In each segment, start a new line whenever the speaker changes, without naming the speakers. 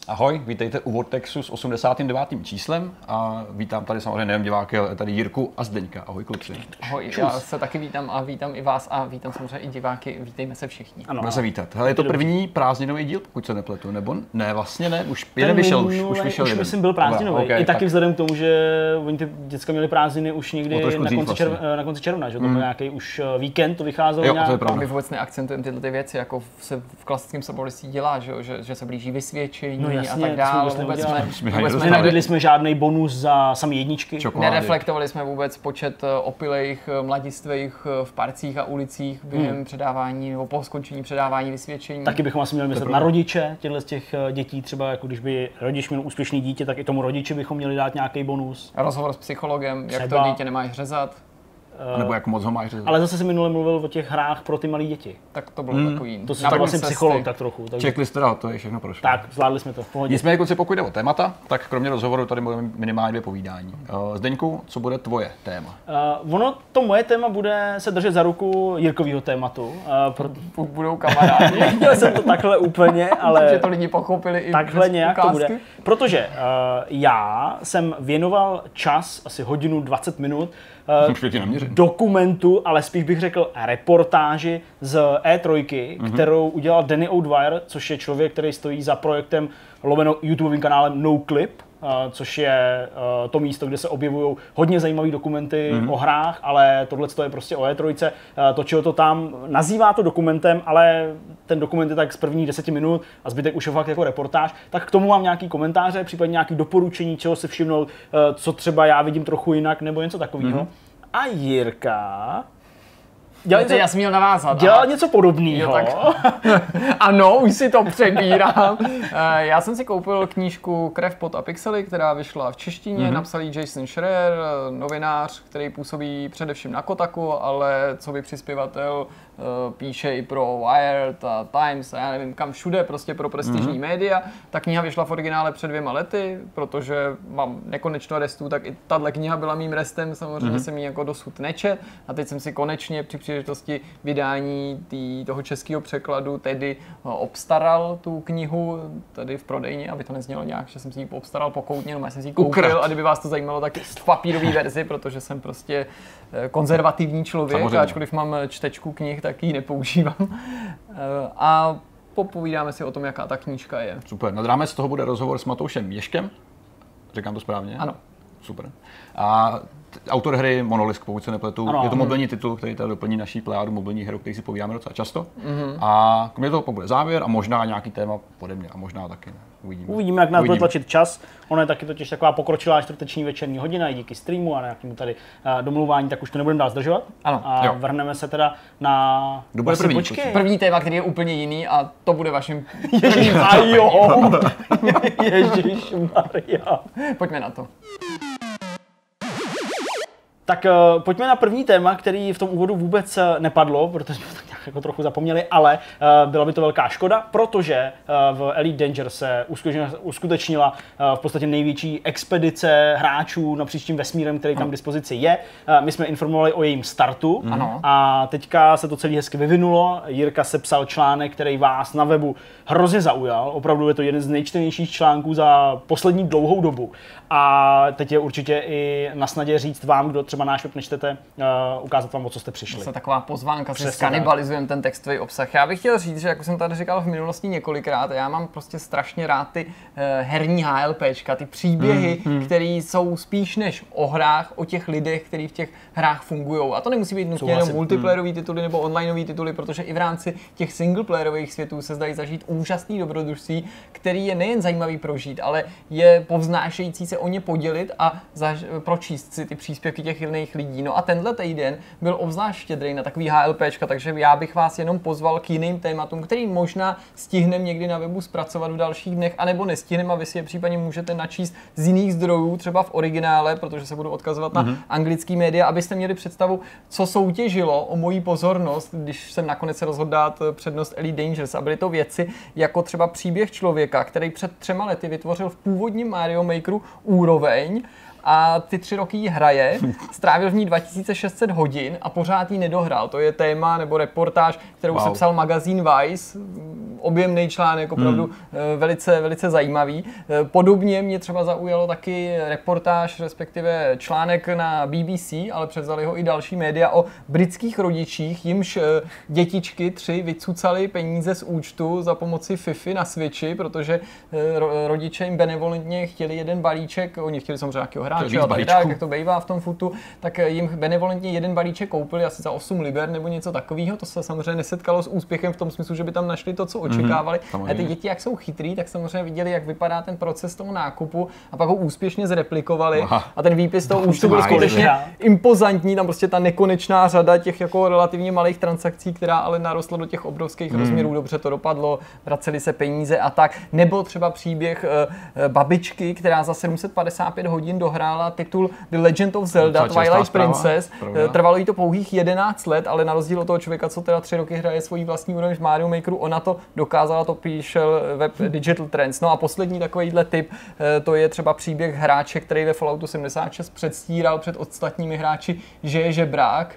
Ahoj, vítejte u Vortexu s 89. číslem a vítám tady samozřejmě nejen diváky, ale tady Jirku a Zdeňka. Ahoj kluci.
Ahoj, já se taky vítám a vítám i vás a vítám samozřejmě i diváky. Vítejme se všichni.
Ano, se vítat. Hele, je to první prázdninový díl, pokud se nepletu, nebo ne, vlastně ne, už jeden vyšel, už vyšel jeden.
Myslím, byl prázdninový.
Okay,
I taky vzhledem k tomu, že oni ty děcka měli prázdniny už někdy na konci června, že to byl nějaký už víkend, to vycházelo
jo,
nějak.
To je pravda.
My vůbec neakcentujeme tyhle ty věci, jako se v klasickém sabolisty dělá, že se blíží vysvědčení a tak dále.
Nenavidli jsme žádný bonus za samý jedničky.
Čokolády.
Nereflektovali jsme vůbec počet opilejch mladistvých v parcích a ulicích během předávání nebo po skončení předávání vysvědčení.
Taky bychom asi měli myslet na rodiče z těch dětí, třeba jako když by rodič měl úspěšný dítě, tak i tomu rodiči bychom měli dát nějaký bonus.
Rozhovor s psychologem, jak to dítě nemáš řezat.
Nebo jak moc ho máš řezat.
Ale zase si minule mluvil o těch hrách pro ty malé děti.
Tak to bylo takový.
To si vlastně psycholog tak trochu. Takže...
Checklist teda, to je všechno prošlo.
Tak, zvládli jsme to v pohodě.
Nicméně, kluci, pokud jde o témata, tak kromě rozhovoru tady budeme minimálně 2 povídání. Zdeňku, co bude tvoje téma?
Ono, to moje téma bude se držet za ruku Jirkovýho tématu.
Budou kamarádi.
Nechtěl jsem to takhle úplně, ale...
Že to lidi pochopili i
takhle nějak ukázky. To bude. Protože já jsem věnoval čas, asi hodinu 20 minut, dokumentu, ale spíš bych řekl reportáži z E3, kterou udělal Danny O'Dwyer, což je člověk, který stojí za projektem lomeno YouTubeovým kanálem NoClip, což je to místo, kde se objevují hodně zajímavé dokumenty o hrách, ale tohle je prostě o E3. Točil to tam, nazývá to dokumentem, ale ten dokument je tak z prvních 10 minut a zbytek už je fakt jako reportáž. Tak k tomu mám nějaký komentáře, případně nějaké doporučení, čeho si všimnout, co třeba já vidím trochu jinak, nebo něco takového. A Jirka...
Já jsem měl navázat.
Dělal něco podobného.
Ano, už si to přebírám. Já jsem si koupil knížku Krev, pot a pixely, která vyšla v češtině. Napsal ji Jason Schreier, novinář, který působí především na Kotaku, ale co by přispěvatel píše i pro Wired a Times a já nevím kam všude, prostě pro prestižní média. Ta kniha vyšla v originále před 2 lety, protože mám nekonečno restů, tak i tahle kniha byla mým restem, samozřejmě jsem ji jako dosud nečet a teď jsem si konečně při příležitosti vydání toho českého překladu tedy obstaral tu knihu tady v prodejně, aby to neznělo nějak, že jsem si ji obstaral pokoutně, no já jsem si ji koupil a kdyby vás to zajímalo, tak v papírové verzi, protože jsem prostě konzervativní člověk, samozřejmě. Ačkoliv mám čtečku knih, tak ji nepoužívám. A popovídáme si o tom, jaká ta knížka je.
Super. Nad rámec toho bude rozhovor s Matoušem Ježkem. Říkám to správně?
Ano.
Super. A autor hry Monolisk, pokud se nepletu, je to mobilní titul, který tady doplní naší plejádu mobilních her, o kterých si povídáme docela často. A kromě toho bude závěr a možná nějaký téma pode mě a možná taky ne.
Uvidíme, jak nás bude tlačit čas. Ono je taky totiž taková pokročilá čtvrteční večerní hodina i díky streamu a nějakému tady domluvání, tak už to nebudeme dál zdržovat.
Ano.
A vrhneme se teda na...
První téma, který je úplně jiný a to bude vaším...
Ježišmarja.
Pojďme na to.
Tak pojďme na první téma, který v tom úvodu vůbec nepadlo, protože jsme tak nějak jako trochu zapomněli, ale byla by to velká škoda, protože v Elite Dangerous se uskutečnila v podstatě největší expedice hráčů napříč tím vesmírem, který tam k dispozici je. My jsme informovali o jejím startu a teďka se to celé hezky vyvinulo. Jirka sepsal článek, který vás na webu hrozně zaujal. Opravdu je to jeden z nejčtenějších článků za poslední dlouhou dobu. A teď je určitě i na snadě říct vám, kdo třeba náš web nečtete, ukázat vám, o co jste přišli.
To je taková pozvánka, že skanibalizujeme ten textový obsah. Já bych chtěl říct, že jako jsem tady říkal v minulosti několikrát, já mám prostě strašně rád ty herní HLPčka, ty příběhy, které jsou spíš než o hrách, o těch lidech, kteří v těch hrách fungují. A to nemusí být nutně jenom multiplayerový tituly nebo onlineový tituly, protože i v rámci těch singleplayerových světů se zdají zažít úžasný dobrodružství, který je nejen zajímavý prožít, ale je povznášející se o ně podělit a pročíst si ty příspěvky těch jiných lidí. No a tenhle týden byl obzvlášť štědrý na takový HLPčka, takže já bych vás jenom pozval k jiným tématům, který možná stihneme někdy na webu zpracovat v dalších dnech, anebo nestihneme a vy si je případně můžete načíst z jiných zdrojů, třeba v originále, protože se budu odkazovat na anglický média, abyste měli představu, co soutěžilo o moji pozornost, když jsem nakonec se rozhodl dát přednost Elite Dangerous. A byly to věci jako třeba příběh člověka, který před 3 lety vytvořil v původním Mario Makeru úroveň a ty 3 roky ji hraje, strávil v ní 2600 hodin a pořád ji nedohrál. To je téma nebo reportáž, kterou sepsal magazín Vice objemný článek, opravdu velice, velice zajímavý. Podobně mě třeba zaujalo taky reportáž, respektive článek na BBC, ale převzali ho i další média o britských rodičích, jimž dětičky 3 vycucaly peníze z účtu za pomoci Fifi na Switchi, protože rodiče jim benevolentně chtěli jeden balíček, oni chtěli samozřejmě nějakého hráče a tak, jak to bývá v tom futu, tak jim benevolentně jeden balíček koupili asi za 8 liber nebo něco takového. To se samozřejmě nesetkalo s úspěchem v tom smyslu, že by tam našli to, co očekávali. A ty děti, jak jsou chytrý, tak samozřejmě viděli, jak vypadá ten proces toho nákupu a pak ho úspěšně zreplikovali. A ten výpis toho účtu byl skutečně impozantní, tam prostě ta nekonečná řada těch jako relativně malých transakcí, která ale narostla do těch obrovských rozměrů, dobře to dopadlo, vraceli se peníze a tak. Nebo třeba příběh babičky, která za 755 hodin dohrála titul The Legend of Zelda Twilight Princess. Trvalo jí to pouhých 11 let, ale na rozdíl od toho člověka, co teda 3 roky hraje svoji vlastní úroveň v Mario Makeru, ona to dokázala, to píše web Digital Trends. No a poslední takovýhle tip, to je třeba příběh hráče, který ve Falloutu 76 předstíral před ostatními hráči, že je žebrák.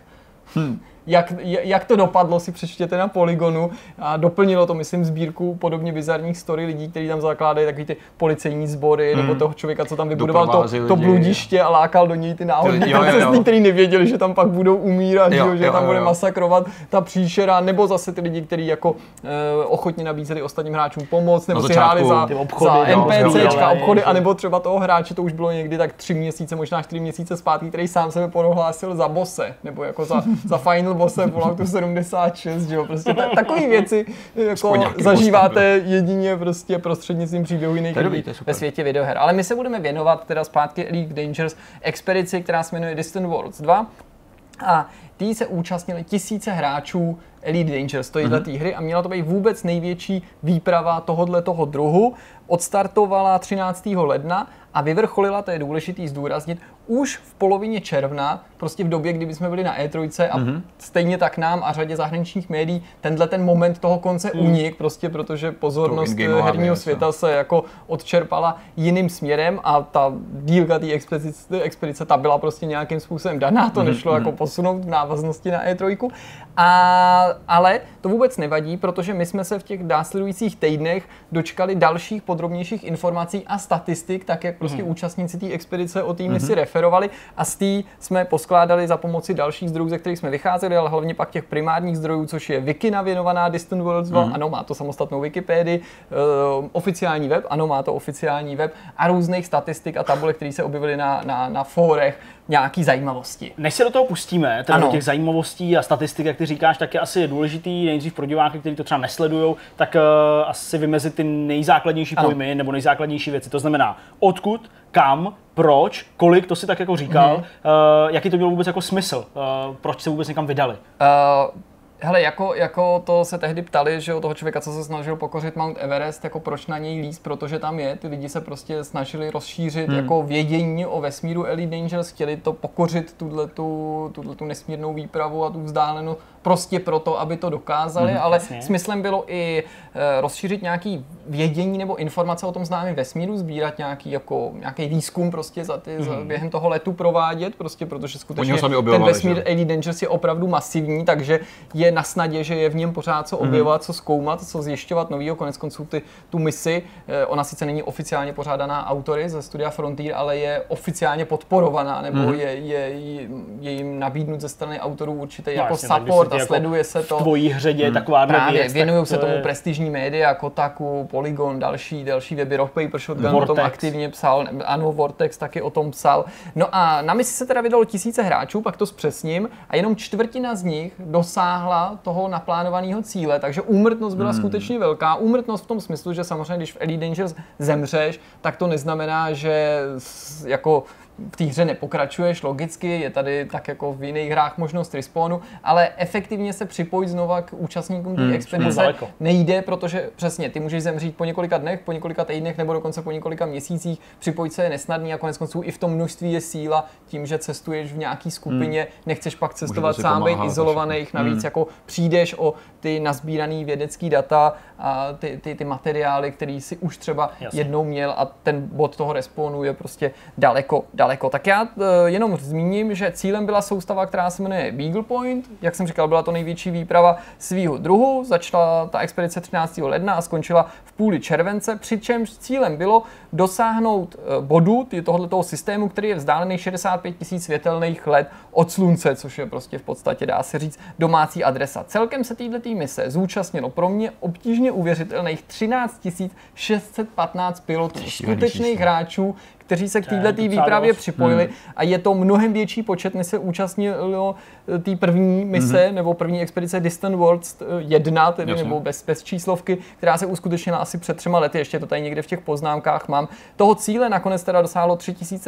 Jak to dopadlo, si přečtěte na Polygonu a doplnilo to, myslím, sbírku podobně bizarních story lidí, kteří tam zakládají takový ty policejní sbory nebo toho člověka, co tam vybudoval to bludiště a lákal do něj ty náhodní cesty, kteří nevěděli, že tam pak budou umírat, že tam bude masakrovat ta příšera, nebo zase ty lidi, kteří jako ochotně nabízeli ostatním hráčům pomoc, nebo si hráli za NPCčka, obchody, anebo třeba toho hráče, to už bylo někdy tak 3 měsíce, možná 4 měsíce zpátky, který sám sebe prohlásil za bose, nebo jako za final bosse Falloutu 76, že jo, prostě takové věci jako zažíváte jedině prostě prostřednictvím příběhu jiných lidí ve světě videoher. Ale my se budeme věnovat teda zpátky Elite Dangerous expedici, která se jmenuje Distant Worlds 2 a tý se účastnili tisíce hráčů Elite Dangerous, té hry a měla to být vůbec největší výprava tohoto druhu. Odstartovala 13. ledna a vyvrcholila, to je důležitý zdůraznit, už v polovině června, prostě v době, kdy jsme byli na E3 a stejně tak nám a řadě zahraničních médií ten moment toho konce unik, prostě protože pozornost herního světa se jako odčerpala jiným směrem a ta dílka té expedice ta byla prostě nějakým způsobem daná, to nešlo jako posunout v návaznosti na E3. Ale to vůbec nevadí, protože my jsme se v těch následujících týdnech dočkali dalších podrobnějších informací a statistik, tak jak prostě účastníci té expedice o té misi referovali a z té jsme poskládali za pomoci dalších zdrojů, ze kterých jsme vycházeli, ale hlavně pak těch primárních zdrojů, což je Wikina věnovaná Distant Worlds 2, ano, má to samostatnou Wikipedii, oficiální web, ano, má to oficiální web a různých statistik a tabulek, které se objevily na fórech, nějaký zajímavosti.
Než se do toho pustíme, teda do těch zajímavostí a statistik, jak ty říkáš, tak je asi důležitý nejdřív pro diváky, kteří to třeba nesledujou, tak asi vymezit ty nejzákladnější pojmy nebo nejzákladnější věci. To znamená odkud, kam, proč, kolik, to si tak jako říkal, jaký to mělo vůbec jako smysl, proč se vůbec někam vydali?
Hele, jako to se tehdy ptali, že o toho člověka, co se snažil pokořit Mount Everest, jako proč na něj líst, protože tam je, ty lidi se prostě snažili rozšířit jako vědění o vesmíru Elite Dangerous, chtěli to pokořit tuto nesmírnou výpravu a tu vzdálenou prostě proto, aby to dokázali, ale smyslem bylo i rozšířit nějaký vědění nebo informace o tom známém vesmíru, sbírat nějaký výzkum prostě během toho letu provádět, prostě protože skutečně ten vesmír Elite Dangerous je opravdu masivní, takže je na snadě, že je v něm pořád co objevovat, co zkoumat, co zjišťovat novýho, konec konců tu misi, ona sice není oficiálně pořádaná autory ze studia Frontier, ale je oficiálně podporovaná, nebo je jim nabídnut ze strany autorů určitě jako support a sleduje se to.
V tvojí hře taková
věc. Věnují se tomu prestižní média, Kotaku, Polygon, další weby, Rock Paper Shotgun o tom aktivně psal, ano, Vortex taky o tom psal. No a na misi se teda vydalo tisíce hráčů, pak to zpřesním, a jenom čtvrtina z nich dosáhla toho naplánovaného cíle, takže úmrtnost byla skutečně velká. Úmrtnost v tom smyslu, že samozřejmě, když v Elite Dangerous zemřeš, tak to neznamená, že jako v té hře nepokračuješ, logicky, je tady tak jako v jiných hrách možnost respawnu, ale efektivně se připojit znova k účastníkům té expedice nejde, protože přesně, ty můžeš zemřít po několika dnech, po několika týdnech nebo dokonce po několika měsících, připojit se je nesnadný a konec konců i v tom množství je síla tím, že cestuješ v nějaký skupině, nechceš pak cestovat sám, být izolovaných, navíc jako přijdeš o ty nazbíraný vědecký data a ty materiály, který si už třeba jednou měl a ten bod toho respawnu je prostě daleko daleko. Tak já jenom zmíním, že cílem byla soustava, která se jmenuje Beagle Point. Jak jsem říkal, byla to největší výprava svýho druhu. Začala ta expedice 13. ledna a skončila v půli července, přičemž cílem bylo dosáhnout bodu tohoto systému, který je vzdálený 65 000 světelných let od Slunce, což je prostě v podstatě, dá se říct, domácí adresa. Celkem se této mise zúčastnilo pro mě obtížně uvěřitelných 13 615 pilotů, skutečných hráčů, kteří se k této výpravě připojili a je to mnohem větší počet, než se účastnilo té první mise nebo první expedice Distant Worlds 1, tedy, nebo bez číslovky, která se uskutečnila asi před 3 lety, ještě to tady někde v těch poznámkách mám. Toho cíle nakonec teda dosáhlo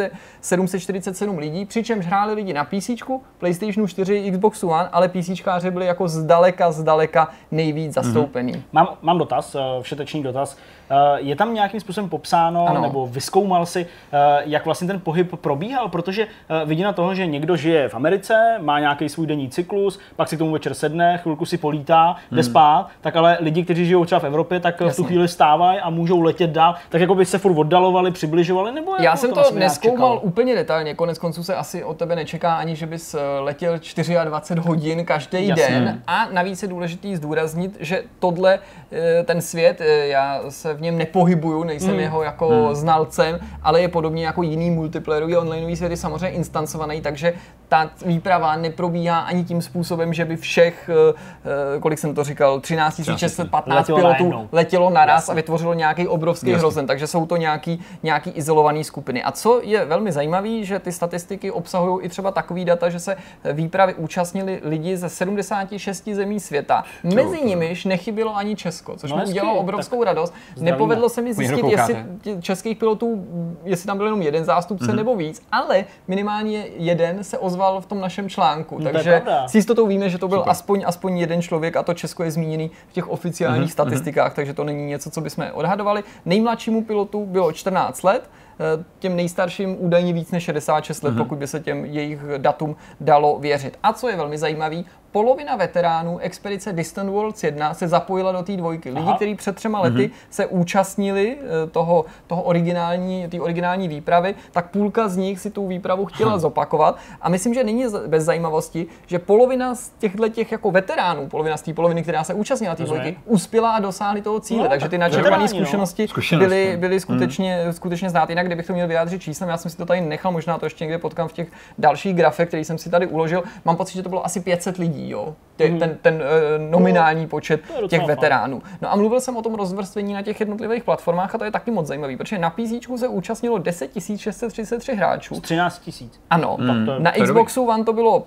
3747 lidí, přičemž hráli lidi na PC, PlayStationu 4, Xboxu One, ale PCčkáři byli jako zdaleka nejvíc zastoupený.
Mám dotaz, všetečný dotaz. Je tam nějakým způsobem popsáno, nebo vyzkoumal si, jak vlastně ten pohyb probíhal, protože vidina toho, že někdo žije v Americe, má nějaký svůj denní cyklus, pak si k tomu večer sedne, chvilku si polítá, jde spát, tak ale lidi, kteří žijou třeba v Evropě, tak v tu chvíli stávají a můžou letět dál, tak jako by se furt oddalovali, přibližovali, nebo
já jsem to nezkoumal úplně detailně, konec konců se asi od tebe nečeká ani, že bys letěl 24 hodin každý den a navíc je důležitý zdůraznit, že tohle, ten svět, já se v něm nepohybuju, nejsem jeho jako znalcem, ale je podobně jako jiný multiplayerový onlineový svět je samozřejmě instancovaný, takže ta výprava neprobíhá ani tím způsobem, že by všech, kolik jsem to říkal, 13 615 pilotů letělo naraz a vytvořilo nějaký obrovský hrozen, takže jsou to nějaký izolované skupiny. A co je velmi zajímavé, že ty statistiky obsahují i třeba takový data, že se výpravy účastnili lidi ze 76 zemí světa. Mezi nimiž nechybělo ani Česko, což mi udělalo obrovskou radost. Nepovedlo se mi zjistit, jestli českých pilotů, jestli tam byl jenom jeden zástupce nebo víc, ale minimálně jeden se ozval v tom našem článku. Takže s jistotou víme, že to byl aspoň jeden člověk a to Česko je zmíněný v těch oficiálních statistikách, takže to není něco, co bychom odhadovali. Nejmladšímu pilotu bylo 14 let, těm nejstarším údajně víc než 66 let, pokud by se těm jejich datum dalo věřit. A co je velmi zajímavý, polovina veteránů expedice Distant Worlds 1 se zapojila do té dvojky. Lidi, kteří před 3 lety se účastnili té originální výpravy, tak půlka z nich si tu výpravu chtěla zopakovat. A myslím, že není bez zajímavosti, že polovina z těch jako veteránů, polovina z té poloviny, která se účastnila té dvojky, uspěla a dosáhli toho cíle. Takže ty načerpané zkušenosti byly skutečně znát. Jinak, kdybych to měl vyjádřit číslem, já jsem si to tady nechal, možná to ještě někde potkám v těch dalších grafech, který jsem si tady uložil. Mám pocit, že to bylo asi 500 lidí, jo? Ten nominální počet těch veteránů. No a mluvil jsem o tom rozvrstvení na těch jednotlivých platformách a to je taky moc zajímavý, protože na PC se účastnilo 10 633 hráčů.
Z 13 000.
Ano, na Xboxu One to bylo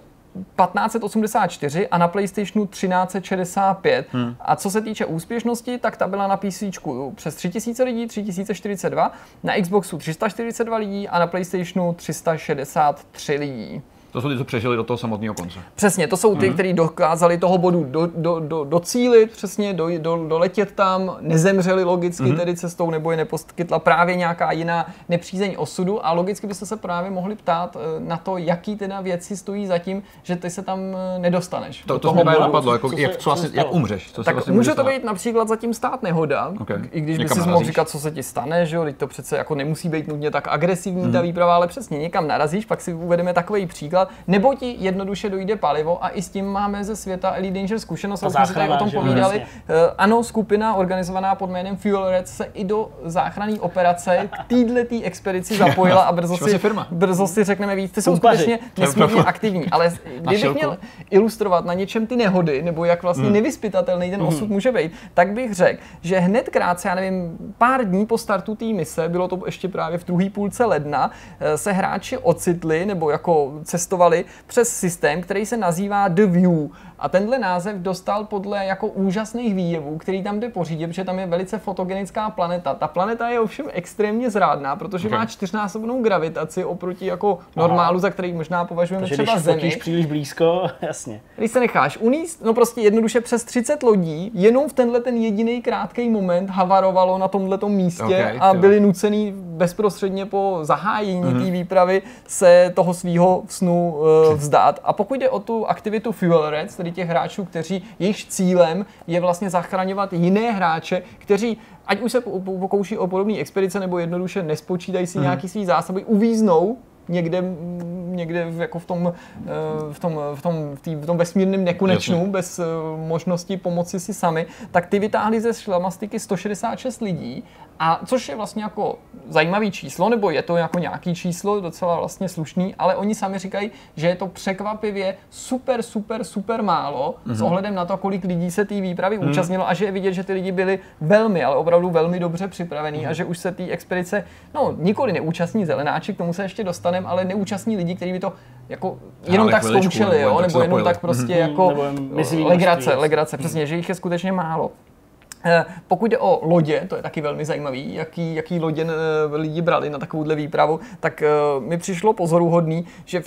1584 a na PlayStationu 1365. A co se týče úspěšnosti, tak ta byla na PC přes 3000 lidí, 3042, na Xboxu 342 lidí a na PlayStationu 363 lidí.
To jsou ty, co přežili do toho samotného konce.
Přesně, to jsou ty, kteří dokázali toho bodu docílit, přesně doletět tam, nezemřeli logicky tedy cestou, nebo je neposkytla právě nějaká jiná nepřízeň osudu a logicky byste se právě mohli ptát na to, jaký teda věci stojí za tím, že ty se tam nedostaneš.
To mě napadlo, jako jak umřeš.
Tak vlastně může to být například zatím stát nehoda, i když by si mohl říkat, co se ti stane, že jo, teď to přece jako nemusí být nutně tak agresivní ta výprava, ale přesně někam narazíš, pak si uvedeme takový příklad. Nebo ti jednoduše dojde palivo a i s tím máme ze světa Elite Danger zkušenost, jsme si tady o tom povídali. Ano, skupina organizovaná pod jménem Fuel Red se i do záchranné operace k této expedici zapojila a brzo si řekneme víc. Ty jsou skutečně nesmírně aktivní, ale kdybych měl ilustrovat na něčem ty nehody, nebo jak vlastně nevyzpytatelný ten osud může být, tak bych řekl, že hned krátce, já nevím, pár dní po startu té mise, bylo to ještě právě v druhé půlce ledna, se hráči ocitli nebo jako cestovali přes systém, který se nazývá The View. A tenhle název dostal podle jako úžasných výjevů, který tam jde pořídit, protože tam je velice fotogenická planeta. Ta planeta je ovšem extrémně zrádná, protože má 4násobnou gravitaci oproti jako normálu, za který možná považujeme třeba Zemi.
Když příliš blízko, jasně.
Když se necháš uníst, no prostě jednoduše přes 30 lodí, jenom v tenhle ten jediný krátký moment havarovalo na tomhletom místě a byli nucený bezprostředně po zahájení té výpravy se toho svýho snu vzdát. A pokud jde o tu aktivitu Fuel Reds, tedy těch hráčů, kteří jejich cílem je vlastně zachraňovat jiné hráče, kteří ať už se pokouší o podobné expedice nebo jednoduše nespočítají si nějaký svý zásoby, uvíznou někde jako v tom vesmírném nekonečnu, bez možnosti pomoci si sami, tak ty vytáhli ze šlamastiky 166 lidí, a což je vlastně jako zajímavý číslo, nebo je to jako nějaký číslo, docela vlastně slušný, ale oni sami říkají, že je to překvapivě super málo s ohledem na to, kolik lidí se té výpravy účastnilo a že je vidět, že ty lidi byli velmi, ale opravdu velmi dobře připravení a že už se té expedice, no nikoli neúčastní zelenáči, k tomu se ještě dostaneme, ale neúčastní lidi, kteří by to jako jenom tak zkoušeli, jo, nebo jenom tak prostě jako legrace, přesně, že jich je skutečně málo. Pokud jde o lodě, to je taky velmi zajímavý, jaký lodě lidi brali na takovouhle výpravu, tak mi přišlo pozoruhodný, že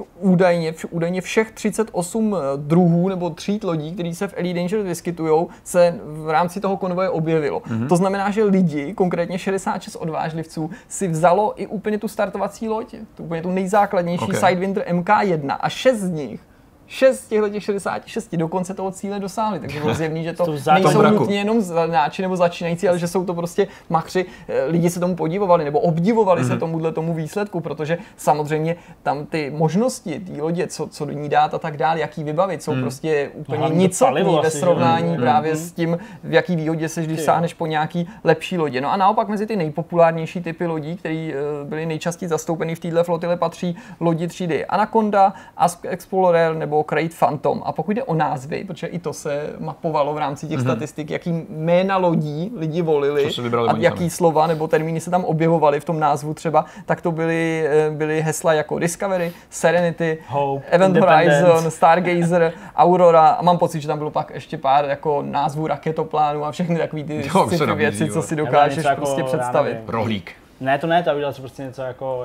údajně všech 38 druhů nebo tříd lodí, který se v Elite Dangerous vyskytujou, se v rámci toho konvoje objevilo. To znamená, že lidi, konkrétně 66 odvážlivců, si vzalo i úplně tu startovací loď, úplně tu nejzákladnější Sidewinder MK1 a 6 z nich, 6 z těchto 66 do konce toho cíle dosáhli, takže bylo zjevný, že to nejsou nutně jenom znáči nebo začínající, ale že jsou to prostě machři. Lidi se tomu podívovali nebo obdivovali se tomu výsledku, protože samozřejmě tam ty možnosti té lodě, co do ní dát a tak dále, jaký vybavit, jsou prostě úplně nicotný ve srovnání právě s tím, v jaký výhodě seš, když sáhneš po nějaký lepší lodě. No a naopak mezi ty nejpopulárnější typy lodí, které byly nejčastěji zastoupeny v této flotile, patří lodi třídy Anaconda, Ask Explorer nebo Great Phantom. A pokud jde o názvy, protože i to se mapovalo v rámci těch statistik, jaký jména lodí lidi volili a jaký slova nebo termíny se tam objevovaly v tom názvu třeba, tak to byly hesla jako Discovery, Serenity, Hope, Event Horizon, Stargazer, Aurora a mám pocit, že tam bylo pak ještě pár jako názvů raketoplánů a všechny takové ty sci-fi věci, co si dokážeš prostě představit.
Rohlík.
Ne, ta udělal prostě něco jako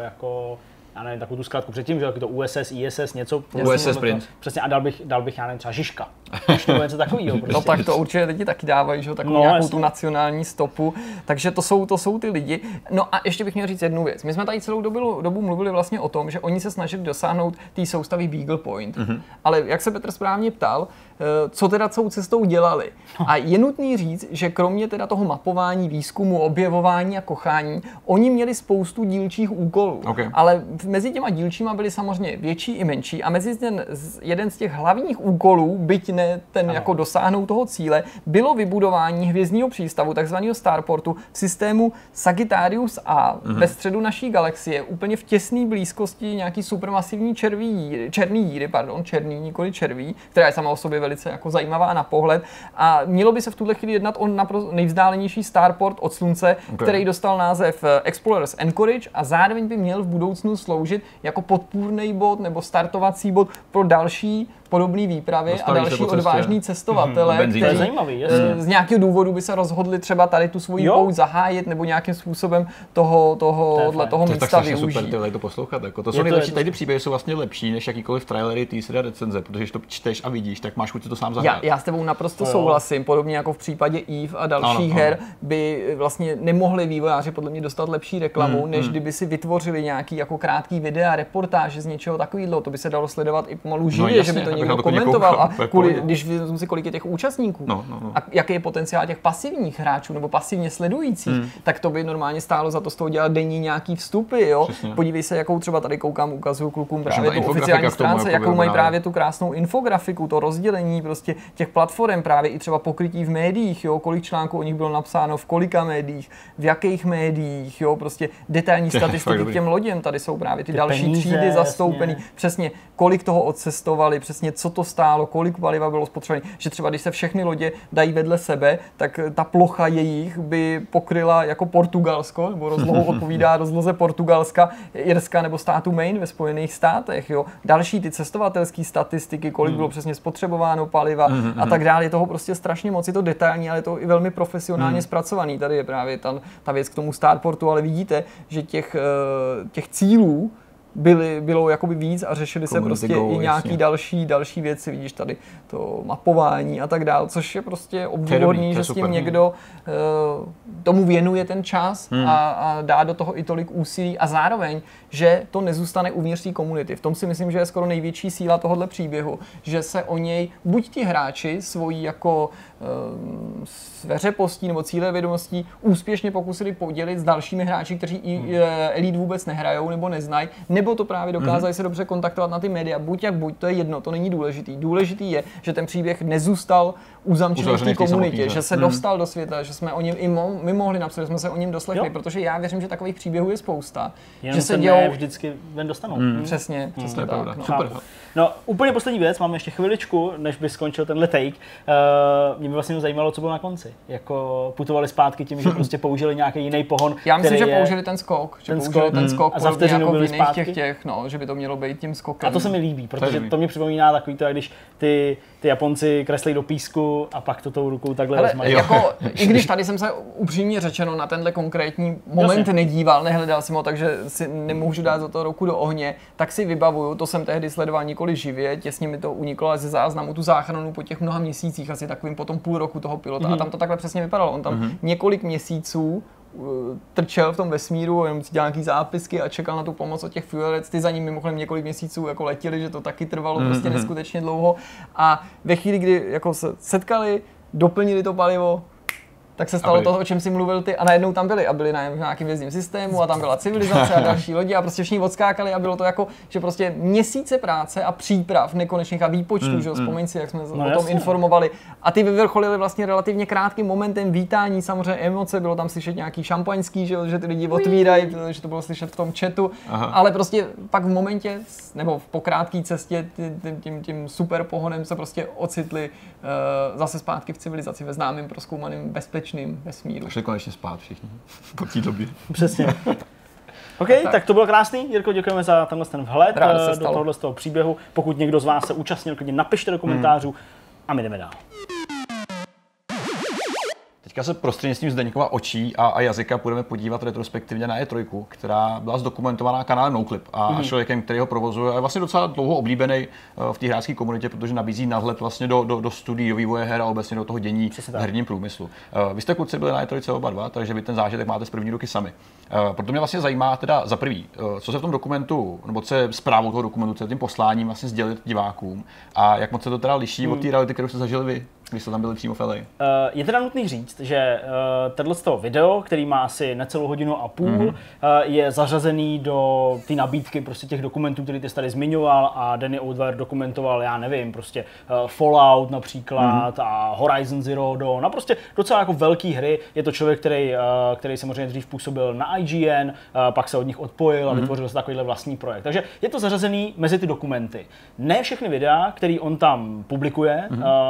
já nevím, takovou tu zkrátku předtím, že to USS, ISS, něco.
USS Prince.
Přesně, a dal bych já nevím, třeba Žižka. Nebo něco takového. Prostě.
No tak to určitě lidi taky dávají, že takovou nějakou tu nacionální stopu. Takže to jsou ty lidi. No a ještě bych měl říct jednu věc. My jsme tady celou dobu mluvili vlastně o tom, že oni se snažili dosáhnout té soustavy Beagle Point. Ale jak se Petr správně ptal, co teda celou cestou dělali. A je nutný říct, že kromě teda toho mapování, výzkumu, objevování a kochání, oni měli spoustu dílčích úkolů. Okay. Ale mezi těma dílčíma byly samozřejmě větší i menší a jeden z těch hlavních úkolů, byť ne ten jako dosáhnout toho cíle, bylo vybudování hvězdního přístavu, takzvaného Starportu, v systému Sagittarius A ve středu naší galaxie, úplně v těsné blízkosti nějaký supermasivní černý díry, nikoli červí, která je sama o sobě velice jako zajímavá na pohled. A mělo by se v tuhle chvíli jednat o naprosto nejvzdálenější starport od Slunce, který dostal název Explorer's Anchorage a zároveň by měl v budoucnu sloužit jako podpůrný bod nebo startovací bod pro další podobné výpravy a další odvážní cestovatele, kteří z nějakého důvodu by se rozhodli třeba tady tu svoji pouť zahájit nebo nějakým způsobem toho místa využít.
Super, tyhle to poslouchat. Jako. To jsou nejlepší, tady příběhy jsou vlastně lepší než jakýkoliv trailery, teasery a recenze, protože když to čteš a vidíš, tak máš chuť si to sám zahrát.
Já s tebou naprosto souhlasím, podobně jako v případě Eve a dalších her by vlastně nemohli vývojáři podle mě dostat lepší reklamu, než kdyby si vytvořili nějaký jako krátký videa, reportáže z něčeho takového. To by se dalo sledovat i pomalu živě, že by to někdo komentoval a když vezmu si, kolik je těch účastníků a jaký je potenciál těch pasivních hráčů nebo pasivně sledujících, tak to by normálně stálo za to z toho dělat denní nějaký vstupy, jo. Podívej se, jakou třeba tady ukazuju klukům právě tu oficiální stránce, jakou mají právě tu krásnou infografiku, to rozdělení prostě těch platform, právě i třeba pokrytí v médiích, jo, kolik článků o nich bylo napsáno, v kolika médiích, v jakých médiích, jo, prostě detailní statistiky k těm loděm, tady jsou právě ty další třídy zastoupený, přesně kolik toho odcestovali, přesně co to stálo, kolik paliva bylo spotřebované, že třeba když se všechny lodě dají vedle sebe, tak ta plocha jejich by pokryla jako Portugalsko, nebo rozlohou odpovídá rozloze Portugalska, Irska nebo státu Maine ve Spojených státech, jo. Další ty cestovatelské statistiky, kolik bylo přesně spotřebováno paliva a tak dále, je toho prostě strašně moc, je to detailní, ale je to i velmi profesionálně zpracovaný. Tady je právě ta věc k tomu Starportu, ale vidíte, že těch cílů bylo jakoby víc a řešili se prostě i nějaký další věci, vidíš tady to mapování a tak dál, což je prostě obdivuhodný, že s tím někdo tomu věnuje ten čas a dá do toho i tolik úsilí a zároveň, že to nezůstane uvnitř té komunity. V tom si myslím, že je skoro největší síla tohohle příběhu, že se o něj buď ti hráči svojí jako s veřepostí nebo cíle vědomostí úspěšně pokusili podělit s dalšími hráči, kteří Elite vůbec nehrajou nebo neznají, nebo to právě dokázali se dobře kontaktovat na ty média. Buď, to je jedno, to není důležitý. Důležitý je, že ten příběh nezůstal uzamčený v té komunitě, že se dostal do světa, že jsme o něm i my mohli napsat, že jsme se o něm doslechli, protože já věřím, že takových příběhů je spousta.
Jenom že se dějou vždycky ven dostanou.
Přesně tak.
No. Super.
No, úplně poslední věc, máme ještě chviličku, než by skončil tenhle take. Mě by vlastně zajímalo, co bylo na konci. Jako putovali zpátky tím, že prostě použili nějaký jiný pohon.
Já myslím, že použili ten skok.
A za vteřinu byli zpátky.
Že by to mělo být tím skokem.
A to se mi líbí, protože to mě připomíná takový to, když ty Japonci kreslí do písku a pak to tou rukou takhle rozmají.
Jako, i když tady jsem se upřímně řečeno na tenhle konkrétní moment nedíval, nehledal jsem ho, takže si nemůžu dát za to ruku do ohně, tak si vybavuju, to jsem tehdy sledoval nikoli živě, těsně mi to uniklo, ale ze záznamu tu záchranu po těch mnoha měsících, asi takovým potom půl roku toho pilota a tam to takhle přesně vypadalo. On tam několik měsíců trčel v tom vesmíru, jenom si dělal nějaký zápisky a čekal na tu pomoc od těch fuelec. Ty za ním mimochodem několik měsíců jako letěli, že to taky trvalo prostě neskutečně dlouho. A ve chvíli, kdy jako se setkali, doplnili to palivo, tak se stalo to, o čem si mluvil ty, a najednou tam byli a byli na nějakém vězdním systému a tam byla civilizace a další lodi a prostě všichni odskákali a bylo to jako, že prostě měsíce práce a příprav nekonečných a výpočtů, že vzpomeň si, jak jsme o tom informovali, a ty vyvrcholili vlastně relativně krátkým momentem vítání, samozřejmě emoce, bylo tam slyšet nějaký šampaňský, že ty lidi otvírají, že to bylo slyšet v tom chatu, ale prostě pak v momentě, nebo po krátké cestě tím super pohonem se prostě ocitli zase zpátky v civilizaci, ve známém prozkoumaném bezpečném vesmíru.
Šli konečně spát všichni po té době.
Přesně. OK, tak to bylo krásný. Jirko, děkujeme za tenhle ten vhled do tohohle z toho příběhu. Pokud někdo z vás se účastnil, klidně napište do komentářů a my jdeme dál.
Teďka se prostřednictvím Zdeňkova očí a jazyka budeme podívat retrospektivně na E3, která byla zdokumentovaná kanálem NoClip a člověkem, který ho provozuje, je vlastně docela dlouho oblíbený v té hráčské komunitě, protože nabízí nadhled vlastně do studií, do vývoje her a obecně do toho dění v herním průmyslu. Vy jste kluci byli na E3 oba dva, takže vy ten zážitek máte z první ruky sami. Proto mě vlastně zajímá teda za prvý, co se v tom dokumentu, nebo co je zprávou toho dokumentu, co je tím posláním vlastně sdělit divákům a jak moc se to teda liší od té reality, kterou jste zažili vy, když jste tam byli přímo v LA.
Je teda nutný říct, že tohle video, který má asi necelou hodinu a půl, je zařazený do té nabídky prostě těch dokumentů, který ty jsi tady zmiňoval, a Danny Oudwire dokumentoval, já nevím, prostě Fallout například a Horizon Zero Dawn, a prostě docela jako velký hry. Je to člověk, který samozřejmě dřív působil na IGN, pak se od nich odpojil a vytvořil se takovýhle vlastní projekt. Takže je to zařazený mezi ty dokumenty. Ne všechny videa, který on tam publikuje,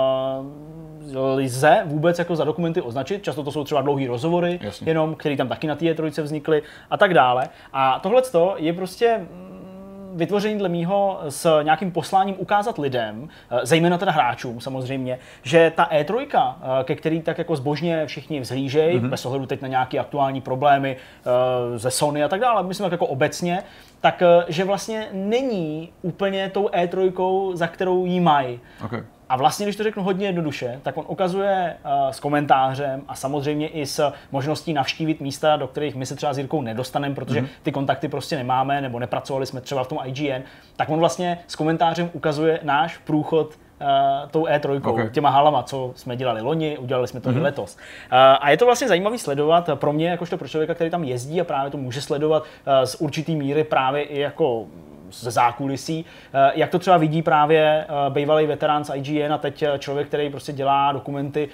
lze vůbec jako za dokumenty označit. Často to jsou třeba dlouhý rozhovory, jenom, který tam taky na té E3 vznikly a tak dále. A tohleto je prostě vytvoření dle mýho s nějakým posláním ukázat lidem, zejména teda hráčům samozřejmě, že ta E3, ke který tak jako zbožně všichni vzhlížejí, bez ohledu teď na nějaké aktuální problémy ze Sony a tak dále, myslím tak jako obecně, tak že vlastně není úplně tou E3, za kterou jí mají.
Okay.
A vlastně, když to řeknu hodně jednoduše, tak on ukazuje s komentářem a samozřejmě i s možností navštívit místa, do kterých my se třeba s Jirkou nedostaneme, protože ty kontakty prostě nemáme, nebo nepracovali jsme třeba v tom IGN, tak on vlastně s komentářem ukazuje náš průchod tou E3, těma halama, co jsme dělali loni, udělali jsme to i letos. A je to vlastně zajímavý sledovat pro mě, jakožto pro člověka, který tam jezdí a právě to může sledovat z určitý míry právě i jako ze zákulisí, jak to třeba vidí právě bývalý veterán z IGN a teď člověk, který prostě dělá dokumenty,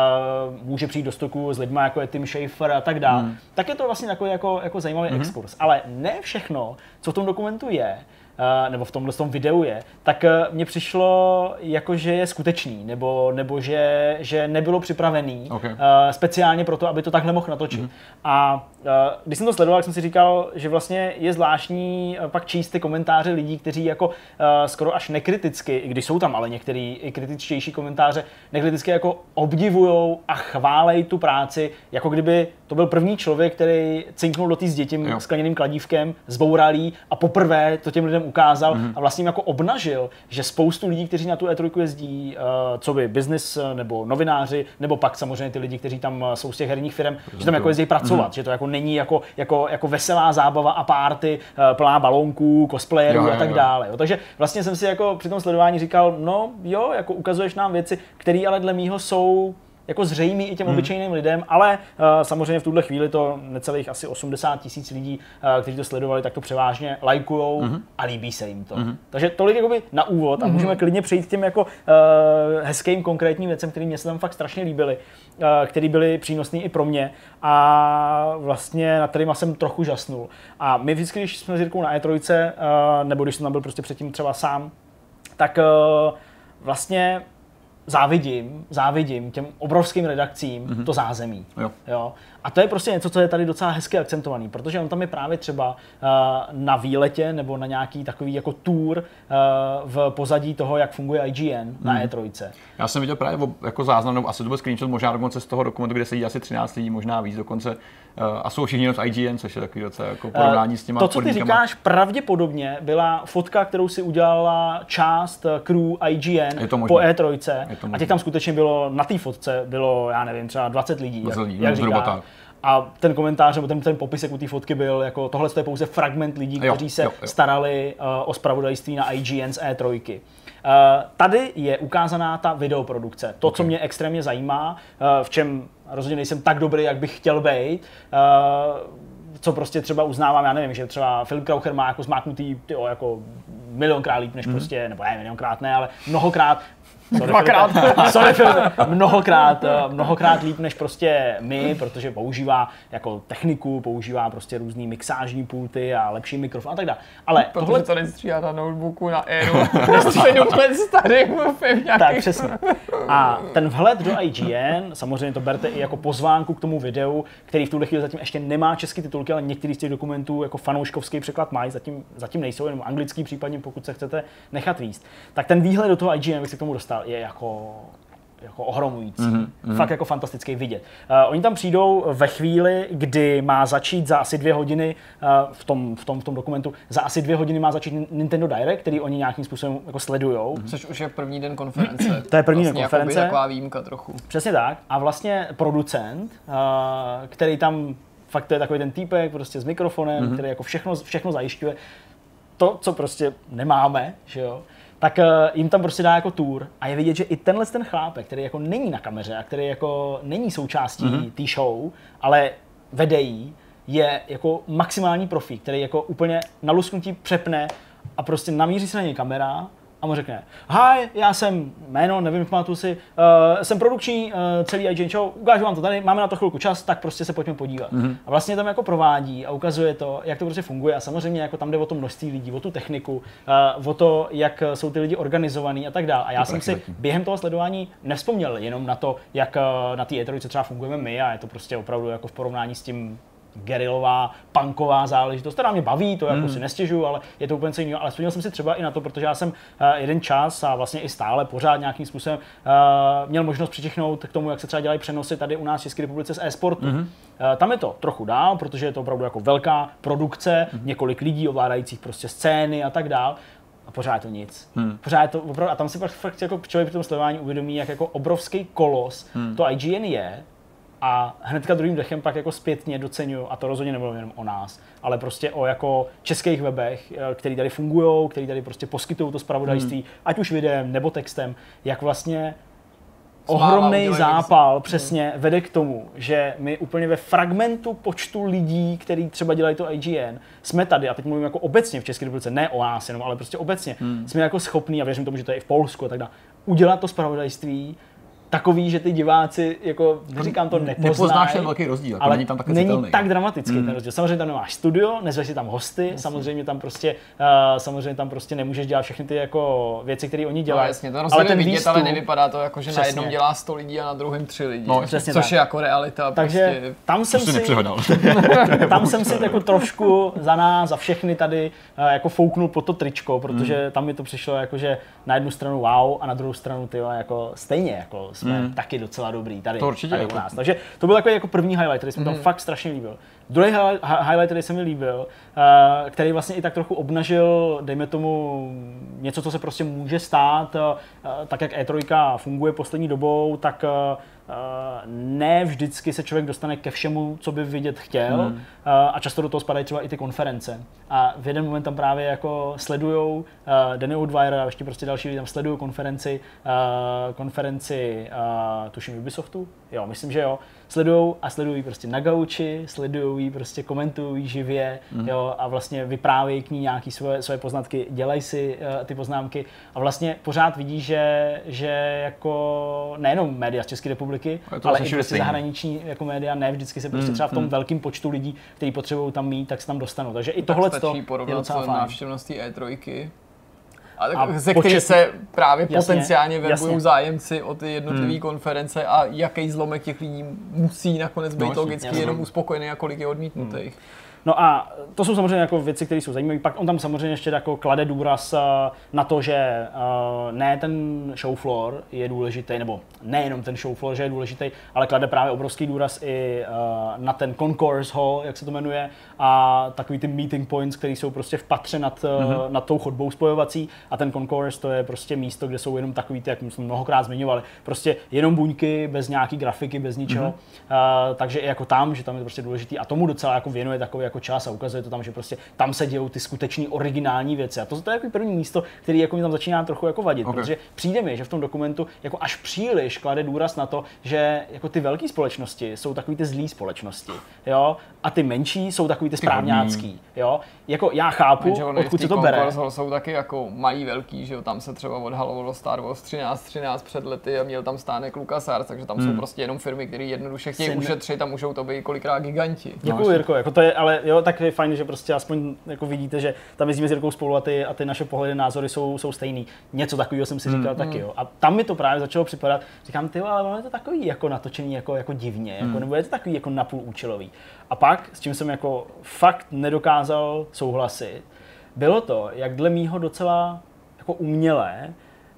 může přijít do styku s lidmi, jako je Tim Schafer a tak dále. Tak je to vlastně takový jako zajímavý exkurs. Ale ne všechno, co v tom dokumentu je, nebo v tomhle videu je, tak mně přišlo jako, že je skutečný, nebo že nebylo připravený speciálně pro to, aby to takhle mohl natočit. A když jsem to sledoval, jsem si říkal, že vlastně je zvláštní pak číst ty komentáře lidí, kteří jako skoro až nekriticky, i když jsou tam ale některý i kritičtější komentáře, nekriticky jako obdivujou a chválej tu práci, jako kdyby to byl první člověk, který cinknul do té zdi tím skleněným kladívkem, zbouralý a poprvé to těm lidem ukázal a vlastně jako obnažil, že spoustu lidí, kteří na tu E3 jezdí, co by business nebo novináři, nebo pak samozřejmě ty lidi, kteří tam jsou z těch herních firm, že tam jako jezdí pracovat, že to jako není jako veselá zábava a party plná balónků, cosplayerů a tak dále. Jo. Takže vlastně jsem si jako při tom sledování říkal, no jo, jako ukazuješ nám věci, které ale dle mýho jsou jako zřejmý i těm obyčejným lidem, ale samozřejmě v tuhle chvíli to necelých asi 80 000 lidí, kteří to sledovali, tak to převážně lajkujou a líbí se jim to. Takže tolik jakoby na úvod a můžeme klidně přejít k těm jako hezkým konkrétním věcem, které mě se tam fakt strašně líbily, které byly přínosné i pro mě a vlastně na kterýma jsem trochu žasnul. A my vždycky, když jsme s Jirkou na E3, nebo když jsem tam byl prostě předtím třeba sám, tak vlastně závidím těm obrovským redakcím to zázemí. Jo. A to je prostě něco, co je tady docela hezky akcentovaný, protože on tam je právě třeba na výletě nebo na nějaký takový jako tour v pozadí toho, jak funguje IGN na E3.
Já jsem viděl právě jako záznam, nebo asi to byl screenshot možná dokonce z toho dokumentu, kde sedí asi 13 lidí, možná víc dokonce. A jsou všichni z IGN, což je takový docela jako porovnání s těma
to, co ty říkáš, pravděpodobně byla fotka, kterou si udělala část crew IGN po E3. A těch tam skutečně bylo, na té fotce bylo, já nevím, třeba 20 lidí, jak říká. A ten komentář nebo ten popisek u té fotky byl jako tohle je pouze fragment lidí, kteří se starali o zpravodajství na IGN z E3. Tady je ukázaná ta videoprodukce. To, co mě extrémně zajímá, v čem rozhodně nejsem tak dobrý, jak bych chtěl být, co prostě třeba uznávám, já nevím, že třeba Filip Kraucher má jako zmáknutý jako milionkrát líp než prostě, nebo ne milionkrát ne, ale mnohokrát. Mnohokrát líp než prostě my, protože používá jako techniku, používá prostě různý mixážní pulty a lepší mikrofon a tak dále. Ale
protože tohle to nestříhá na notebooku na Airu, 7 let starým pevňáky.
Tak, přesně. A ten vhled do IGN, samozřejmě to berte i jako pozvánku k tomu videu, který v tuhle chvíli zatím ještě nemá české titulky, ale některý z těch dokumentů jako fanouškovský překlad mají, zatím nejsou, jenom anglický případně, pokud se chcete nechat víst. Tak ten výhled do toho IGN, bych se k tomu dostal, je jako ohromující. Fakt jako fantastický vidět. Oni tam přijdou ve chvíli, kdy má začít za asi 2 hodiny v tom dokumentu, za asi 2 hodiny má začít Nintendo Direct, který oni nějakým způsobem jako sledujou.
Což už je první den konference.
To je první den konference.
Taková výjimka trochu.
Přesně tak. A vlastně producent, který tam fakt to je takový ten týpek prostě s mikrofonem, který jako všechno zajišťuje. To, co prostě nemáme, že jo, tak jim tam prostě dá jako tour a je vidět, že i ten chlápek, který jako není na kameře a který jako není součástí té show, ale vede jí, je jako maximální profík, který jako úplně na lusknutí přepne a prostě namíří se na něj kamera a mu řekne: Hi, já jsem jméno, nevím, pamatuju si, jsem produkční celý IGN show, ukážu vám to tady, máme na to chvilku čas, tak prostě se pojďme podívat. A vlastně tam jako provádí a ukazuje to, jak to prostě funguje a samozřejmě jako tam jde o to množství lidí, o tu techniku, o to, jak jsou ty lidi organizovaní a tak dále. A já jsem si během toho sledování nevzpomněl jenom na to, jak na té E3 třeba fungujeme my a je to prostě opravdu jako v porovnání s tím gerilová, punková záležitost, která mě baví, to jako si nestěžuju, ale je to úplně něco jiného. Ale vzpomněl jsem si třeba i na to, protože já jsem jeden čas a vlastně i stále pořád nějakým způsobem měl možnost přičichnout k tomu, jak se třeba dělají přenosy tady u nás v České republice z e-sportu. Tam je to trochu dál, protože je to opravdu jako velká produkce, několik lidí ovládajících prostě scény a tak dál. A pořád je to nic. Pořád je to opravdu, a tam si fakt jako člověk při tom sledování uvědomí, jak jako obrovský kolos to IGN je. A hnedka druhým dechem pak jako zpětně doceňuju, a to rozhodně nebylo jenom o nás, ale prostě o jako českých webech, který tady fungujou, který tady prostě poskytují to zpravodajství, ať už videem nebo textem, jak vlastně ohromný zápal přesně vede k tomu, že my úplně ve fragmentu počtu lidí, který třeba dělají to IGN, jsme tady, a teď mluvím jako obecně v České republice, ne o nás jenom, ale prostě obecně, jsme jako schopní, a věřím tomu, že to je i v Polsku a tak dále, udělat to zpravodajství takový, že ty diváci, jako neříkám to
nepoznáš ten velký rozdíl,
ale
není tam tak
není tak dramatický ten rozdíl. Samozřejmě tam nemáš studio, nezveš si tam hosty, samozřejmě tam prostě nemůžeš dělat všechny ty jako věci, které oni dělají.
No, jasně, to rozdíl je vidět, ale nevypadá to jako, že na jednom dělá 100 lidí a na druhém 3 lidi.
No,
což je jako realita.
Takže
prostě...
tam jsem si jako trošku za nás, za všechny tady jako fouknul po to tričko, protože tam mi to přišlo jako, že na jednu stranu wow a na druhou stranu ty jako stejně jako jsme taky docela dobrý tady u nás. Takže to byl takový jako první highlight, který se mi tam fakt strašně líbil. Druhý highlight, který se mi líbil, který vlastně i tak trochu obnažil, dejme tomu, něco, co se prostě může stát, tak jak E3 funguje poslední dobou, tak ne vždycky se člověk dostane ke všemu, co by vidět chtěl a často do toho spadají třeba i ty konference. A v jeden moment tam právě jako sledujou Danny Dwyera a ještě prostě další lidi tam sledují konferenci tuším Ubisoftu, jo, myslím, že jo, sledují prostě na gauči, sledují prostě komentují živě, jo, a vlastně vyprávějí k ní nějaký svoje poznatky, dělají si ty poznámky a vlastně pořád vidí, že jako nejenom média z České republiky, ale i prostě zahraniční jako média ne vždycky se prostě třeba v tom velkém počtu lidí, kteří potřebují tam mít, tak se tam dostanou. Takže i tohle je docela fajn.
Návštěvností E3. Ze kterých se právě potenciálně verbují zájemci o ty jednotlivé konference a jaký zlomek těch lidí musí nakonec být logicky jenom uspokojený a kolik je odmítnutých.
No a to jsou samozřejmě jako věci, které jsou zajímavé. Pak on tam samozřejmě ještě jako klade důraz na to, že ne ten show floor je důležitý, nebo nejenom ten show floor, že je důležitý, ale klade právě obrovský důraz i na ten concourse hall, jak se to jmenuje, a takový ty meeting points, které jsou prostě v patře nad tou chodbou spojovací, a ten concourse to je prostě místo, kde jsou jenom takový ty, jak jsme mnohokrát zmiňovali, prostě jenom buňky, bez nějaký grafiky, bez ničeho. Takže i jako tam, že tam je to prostě důležitý a tomu docela jako věnuje takový jako čas a ukazuje to tam, že prostě tam se dějou ty skutečný originální věci. A to je jako první místo, který jako mi tam začíná trochu jako vadit, protože přijde mi, že v tom dokumentu jako až příliš klade důraz na to, že jako ty velké společnosti jsou takový ty zlý společnosti, jo, a ty menší jsou takový ty správňácký, jo. Jako já chápu, odkud se to bere.
Jsou taky jako malý velký, že jo, tam se třeba odhalovalo Star Wars 13 před lety a měl tam stánek LucasArts, takže tam jsou prostě jenom firmy, které jednoduše chtějí ušetřit a můžou to být kolikrát giganti.
Děkuji, Jirko, jako to je, ale jo, tak je fajn, že prostě aspoň jako vidíte, že tam jezdíme s Jirkou spolu a ty naše pohledy, názory jsou stejný. Něco takového jsem si říkal taky, jo. A tam mi to právě začalo připadat, říkám, ty, ale ono je to takový jako natočení jako divně, jako, nebo je to takový jako napůl účelový. A pak, s čím jsem jako fakt nedokázal souhlasit, bylo to, jak dle mýho docela jako umělé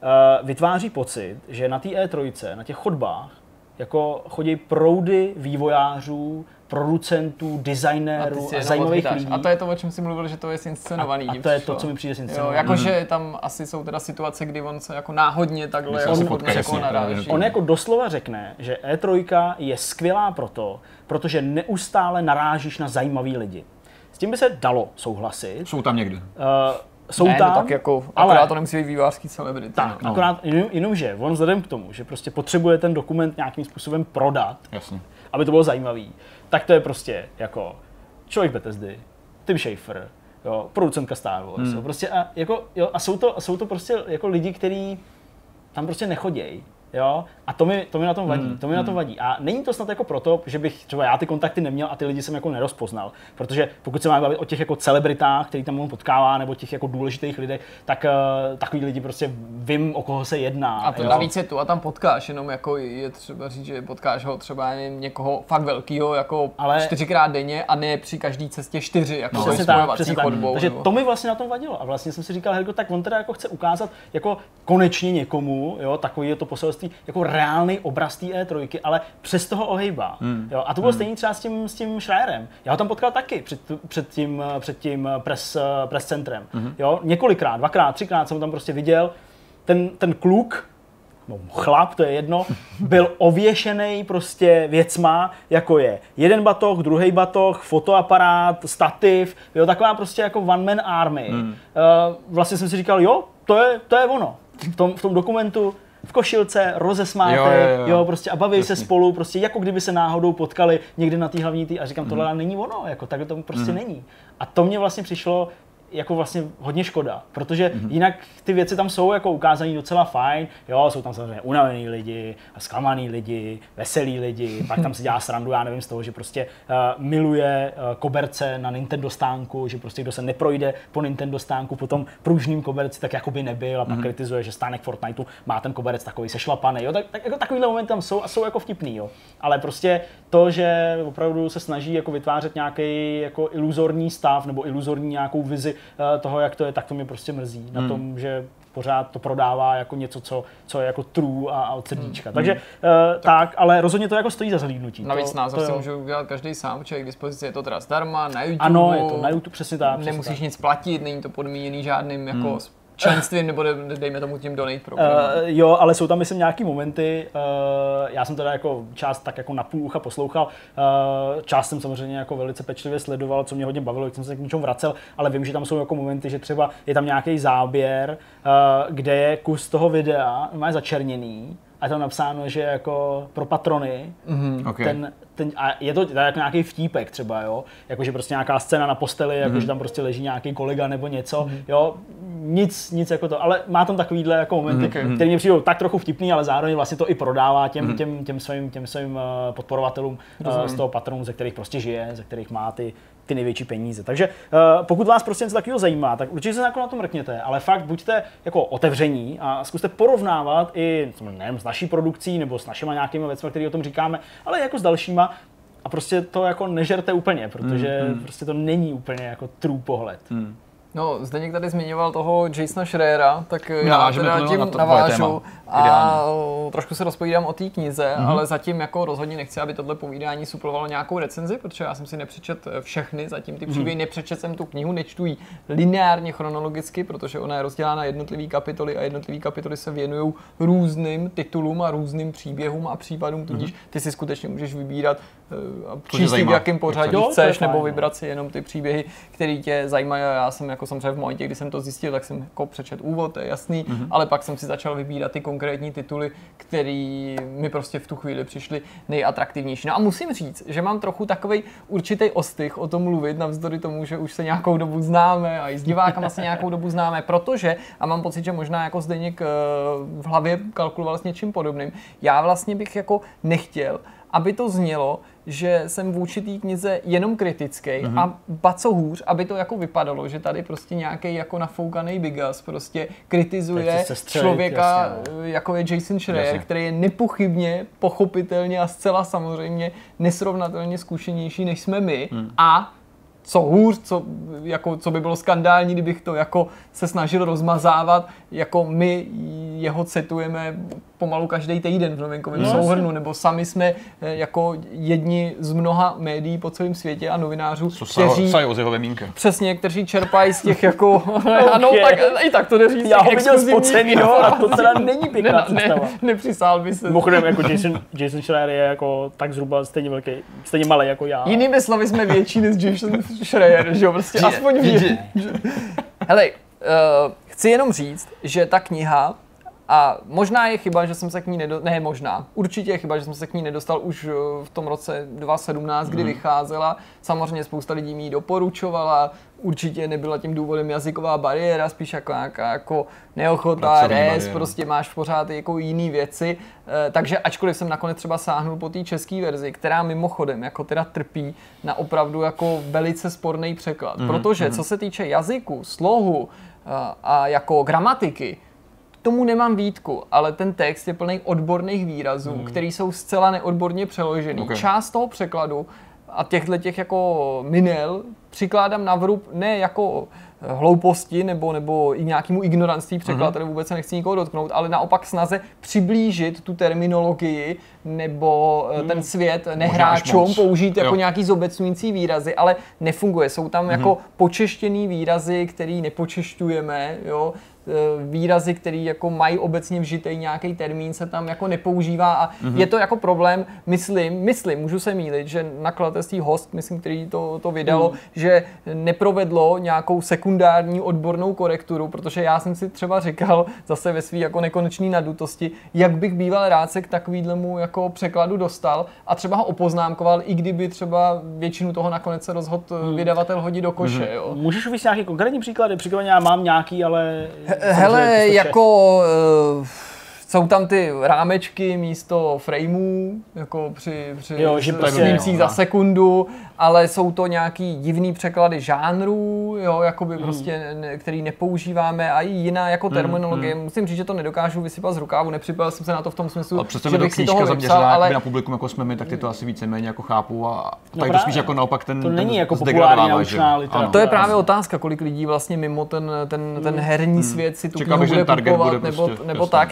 vytváří pocit, že na té E3, na těch chodbách, jako chodí proudy vývojářů, producentů, designérů a zajímavých lidí.
A to je to, o čem jsi mluvil, že to je zinscenovaný.
A to je to, co mi přijde zinscenovaný.
Jakože tam asi jsou teda situace, kdy on se jako náhodně takhle naráží.
On jako doslova řekne, že E3 je skvělá protože neustále narážíš na zajímavý lidi. S tím by se dalo souhlasit.
Jsou tam někdy.
Jsou tam,
tak jako, akorát to nemusí být vývojářský celebrity.
Tak, akorát jenomže on vzhledem k tomu, že prostě potřebuje ten dokument nějakým způsobem prodat,
jasně,
aby to bylo zajímavý, tak to je prostě jako člověk Bethesdy, Tim Schafer, jo, producentka Star Wars, prostě a jsou to prostě jako lidi, kteří tam prostě nechodějí. Jo? A to mi na tom vadí. A není to snad jako proto, že bych třeba já ty kontakty neměl a ty lidi jsem jako nerozpoznal. Protože pokud se máme bavit o těch jako celebritách, který tam on potkává, nebo těch jako důležitých lidech, tak takový lidi prostě vím, o koho se jedná.
A to navíc je tu a tam potkáš, jenom jako je třeba říct, že potkáš ho třeba někoho fakt velkýho, jako 4x denně a ne při každý cestě 4, jako spojovací chodbou.
Takže to mi vlastně na tom vadilo. A vlastně jsem si říkal, Helgo, tak on teda jako chce ukázat jako konečně někomu, jo, takový je to poselství, jako reálný obraz té E3, ale přes toho ohejbá. Jo, a to bylo stejný třeba s tím Schreierem. Já ho tam potkal taky před tím press centrem. Jo, několikrát, 2x, 3x jsem ho tam prostě viděl. Ten kluk, no chlap, to je jedno, byl ověšený prostě věcma, jako je jeden batoh, druhý batoh, fotoaparát, stativ, jo, taková prostě jako one man army. Vlastně jsem si říkal, jo, to je ono. V tom dokumentu v košilce, rozesmátej, jo, prostě a baví se spolu, prostě jako kdyby se náhodou potkali někde na té hlavní a říkám, tohle není ono, jako takhle to prostě není. A to mě vlastně přišlo jako vlastně hodně škoda, protože jinak ty věci tam jsou jako ukázaný docela fajn, jo, jsou tam samozřejmě unavený lidi, zklamaný lidi, veselý lidi, pak tam se dělá srandu, já nevím, z toho, že prostě miluje koberce na Nintendo stánku, že prostě kdo se neprojde po Nintendo stánku po tom pružným koberci, tak jako by nebyl a pak kritizuje, že stánek Fortniteu má ten koberec takový sešlapaný, jo, tak jako takovýhle momenty tam jsou a jsou jako vtipný, jo, ale prostě to, že opravdu se snaží jako vytvářet nějaký jako iluzorní stav nebo iluzorní nějakou vizi toho, jak to je, tak to mě prostě mrzí na tom, že pořád to prodává jako něco, co je jako true a od srdíčka. Takže tak, ale rozhodně to jako stojí za zhlídnutí.
Navíc názor si může udělat každý sám, člověk k dispozici, je to teda zdarma, na YouTube.
Ano, je to na YouTube, přesně tak.
Nemusíš nic platit, není to podmíněný žádným jako členstvím nebo dejme tomu tím donate programem.
Jo, ale jsou tam myslím nějaký momenty, já jsem teda jako část tak jako na půl ucha poslouchal, část jsem samozřejmě jako velice pečlivě sledoval, co mě hodně bavilo, jak jsem se k něčemu vracel, ale vím, že tam jsou jako momenty, že třeba je tam nějaký záběr, kde je kus toho videa, má začerněný, a je tam napsáno, že jako pro patrony, a je to jako nějaký vtípek třeba, jo, jakože prostě nějaká scéna na posteli, jakože tam prostě leží nějaký kolega nebo něco, jo, nic jako to, ale má tam takovýhle jako momenty, které mě přijdou tak trochu vtipný, ale zároveň vlastně to i prodává těm svým podporovatelům z toho patronu, ze kterých prostě žije, ze kterých má ty největší peníze. Takže pokud vás prostě něco takového zajímá, tak určitě se jako na to mrkněte, ale fakt buďte jako otevření a zkuste porovnávat i nevím, s naší produkcí nebo s našimi nějakými věcmi, které o tom říkáme, ale jako s dalšíma a prostě to jako nežerte úplně, protože prostě to není úplně jako true pohled.
No, Zdeněk tady zmiňoval toho Jasona Schreiera, tak já teda tím navážu a trošku se rozpovídám o té knize, ale zatím jako rozhodně nechci, aby tohle povídání suplovalo nějakou recenzi, protože já jsem si nepřečet všechny, zatím ty příběhy nepřečet jsem tu knihu, nečtu ji lineárně chronologicky, protože ona je rozdělána na jednotlivé kapitoly a jednotlivé kapitoly se věnují různým titulům a různým příběhům a případům, tudíž ty si skutečně můžeš vybírat číst v jakém pořadí chceš, nebo vybrat si jenom ty příběhy, které tě zajímají. Já jsem jako samozřejmě v momentě, kdy jsem to zjistil, tak jsem jako přečet úvod, to je jasný, ale pak jsem si začal vybírat ty konkrétní tituly, které mi prostě v tu chvíli přišly nejatraktivnější. No a musím říct, že mám trochu takovej určitý ostych o tom mluvit, navzdory tomu, že už se nějakou dobu známe a i s divákama se nějakou dobu známe, protože, a mám pocit, že možná jako Zdeněk v hlavě kalkuloval s něčím podobným, já vlastně bych jako nechtěl, aby to znělo, že jsem vůči té knize jenom kritický a ba co hůř, aby to jako vypadalo, že tady prostě nějaký jako nafoukaný bigas prostě kritizuje člověka, jasně, jako je Jason Schreier, který je nepochybně, pochopitelně a zcela samozřejmě nesrovnatelně zkušenější, než jsme my a co hůř, co by bylo skandální, kdybych to jako se snažil rozmazávat, jako my jeho citujeme pomalu každý týden v novinkovém souhrnu, nebo sami jsme jako jedni z mnoha médií po celém světě a novinářů, kteří přesně, kteří čerpají z těch jako ano, tak i tak to neříct.
Já ho viděl spocenýho a to teda není pěkná představa.
Nepřisál by se.
Mimochodem, jako Jason Schreier je jako tak zhruba stejně velký, stejně malý jako já.
Jinými slovy jsme větší než Jason Schreier, že jo, prostě aspoň větší. Hele, chci jenom říct, že ta kniha, a možná je chyba, že jsem se k ní určitě je chyba, že jsem se k ní nedostal už v tom roce 2017, kdy vycházela. Samozřejmě spousta lidí mi ji doporučovala, určitě nebyla tím důvodem jazyková bariéra, spíš jako nějaká jako neochota, prostě máš pořád jako jiný věci. Takže ačkoliv jsem nakonec třeba sáhnul po té české verzi, která mimochodem jako teda trpí na opravdu jako velice sporný překlad. Protože co se týče jazyku, slohu a jako gramatiky, tomu nemám výtku, ale ten text je plný odborných výrazů, které jsou zcela neodborně přeložený. Okay. Část toho překladu a těch jako minel přikládám na vrub ne jako hlouposti nebo i nějakému ignoranství překladatele, vůbec se nechci nikoho dotknout, ale naopak snaze přiblížit tu terminologii nebo ten svět nehráčům, použít jako nějaký zobecňující výrazy, ale nefunguje. Jsou tam jako počeštěný výrazy, který nepočešťujeme, jo. Výrazy, který jako mají obecně vžitej nějaký termín, se tam jako nepoužívá a je to jako problém, myslím, můžu se mýlit, že nakladatelství Host, myslím, který to vydalo, že neprovedlo nějakou sekundární odbornou korekturu, protože já jsem si třeba říkal zase ve svý jako nekonečný nadutosti, jak bych býval rád se k takovýhlemu jako překladu dostal a třeba ho opoznámkoval, i kdyby třeba většinu toho nakonec se rozhodl vydavatel hodit do koše. Jo.
Můžeš uvést nějaký konkrétní příklady? Příkladně já mám nějaký, ale
hele, jako jsou tam ty rámečky místo frameů, jako při snímcích za sekundu, ale jsou to nějaký divný překlady žánrů, jo, jakoby prostě, který nepoužíváme a i jiná jako terminologie. Musím říct, že to nedokážu vysypat z rukávu, nepřipravil jsem se na to v tom smyslu, že bych si toho vypsal, ale
na publikum jako jsme my, tak ty to asi víceméně jako chápu a tak to spíš jako naopak ten
to není jako populární naučná literatura.
To je právě otázka, kolik lidí vlastně mimo ten herní svět si tu knihu bude kupovat nebo tak, jo, ale jako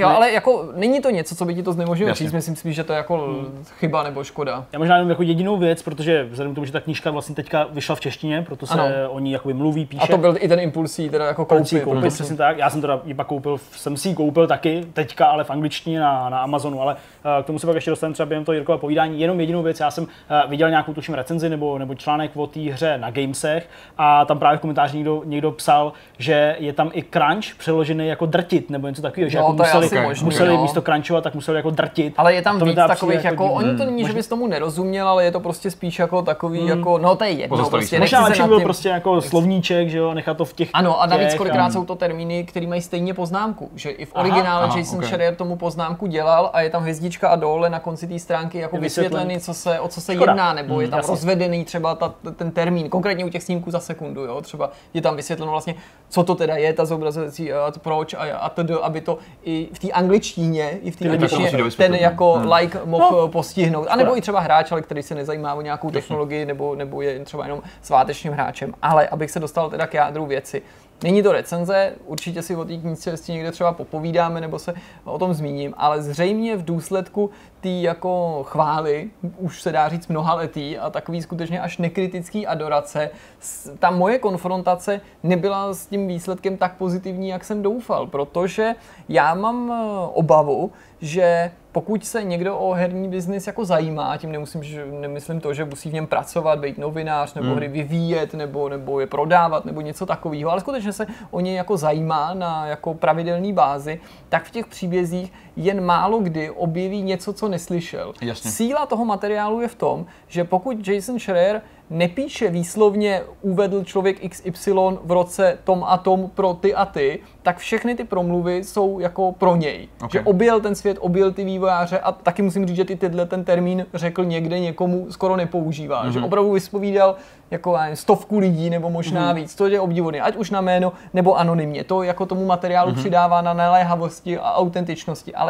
jako není to něco, co by ti to znemožnilo říct, myslím si, že to je jako chyba nebo škoda.
Já možná jenom jako jedinou věc, protože vzhledem k tomu, že ta knížka vlastně teďka vyšla v češtině, proto se o ní jakoby mluví, píše.
A to byl i ten impuls jí teda jako koupit,
přesně tak. Já jsem teda ji pak jsem si ji koupil taky teďka, ale v angličtině na Amazonu, ale k tomu se pak ještě dostaneme třeba během toho Jirkova povídání. Jenom jedinou věc, já jsem viděl nějakou tuším recenzi nebo článek o té hře na Gamesech a tam právě v komentáři někdo psal, že je tam i crunch přeložený jako drtit nebo něco takového, že jako museli místo crunchovat, tak museli jako drtit.
Ale je tam víc takových jako oni to není, že bys tomu nerozuměl, ale je to prostě spíš jako takový jako no to je jedno, prostě
možná lepší byl prostě jako slovníček, že jo, nechat to v těch.
Ano, a navíc kolikrát jsou to termíny, které mají stejně poznámku, že i v originále Jason Schreier tomu poznámku dělal a je tam hvězdička a dole na konci té stránky jako vysvětlený, o co se jedná, nebo je tam rozvedený třeba ten termín, konkrétně u těch snímků za sekundu, jo, třeba je tam vysvětleno vlastně, co to teda je ta zobrazovací proč a tedy, aby to i v té angličtině, i v té angličtině ten jako like mohl postihnout, a nebo i třeba hráč, ale který se nezajímá o nějakou technologii, nebo je třeba jenom svátečním hráčem, ale abych se dostal teda k jádru věci. Není to recenze, určitě si o té knížce někde třeba popovídáme nebo se o tom zmíním, ale zřejmě v důsledku té jako chvály, už se dá říct mnohaletý a takový skutečně až nekritický adorace, ta moje konfrontace nebyla s tím výsledkem tak pozitivní, jak jsem doufal, protože já mám obavu, že pokud se někdo o herní biznis jako zajímá, tím nemyslím to, že musí v něm pracovat, být novinář, nebo hry vyvíjet, nebo je prodávat, nebo něco takového, ale skutečně se o ně jako zajímá na jako pravidelný bázi, tak v těch příbězích jen málo kdy objeví něco, co neslyšel.
Jasně.
Síla toho materiálu je v tom, že pokud Jason Schreier nepíše výslovně uvedl člověk XY v roce tom a tom pro ty a ty, tak všechny ty promluvy jsou jako pro něj. Okay. Že objel ten svět, objel ty vývojáře a taky musím říct, že ten termín řekl někde někomu skoro nepoužívá. Že opravdu vyspovídal jako 100 lidí nebo možná víc. To je obdivuhodné, ať už na jméno nebo anonymně. To jako tomu materiálu přidává na naléhavosti a autentičnosti, ale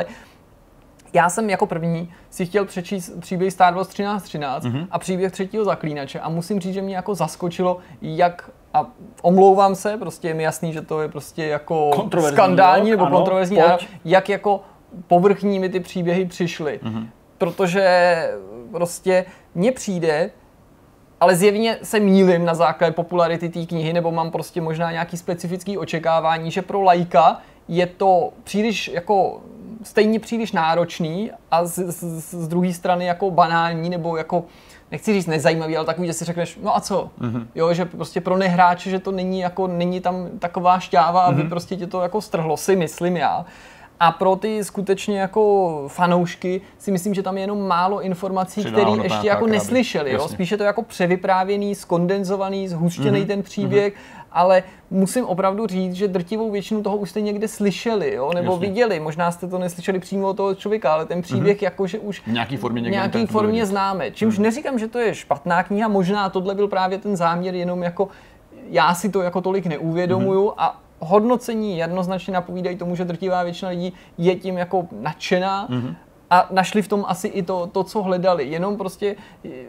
já jsem jako první si chtěl přečíst příběh Star Wars 1313 a příběh třetího zaklínače a musím říct, že mě jako zaskočilo, jak, a omlouvám se, prostě je mi jasný, že to je prostě jako skandální nebo kontroverzní, jak jako povrchní mi ty příběhy přišly. Protože prostě mně přijde, ale zjevně se mýlím na základě popularity té knihy, nebo mám prostě možná nějaký specifický očekávání, že pro laika je to příliš jako stejně příliš náročný a z druhé strany jako banální, nebo jako, nechci říct nezajímavý, ale takový, že si řekneš, no a co? Jo, že prostě pro nehráče, že to není tam taková šťáva, aby prostě tě to jako strhlo, si myslím já. A pro ty skutečně jako fanoušky si myslím, že tam je jenom málo informací, které ještě jako neslyšeli. Jo? Spíš je to jako převyprávěný, skondenzovaný, zhuštěný ten příběh, ale musím opravdu říct, že drtivou většinu toho už jste někde slyšeli, jo? Nebo viděli. Možná jste to neslyšeli přímo od toho člověka, ale ten příběh jakože už v nějaký formě známe. Čímž neříkám, že to je špatná kniha, možná tohle byl právě ten záměr, jenom jako já si to jako tolik neuvědomuju a hodnocení jednoznačně napovídají tomu, že drtivá většina lidí je tím jako nadšená a našli v tom asi i to, co hledali. Jenom prostě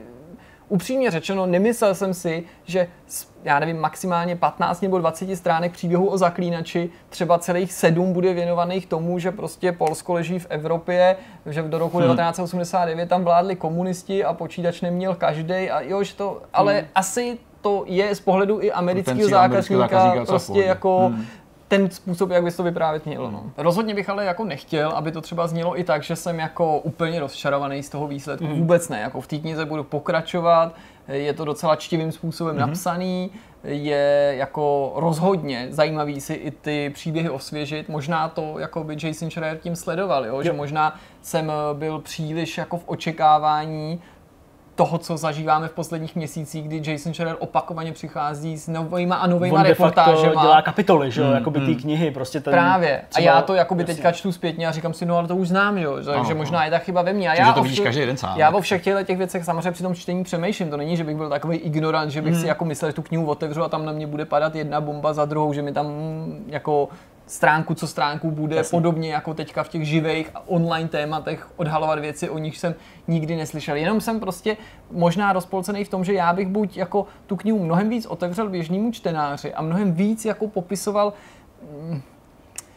upřímně řečeno, nemyslel jsem si, že já nevím, maximálně 15 nebo 20 stránek příběhu o zaklínači, třeba celých 7 bude věnovaných tomu, že prostě Polsko leží v Evropě, že do roku 1989 tam vládli komunisti a počítač neměl každej a jo, že to, ale asi to je z pohledu i amerického zákazníka prostě jako ten způsob, jak bys to vyprávět měl. No. Rozhodně bych ale jako nechtěl, aby to třeba znělo i tak, že jsem jako úplně rozčarovaný z toho výsledku. Vůbec ne, jako v té knize budu pokračovat, je to docela čtivým způsobem napsaný, je jako rozhodně zajímavý si i ty příběhy osvěžit. Možná to jako by Jason Schreier tím sledoval, jo? Že možná jsem byl příliš jako v očekávání toho, co zažíváme v posledních měsících, kdy Jason Schreier opakovaně přichází s novejma a novejma reportážema.
On dělá kapitoly, že jo, jakoby ty knihy, prostě ten...
Právě. A já to jakoby teďka čtu zpětně a říkám si, no ale to už znám, jo, takže možná je ta chyba ve mně. A
já to vidíš každý den sám.
Já o všech těch věcech samozřejmě při tom čtení přemýšlím. To není, že bych byl takový ignorant, že bych si jako myslel, že tu knihu otevřu a tam na mě bude padat jedna bomba za druhou, že mi tam jako stránku co stránku bude podobně jako teďka v těch živých online tématech odhalovat věci, o nich jsem nikdy neslyšel. Jenom jsem prostě možná rozpolcený v tom, že já bych buď jako tu knihu mnohem víc otevřel běžnému čtenáři a mnohem víc jako popisoval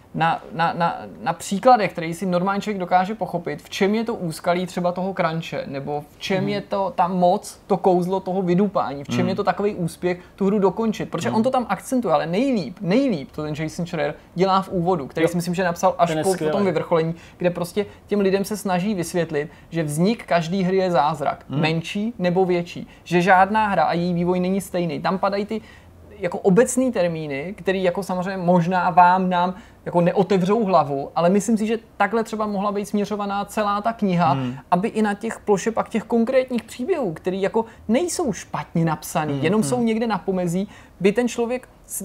na příkladech, který si normální člověk dokáže pochopit, v čem je to úskalí třeba toho crunche, nebo v čem je to ta moc, to kouzlo toho vydupání, v čem je to takový úspěch tu hru dokončit, protože on to tam akcentuje, ale nejlíp to ten Jason Schreier dělá v úvodu, který si myslím, že napsal až po tom vyvrcholení, kde prostě těm lidem se snaží vysvětlit, že vznik každý hry je zázrak, menší nebo větší, že žádná hra a její vývoj není stejný. Tam padají ty jako obecný termíny, který jako samozřejmě možná nám jako neotevřou hlavu, ale myslím si, že takhle třeba mohla být směřovaná celá ta kniha, aby i na těch ploše pak těch konkrétních příběhů, který jako nejsou špatně napsaný, jenom jsou někde na pomezí, by ten člověk,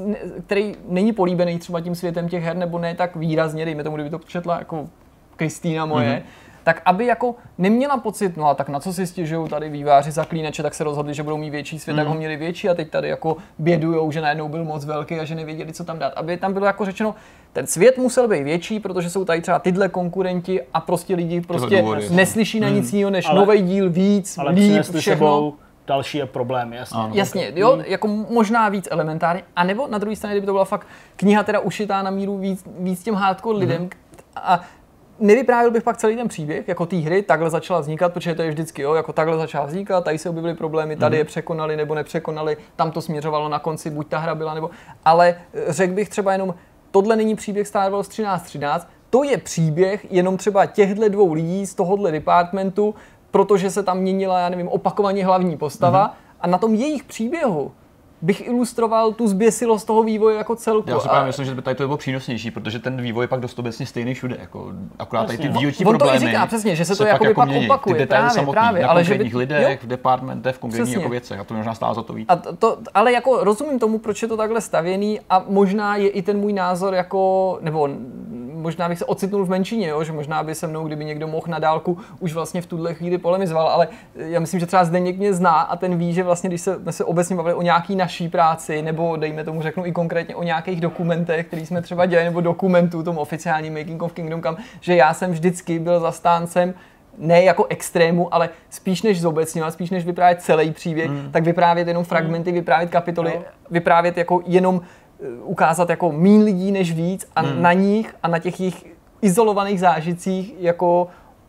který není políbený třeba tím světem těch her, nebo ne tak výrazně, dejme tomu, kdyby to přečetla jako Kristýna moje, tak aby jako neměla pocit, no a tak na co si stěžují tady výváři Zaklínače, tak se rozhodli, že budou mít větší svět, tak ho měli větší a teď tady jako bědujou, že najednou byl moc velký a že nevěděli, co tam dát. Aby tam bylo jako řečeno, ten svět musel být větší, protože jsou tady třeba tyhle konkurenti a prostě lidi prostě neslyší na nic jiného než nový díl, víc, líp, všechno.
Další je problém, jasně.
Jasně, jo, jako možná víc elementárně, anebo na druhé straně, kdyby to byla fakt kniha teda ušitá na míru víc těm hardcore lidem a nevyprávěl bych pak celý ten příběh, jako té hry, takhle začala vznikat, protože to je vždycky, jo, jako takhle začala vznikat, tady se objevily problémy, tady je překonali nebo nepřekonali, tam to směřovalo na konci, buď ta hra byla nebo, ale řekl bych třeba jenom, tohle není příběh Star Wars 1313, to je příběh jenom třeba těchto dvou lidí z tohohle departmentu, protože se tam měnila, já nevím, opakovaně hlavní postava a na tom jejich příběhu bych ilustroval tu zběsilost toho vývoje jako celku.
Já si právě myslím, že by tady to bylo přínosnější, protože ten vývoj je pak dost obecně stejný všude. Jako, akorát tady ty dílčí problémy. On to i říká
přesně, že se to jako pak opakuje.
Ty detaily samotný, na
ale
konkrétních lidech, v departmentech, v konkrétních jako věcech. A to možná stálo za to víc.
Ale jako rozumím tomu, proč je to takhle stavěný a možná je i ten můj názor jako, nebo možná bych se ocitnul v menšině, jo? Že možná by se mnou, kdyby někdo mohl na dálku, už vlastně v tuhle chvíli polemizoval, ale já myslím, že třeba Zdeněk mě zná a ten ví, že vlastně, když jsme se obecně bavili o nějaký naší práci, nebo dejme tomu řeknu i konkrétně o nějakých dokumentech, který jsme třeba dělali, nebo dokumentů, tom oficiálním Making of Kingdom Come, že já jsem vždycky byl zastáncem ne jako extrému, ale spíš než zobecňovat, spíš než vyprávět celý příběh, tak vyprávět jenom fragmenty, vyprávět kapitoly, vyprávět jako jenom ukázat jako míň lidí než víc a na nich a na těch jejich izolovaných zážitcích jako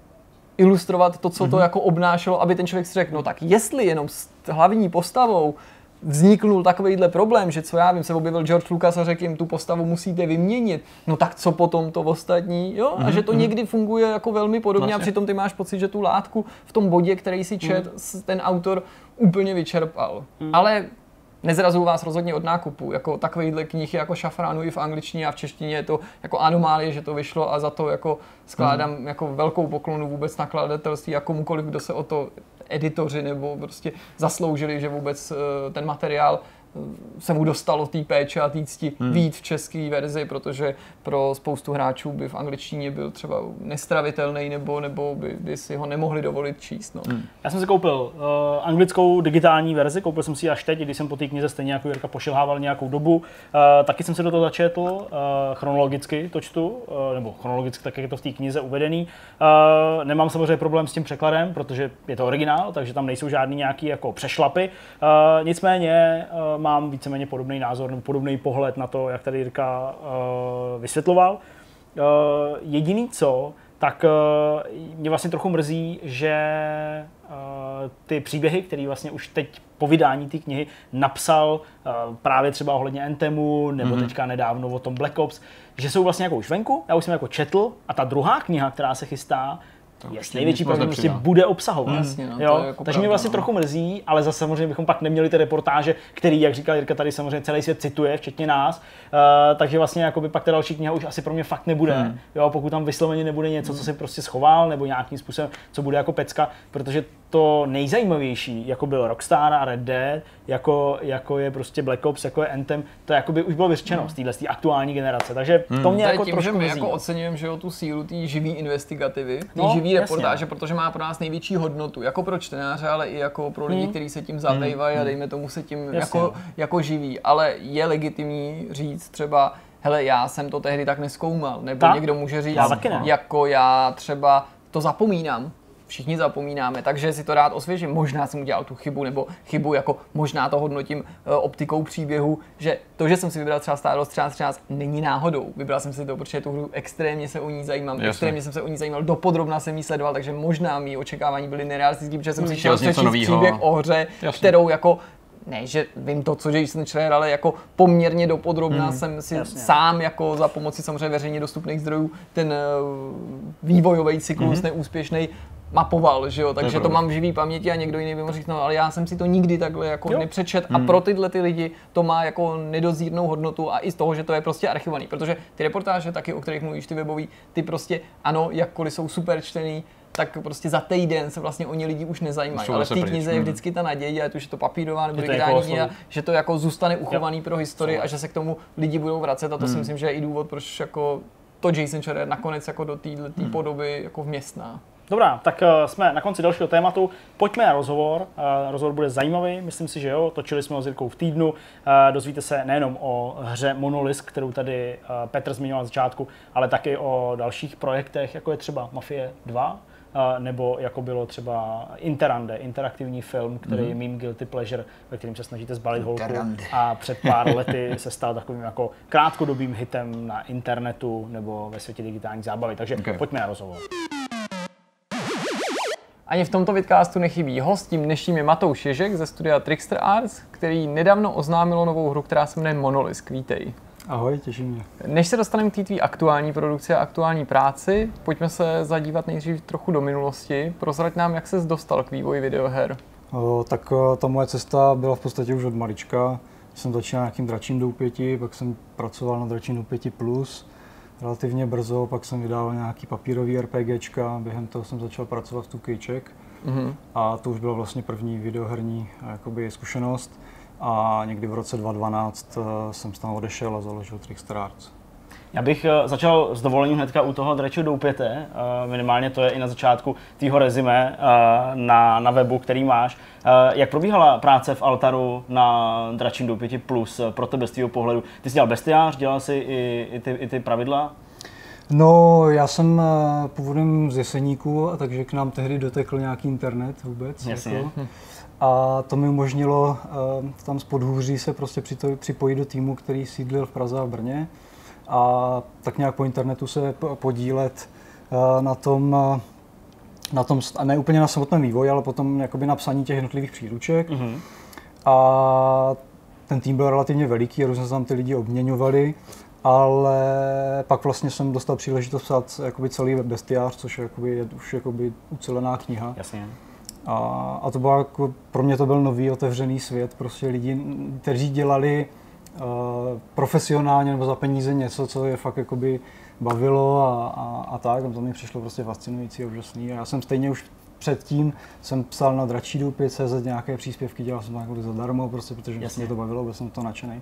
ilustrovat to, co to jako obnášelo, aby ten člověk si řekl, no tak jestli jenom s hlavní postavou vzniknul takovýhle problém, že co já vím, se objevil George Lucas a řekl jim, tu postavu musíte vyměnit, no tak co potom to ostatní, jo? A že to někdy funguje jako velmi podobně a přitom ty máš pocit, že tu látku v tom bodě, který si čet, ten autor úplně vyčerpal. Ale nezrazuju vás rozhodně od nákupu, jako takovýhle knih je jako šafránu i v angličtině a v češtině je to jako anomálie, že to vyšlo a za to jako skládám jako velkou poklonu vůbec nakladatelství a komukoliv, kdo se o to editoři nebo prostě zasloužili, že vůbec ten materiál se mu dostalo té péče a té cti víc v české verzi, protože pro spoustu hráčů by v angličtině byl třeba nestravitelný nebo by si ho nemohli dovolit číst. No.
Já jsem si koupil anglickou digitální verzi, koupil jsem si ji až teď, když jsem po té knize stejně jako Jirka pošilhával nějakou dobu. Taky jsem se do toho začetl, chronologicky to čtu, nebo chronologicky tak, jak je to v té knize uvedený. Nemám samozřejmě problém s tím překladem, protože je to originál, takže tam nejsou žádný nějaký jako přešlapy. Nicméně mám víceméně podobný názor nebo podobný pohled na to, jak tady Jirka vysvětloval. Jediný co, tak mě vlastně trochu mrzí, že ty příběhy, které vlastně už teď po vydání té knihy napsal právě třeba ohledně Anthemu nebo teďka nedávno o tom Black Ops, že jsou vlastně jako už venku, já už jsem jako četl a ta druhá kniha, která se chystá, s největší pravděpodobností bude obsahovat.
Jasně, no,
jo?
Jako
takže mě vlastně trochu mrzí, ale zase samozřejmě bychom pak neměli ty reportáže, který, jak říkal Jirka, tady samozřejmě celý svět cituje, včetně nás, takže vlastně jakoby pak ta další kniha už asi pro mě fakt nebude, jo? Pokud tam vysloveně nebude něco, co si prostě schoval, nebo nějakým způsobem, co bude jako pecka, protože to nejzajímavější, jako byl Rockstar a Red Dead, jako je prostě Black Ops, jako je Anthem, to jakoby už bylo vyřčeno z téhle aktuální generace, takže to mě jako
tím,
trošku
že my
mrzí.
jako oceňujeme, že jo, tu sílu té živý investigativy, té živý reportáže, protože má pro nás největší hodnotu, jako pro čtenáře, ale i jako pro lidi, kteří se tím zabývají a dejme tomu se tím jako živí, ale je legitimní říct třeba, hele, já jsem to tehdy tak nezkoumal, nebo někdo může říct, jako já třeba to zapomínám. všichni zapomínáme, takže si to rád osvěžím. Možná jsem udělal tu chybu, nebo chybu jako možná to hodnotím optikou příběhu, že to, že jsem si vybral třeba Star Wars 1313, není náhodou. Vybral jsem si to, protože tu hru extrémně se o ní zajímám, extrémně jsem se o ní zajímal, dopodrobna jsem ji sledoval, takže možná mý očekávání byly nerealistické, protože jsem si chtěl přečíst příběh o hře, kterou jako ne, že vím to, co Jason Schreier, ale jako poměrně dopodrobna jsem si sám jako za pomoci samozřejmě veřejně dostupných zdrojů ten vývojový cyklus neúspěšnej mapoval, že jo, takže to mám v živý paměti a někdo jiný by mohl říct, no ale já jsem si to nikdy takhle jako nepřečet a pro tyhle ty lidi to má jako nedozírnou hodnotu a i z toho, že to je prostě archivovaný, protože ty reportáže taky, o kterých mluvíš, ty webový, ty prostě ano, jakkoliv jsou super čtený, tak prostě za týden se vlastně o ně lidi už nezajímají, ale v té knize je vždycky ta naděje, ať už je to papírová nebo digitální kniha, že to jako zůstane uchovaný pro historii a že se k tomu lidi budou vracet a to si myslím, že je i důvod, proč jako to Jason Schreier nakonec jako do této podoby jako vměstná.
Dobrá, tak jsme na konci dalšího tématu. Pojďme na rozhovor. Rozhovor bude zajímavý, myslím si, že jo. Točili jsme ho s Jirkou v týdnu. Dozvíte se nejenom o hře Monolisk, kterou tady Petr zmiňoval na začátku, ale taky o dalších projektech, jako je třeba Mafie 2, nebo jako bylo třeba Interande, interaktivní film, který je mým guilty pleasure, ve kterým se snažíte zbalit holku a před pár lety se stal takovým jako krátkodobým hitem na internetu nebo ve světě digitální zábavy. Takže pojďme na rozhovor.
Ani v tomto vidcastu nechybí host, tím dnešním je Matouš Ježek ze studia Trickster Arts, který nedávno oznámilo novou hru, která se jmenuje Monolisk. Vítej.
Ahoj, těší mě.
Než se dostaneme k té tvý aktuální produkci a aktuální práci, pojďme se zadívat nejdřív trochu do minulosti. Prozrať nám, jak ses dostal k vývoji videoher.
Tak ta moje cesta byla v podstatě už od malička. Jsem začínal nějakým Dračím doupěti, pak jsem pracoval na Dračím doupěti plus. Relativně brzo, pak jsem vydával nějaký papírový RPGčka, během toho jsem začal pracovat v Tukejček. A to už byla vlastně první videoherní jakoby zkušenost. A někdy v roce 2012 jsem z toho odešel a založil Trickster Arts.
Já bych začal s dovolením hnedka u toho Dračího doupěte, minimálně to je i na začátku tvýho rezime na webu, který máš. Jak probíhala práce v Altaru na Dračím doupěti plus pro tebe z tvýho pohledu? Ty jsi dělal bestiář, dělal jsi i ty pravidla?
No, já jsem původem z Jeseníku, takže k nám tehdy dotekl nějaký internet vůbec. Jako. A to mi umožnilo tam z Podhůří se prostě připojit do týmu, který sídlil v Praze a v Brně. A tak nějak po internetu se podílet na tom, a ne úplně na samotném vývoji, ale potom jakoby na psaní těch jednotlivých příruček. A ten tým byl relativně veliký, různě se tam ty lidi obměňovali, ale pak vlastně jsem dostal příležitost psát jakoby celý bestiář, což je už jakoby ucelená kniha.
Jasně.
A to bylo jako, pro mě to byl nový otevřený svět, prostě lidi, kteří dělali profesionálně nebo za peníze něco, co je fakt jakoby bavilo a tak. A to mi přišlo prostě fascinující a úžasný. A já jsem stejně už předtím jsem psal na Dračí doupě CZ nějaké příspěvky, dělal jsem to jako zadarmo, prostě, protože mě to bavilo, byl jsem to nadšený.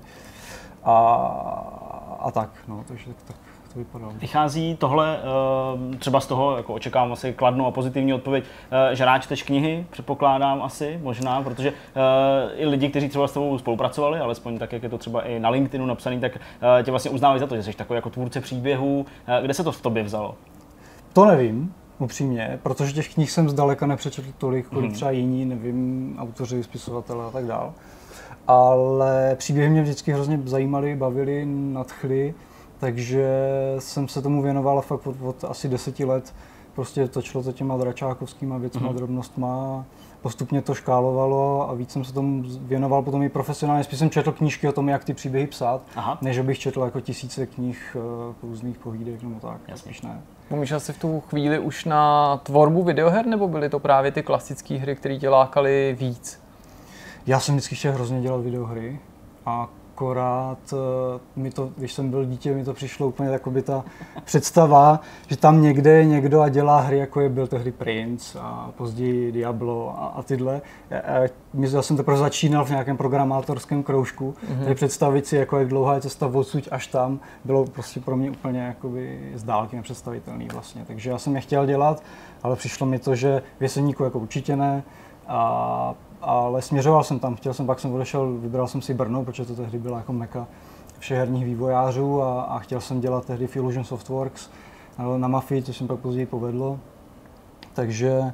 A tak, no, takže tak to vypadalo.
Vychází tohle třeba z toho, jako očekávám asi kladnou a pozitivní odpověď, že rád čteš knihy, předpokládám asi, možná, protože i lidi, kteří třeba s tebou spolupracovali, alespoň tak, jak je to třeba i na LinkedInu napsaný, tak tě vlastně uznávají za to, že jsi takový jako tvůrce příběhů. Kde se to v tobě vzalo?
To nevím, upřímně, protože těch knih jsem zdaleka nepřečetl tolik, kolik třeba jiní, nevím, autoři, spisovatelé a tak dál. Ale příběhy mě vždycky hrozně zajímaly, bavily, nadchly, takže jsem se tomu věnoval fakt od asi 10 let. Prostě točilo to těma dračákovskýma věcma, drobnostma, postupně to škálovalo a víc jsem se tomu věnoval potom i profesionálně. Spíš jsem četl knížky o tom, jak ty příběhy psát, než bych četl jako tisíce knih různých povídek nebo tak, spíš ne.
Pomýšlel jsi v tu chvíli už na tvorbu videoher, nebo byly to právě ty klasické hry, které tě lákaly víc?
Já jsem vždycky chtěl hrozně dělat videohry, akorát když jsem byl dítě, mi to přišlo úplně jakoby ta představa, že tam někde je někdo a dělá hry, jako byl tehdy Prince a později Diablo a tyhle. Já jsem teprve začínal v nějakém programátorském kroužku, takže představit si, jako jak dlouhá je cesta odsud až tam, bylo prostě pro mě úplně jakoby z dálky nepředstavitelný vlastně. Takže já jsem je chtěl dělat, ale přišlo mi to, že v Jeseníku jako určitě ne. Ale směřoval jsem tam, pak jsem odešel, vybral jsem si Brno, protože to tehdy byla jako meka všech herních vývojářů a chtěl jsem dělat tehdy v Illusion Softworks na Mafii, což jsem pak později povedlo. Takže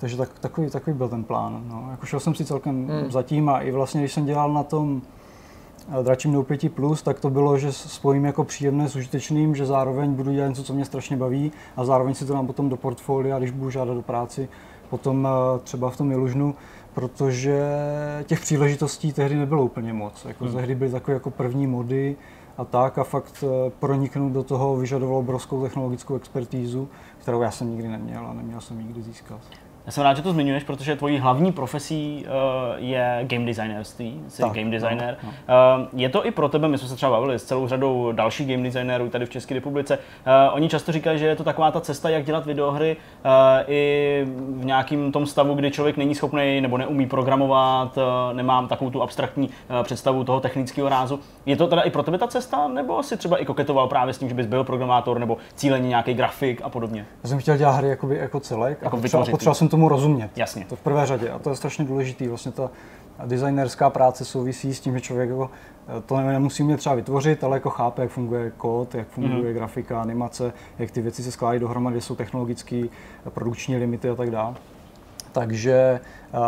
Takže takový byl ten plán. No. Jako šel jsem si celkem zatím a i vlastně, když jsem dělal na tom Dračím Note 5 Plus, tak to bylo, že spojím jako příjemné s užitečným, že zároveň budu dělat něco, co mě strašně baví a zároveň si to dám potom do portfolia, když budu žádat do práci, potom třeba v tom Illusionu, protože těch příležitostí tehdy nebylo úplně moc. Jako tehdy byly takové jako první mody a tak a fakt proniknout do toho vyžadovalo obrovskou technologickou expertízu, kterou já jsem nikdy neměl a neměl jsem nikdy získat.
Já jsem rád, že to zmiňuješ, protože tvojí hlavní profesí je game designerství, jsi game designer. No. Je to i pro tebe, my jsme se třeba bavili s celou řadou dalších game designerů tady v České republice. Oni často říkají, že je to taková ta cesta, jak dělat videohry i v nějakém tom stavu, kdy člověk není schopný nebo neumí programovat, nemám takovou tu abstraktní představu toho technického rázu. Je to teda i pro tebe ta cesta, nebo si třeba i koketoval právě s tím, že bys byl programátor nebo cíleně nějaký grafik a podobně?
Já jsem chtěl dělat hry jako celek a potřeboval jsem tomu rozumět.
Jasně.
To v prvé řadě a to je strašně důležitý. Vlastně ta designerská práce souvisí s tím, že člověk jako, to nemusí umět třeba vytvořit, ale jako chápe, jak funguje kód, jak funguje grafika, animace, jak ty věci se skládají dohromady, jsou technologické, produkční limity a tak dále. Takže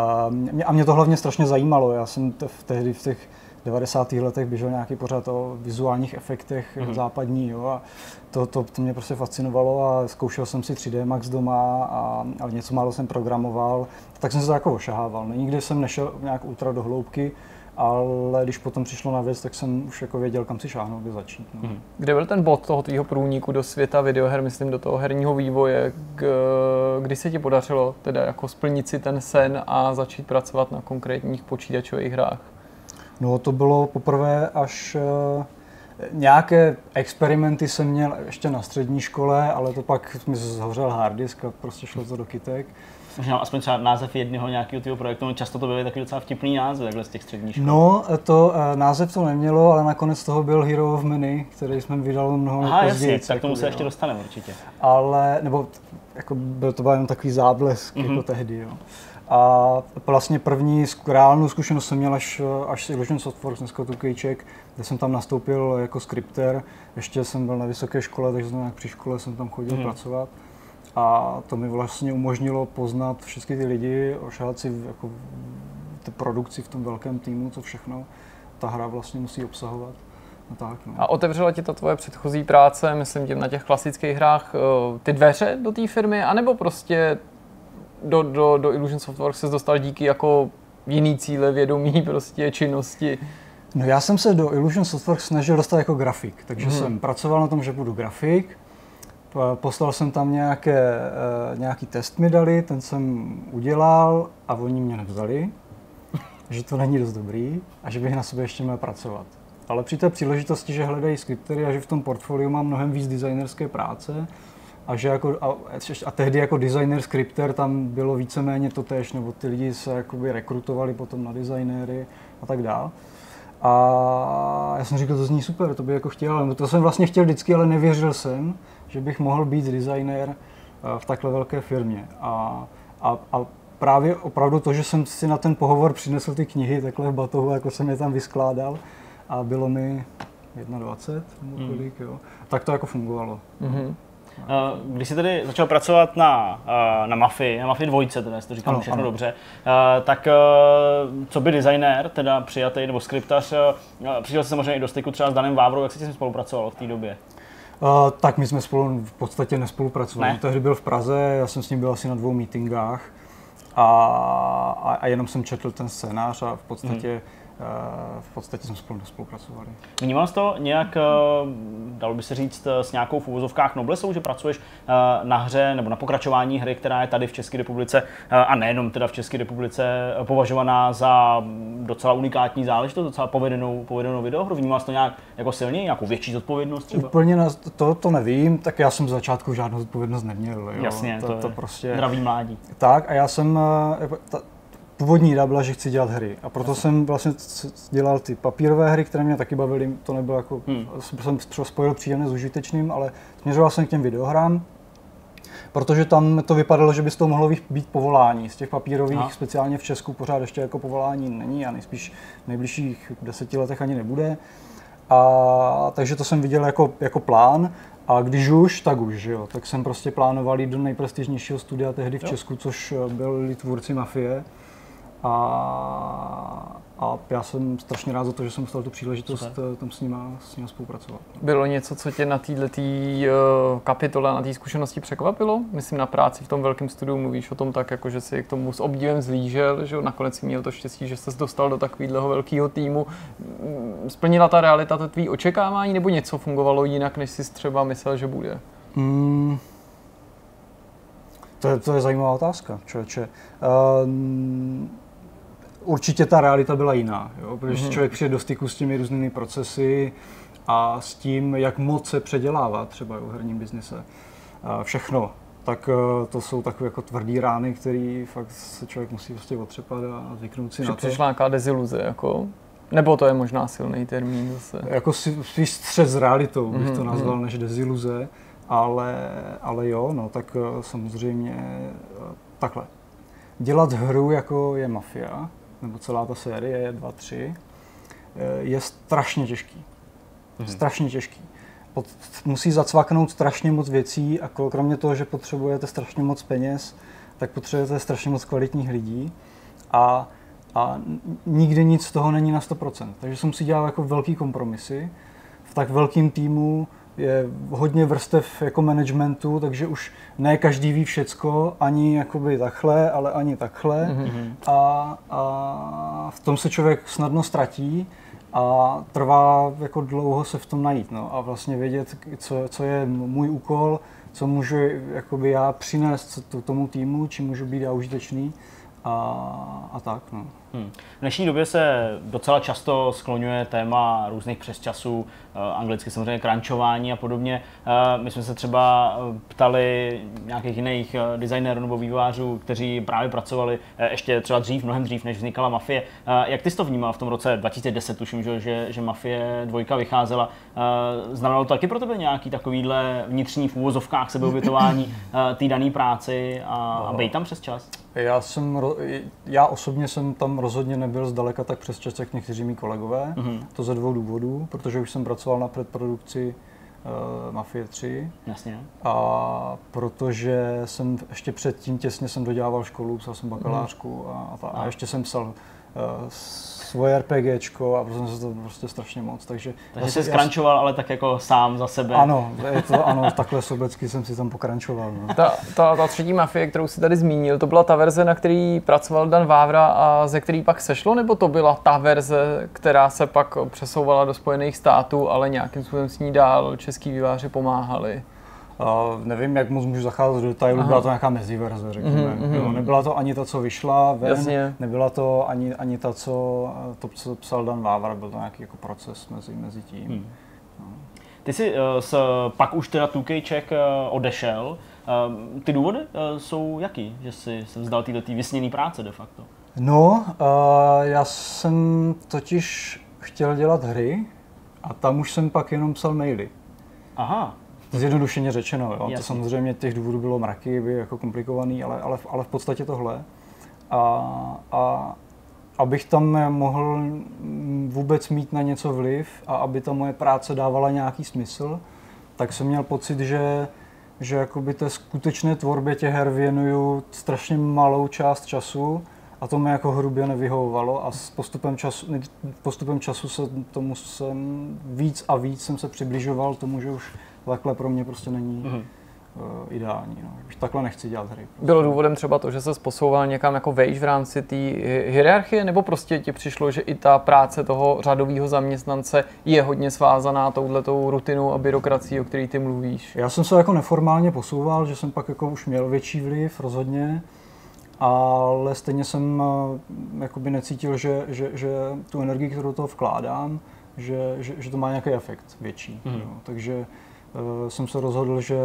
a mě to hlavně strašně zajímalo. Já jsem tehdy v těch 90. letech běžel nějaký pořád o vizuálních efektech západní, jo, a to mě prostě fascinovalo a zkoušel jsem si 3D Max doma a něco málo jsem programoval, tak jsem se to jako ošahával. Nikdy jsem nešel nějak ultra do hloubky, ale když potom přišlo na věc, tak jsem už jako věděl, kam si šáhnout, kde začít. No.
Kde byl ten bod toho tvýho průniku do světa videoher, myslím do toho herního vývoje, kdy se ti podařilo teda jako splnit si ten sen a začít pracovat na konkrétních počítačových hrách?
No to bylo poprvé až nějaké experimenty jsem měl ještě na střední škole, ale to pak mi zhořel harddisk a prostě šlo to do kytek.
Možná aspoň třeba název jednoho nějakého tvého projektu, často to byly takový docela vtipný názvy takhle z těch středních škol.
No, název to nemělo, ale nakonec toho byl Hero of Many, který jsme vydali mnoho později.
Jasně, tak tomu se ještě dostaneme určitě.
Ale, nebo jako byl to jenom takový záblesk jako tehdy, jo. A vlastně první reálnou zkušenost jsem měl až s Illusion Softworks, dneska Tukejček, kde jsem tam nastoupil jako skripter. Ještě jsem byl na vysoké škole, takže nějak při škole jsem tam chodil pracovat. A to mi vlastně umožnilo poznat všechny ty lidi, ošahat si jako ty produkci v tom velkém týmu, co všechno ta hra vlastně musí obsahovat. No tak, no.
A otevřela ti ta tvoje předchozí práce, myslím tím na těch klasických hrách, ty dveře do té firmy, anebo prostě do Illusion Softworks se dostal díky jako jiný cíle, vědomí, prostě činnosti?
No já jsem se do Illusion Softworks snažil dostat jako grafik, takže jsem pracoval na tom, že budu grafik. Poslal jsem tam nějaký test mi dali, ten jsem udělal a oni mě nevzali, že to není dost dobrý a že bych na sobě ještě měl pracovat. Ale při té příležitosti, že hledají skriptery a že v tom portfoliu mám mnohem víc designerské práce, a že jako, a tehdy jako designer, skripter tam bylo víceméně totéž, nebo ty lidi se jakoby rekrutovali potom na designéry a tak dál. A já jsem říkal, to zní super, to bych jako chtěl, to jsem vlastně chtěl vždycky, ale nevěřil jsem, že bych mohl být designér v takhle velké firmě. A právě opravdu to, že jsem si na ten pohovor přinesl ty knihy takhle v batohu, jako jsem je tam vyskládal a bylo mi 21 nebo kolik, jo, tak to jako fungovalo.
Když jsi tedy začal pracovat na Mafii 2, teda jestli to říkám všechno dobře, tak co by designér, teda přijatý nebo skriptař, přišel jsi samozřejmě i do styku třeba s Danem Vávrou, jak jsi s ním spolupracoval v té době?
Tak my jsme spolu v podstatě nespolupracovali. Ne? Tehdy byl v Praze, já jsem s ním byl asi na 2 meetingách a jenom jsem četl ten scénář a v podstatě jsme spolu nespolupracovali.
Vnímal jsi to nějak, dalo by se říct, s nějakou v uvozovkách noblesou, že pracuješ na hře nebo na pokračování hry, která je tady v České republice a nejenom teda v České republice považovaná za docela unikátní záležitost, docela povedenou videohru? Vnímal jsi to nějak jako silněji, nějakou větší zodpovědnost třeba?
Úplně to nevím, tak já jsem v začátku žádnou zodpovědnost neměl. Jo.
Jasně, to prostě zdravý mládí.
Tak a já jsem původní idea byla, že chci dělat hry a proto jsem vlastně dělal ty papírové hry, které mě taky bavily, to nebylo jako, jsem spojil příjemné s užitečným, ale směřoval jsem k těm videohrám, protože tam to vypadalo, že by z toho mohlo být povolání. Z těch papírových, speciálně v Česku, pořád ještě jako povolání není a nejspíš v nejbližších 10 letech ani nebude. A takže to jsem viděl jako plán. A když už, tak už, jo. Tak jsem prostě plánoval jít do nejprestižnějšího studia tehdy v Česku, což byli tvůrci Mafie. A já jsem strašně rád za to, že jsem dostal tu příležitost tam s nima spolupracovat.
Bylo něco, co tě na této kapitole, na té zkušenosti překvapilo? Myslím, na práci v tom velkém studiu mluvíš o tom tak, jako že jsi k tomu s obdivem zlížel, že nakonec jsi měl to štěstí, že jsi dostal do takového velkého týmu. Splnila ta realita to tvý očekávání, nebo něco fungovalo jinak, než jsi třeba myslel, že bude?
To je zajímavá otázka, člověče. Určitě ta realita byla jiná, jo? Protože člověk přijde do styku s těmi různými procesy a s tím, jak moc se předělává třeba v herním biznise. Všechno. Tak to jsou takové jako tvrdý rány, které fakt se člověk musí prostě otřepat a zvyknout si na to.
Přišla nějaká deziluze, jako? Nebo to je možná silný termín zase?
Jako spíš střet s realitou bych to nazval, než deziluze, ale jo, no tak samozřejmě takhle. Dělat hru, jako je Mafia, nebo celá ta série je 2, 3, je strašně těžký. Strašně těžký. Musí zacvaknout strašně moc věcí a kromě toho, že potřebujete strašně moc peněz, tak potřebujete strašně moc kvalitních lidí a nikdy nic z toho není na 100%. Takže se musí dělat jako velký kompromisy. V tak velkým týmu je hodně vrstev jako managementu, takže už ne každý ví všecko, ani jakoby takhle, ale ani takhle. A v tom se člověk snadno ztratí a trvá jako dlouho se v tom najít. No. A vlastně vědět, co je můj úkol, co můžu jakoby já přinést tomu týmu, čím můžu být já užitečný a tak. No.
V dnešní době se docela často skloňuje téma různých přesčasů, anglicky samozřejmě crunchování a podobně. My jsme se třeba ptali nějakých jiných designérů nebo vývojářů, kteří právě pracovali ještě třeba mnohem dřív, než vznikala Mafie. Jak ty jsi to vnímal v tom roce 2010, tuším, že Mafie 2 vycházela. Znamenalo to taky pro tebe nějaký takovýhle vnitřní v úvozovkách sebeobětování té dané práci a být tam přes čas?
Já osobně jsem tam rozhodně nebyl zdaleka tak přes čas, jak někteří mý kolegové. To ze 2 důvodů, protože už jsem pracoval na předprodukci Mafie 3.
Jasně.
A protože jsem ještě předtím těsně jsem dodělával školu, psal jsem bakalářku a ještě jsem psal svoje RPGčko a prostě se to prostě strašně moc, takže
jsi skrančoval, ale tak jako sám za sebe.
Ano, takhle sobecky jsem si tam pokrančoval. No.
Ta třetí Mafie, kterou si tady zmínil, to byla ta verze, na který pracoval Dan Vávra a ze který pak sešlo, nebo to byla ta verze, která se pak přesouvala do Spojených států, ale nějakým způsobem s ní dál český vývojáři pomáhali?
Nevím, jak moc můžu zacházet do detailu, byla to nějaká meziverze, řekněme. Nebyla to ani ta, co vyšla ven,
jasně.
Nebyla to ani ta, co psal Dan Vávra, byl to nějaký jako proces mezi tím.
Ty jsi pak už teda 2K Czech odešel. Ty důvody jsou jaký, že jsi se vzdal této vysněné práce de facto?
No, já jsem totiž chtěl dělat hry a tam už jsem pak jenom psal maily.
Aha.
Zjednodušeně řečeno, jo. To samozřejmě těch důvodů bylo mraky, by jako komplikovaný, ale v podstatě tohle. A abych tam mohl vůbec mít na něco vliv a aby ta moje práce dávala nějaký smysl, tak jsem měl pocit, že jakoby té skutečné tvorbě těch her věnuju strašně malou část času a to mi jako hrubě nevyhovovalo a s postupem času se tomu víc a víc jsem se přibližoval tomu, že už takhle pro mě prostě není ideální. No. Už takhle nechci dělat hry. Prostě.
Bylo důvodem třeba to, že se posouval někam jako vejš v rámci té hierarchie, nebo prostě ti přišlo, že i ta práce toho řadového zaměstnance je hodně svázaná touhletou rutinou a byrokracií, o které ty mluvíš?
Já jsem se jako neformálně posouval, že jsem pak jako už měl větší vliv rozhodně, ale stejně jsem jakoby necítil, že tu energii, kterou do toho vkládám, že to má nějaký efekt větší. Jo. Takže jsem se rozhodl, že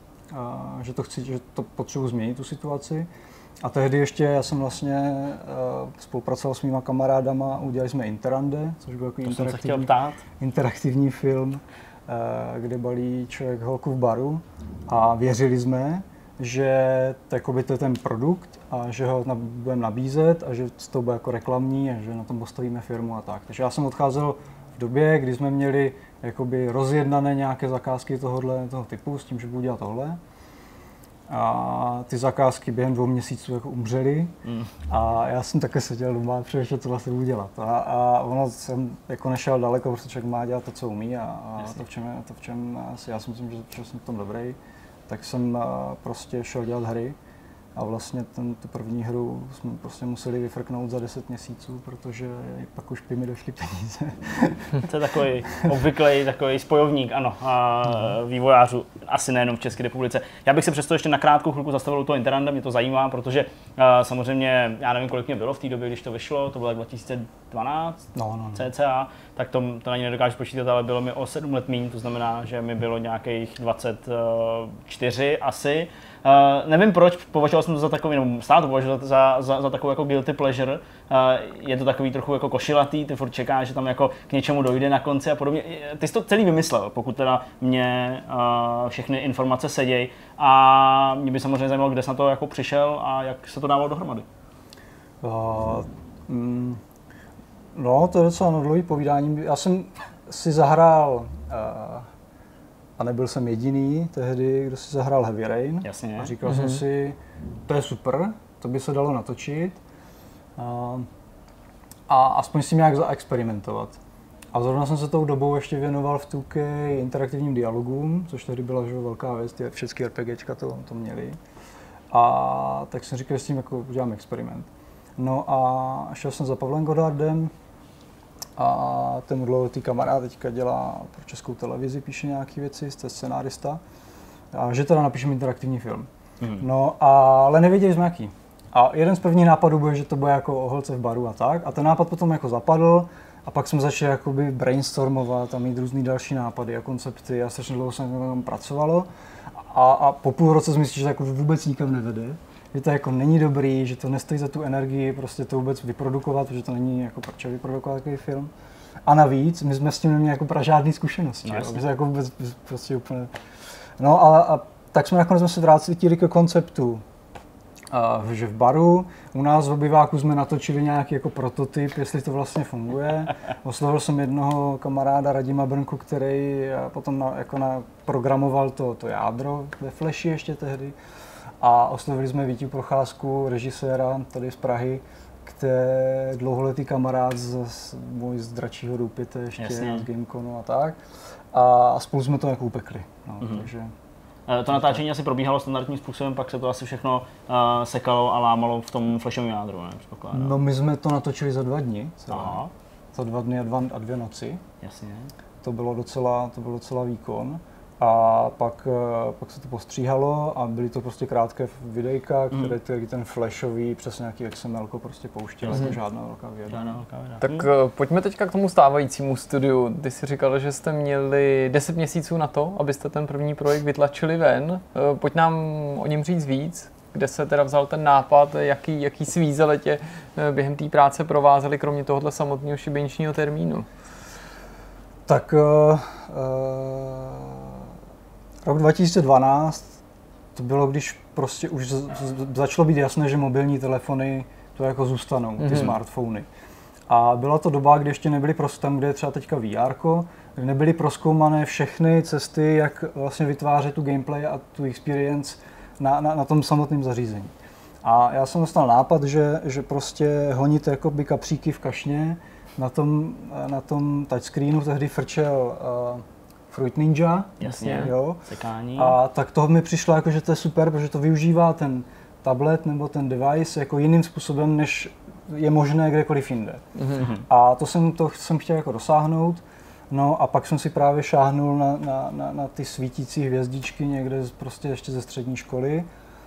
to potřebuji změnit tu situaci. A tehdy ještě já jsem vlastně spolupracoval s mýma kamarádama, udělali jsme Interande, což byl jako interaktivní film, kde balí člověk holku v baru a věřili jsme, že to je ten produkt a že ho budeme nabízet a že to bude jako reklamní a že na tom postavíme firmu a tak. Takže já jsem odcházel v době, kdy jsme měli jakoby rozjednané nějaké zakázky toho typu, s tím, že budu dělat tohle. A ty zakázky během 2 měsíců jako umřely a já jsem také seděl doma a přemýšlel, co vlastně budu dělat. A ono jsem jako nešel daleko, protože člověk má dělat to, co umí a to, v čem asi já si myslím, že jsem v tom dobrý, tak jsem prostě šel dělat hry. A vlastně tu první hru jsme prostě museli vyfrknout za 10 měsíců, protože pak už by mi došly peníze.
To je takový obvyklý takový spojovník, ano, vývojářů, asi nejenom v České republice. Já bych se přesto ještě na krátkou chvilku zastavil u toho Interranda, mě to zajímá, protože samozřejmě, já nevím, kolik mě bylo v té době, když to vyšlo, to bylo 2012 cca, tak to na ní nedokážu počítat, ale bylo mi o 7 let míň, to znamená, že mi bylo nějakých 24 asi. Nevím proč, považoval jsem to za takový, nebo stále to považoval za takovou jako guilty pleasure. Je to takový trochu jako košilatý, ty furt čekáš, že tam jako k něčemu dojde na konci a podobně. Ty jsi to celý vymyslel, pokud teda mě všechny informace sedějí. A mě by samozřejmě zajímalo, kde jsi na to jako přišel a jak se to dávalo dohromady.
No, to je docela dlouhý povídání. Já jsem si zahrál a nebyl jsem jediný tehdy, kdo si zahrál Heavy Rain.
Jasně.
A říkal jsem si, to je super, to by se dalo natočit a aspoň si nějak zaexperimentovat. A zrovna jsem se tou dobou ještě věnoval v 2K interaktivním dialogům, což tehdy byla velká věc, všechny RPGčka to měli. A tak jsem říkal, že s tím jako udělám experiment. No a šel jsem za Pavlem Godardem, a ten dlouholetý kamarád teďka dělá pro Českou televizi, píše nějaké věci, jste scenárista, a že teda napíšeme interaktivní film. No, ale nevěděli jsme jaký. A jeden z prvních nápadů byl, že to bude jako o holce v baru a tak. A ten nápad potom jako zapadl a pak jsme začali jakoby brainstormovat a mít různý další nápady a koncepty a strašně dlouho se tam pracovalo. A po půl roce jsme mysleli, že to jako vůbec nikam nevede. Že to jako není dobrý, že to nestojí za tu energii prostě to vůbec vyprodukovat, protože to není jako proč vyprodukovat takový film. A navíc, my jsme s tím neměli jako žádný zkušenosti, my se jako vůbec prostě úplně... No a tak jsme nakonec se vrátili ke konceptu, že v baru u nás v obyváku jsme natočili nějaký jako prototyp, jestli to vlastně funguje. Oslovil jsem jednoho kamaráda Radima Brnku, který potom programoval to jádro ve Flashi ještě tehdy. A oslovili jsme Vítiu Procházku, režiséra tady z Prahy, který dlouholetý kamarád můj z Dračího doupěte ještě, z Gameconu a tak. A spolu jsme to jako upekli. No, takže...
To natáčení asi probíhalo standardním způsobem, pak se to asi všechno sekalo a lámalo v tom flashovém jádru, ne?
No my jsme to natočili za 2 dny. Za 2 dny a 2 noci.
Jasně.
To byl docela výkon. A pak se to postříhalo a byly to prostě krátké videjka, které ten flashový přes nějaký XML prostě pouštěl, jako žádná velká věda.
Tak pojďme teďka k tomu stávajícímu studiu. Ty jsi říkal, že jste měli 10 měsíců na to, abyste ten první projekt vytlačili ven. Pojď nám o něm říct víc, kde se teda vzal ten nápad, jaký svízele tě během té práce provázely, kromě tohohle samotného šibeničního termínu.
Tak rok 2012 to bylo, když prostě už začalo být jasné, že mobilní telefony to jako zůstanou, ty smartfony. A byla to doba, kdy ještě nebyly tam, kde je třeba teďka VR, kde nebyly prozkoumané všechny cesty, jak vlastně vytvářet tu gameplay a tu experience na tom samotném zařízení. A já jsem dostal nápad, že prostě honit jakoby kapříky v kašně, na tom touchscreenu tehdy frčel Fruit Ninja.
Jasně,
jo.
Sekání.
A tak toho mi přišlo jako, že to je super, protože to využívá ten tablet nebo ten device jako jiným způsobem, než je možné kdekoliv jinde. A to jsem chtěl jako dosáhnout. No a pak jsem si právě šáhnul na ty svítící hvězdičky někde prostě ještě ze střední školy.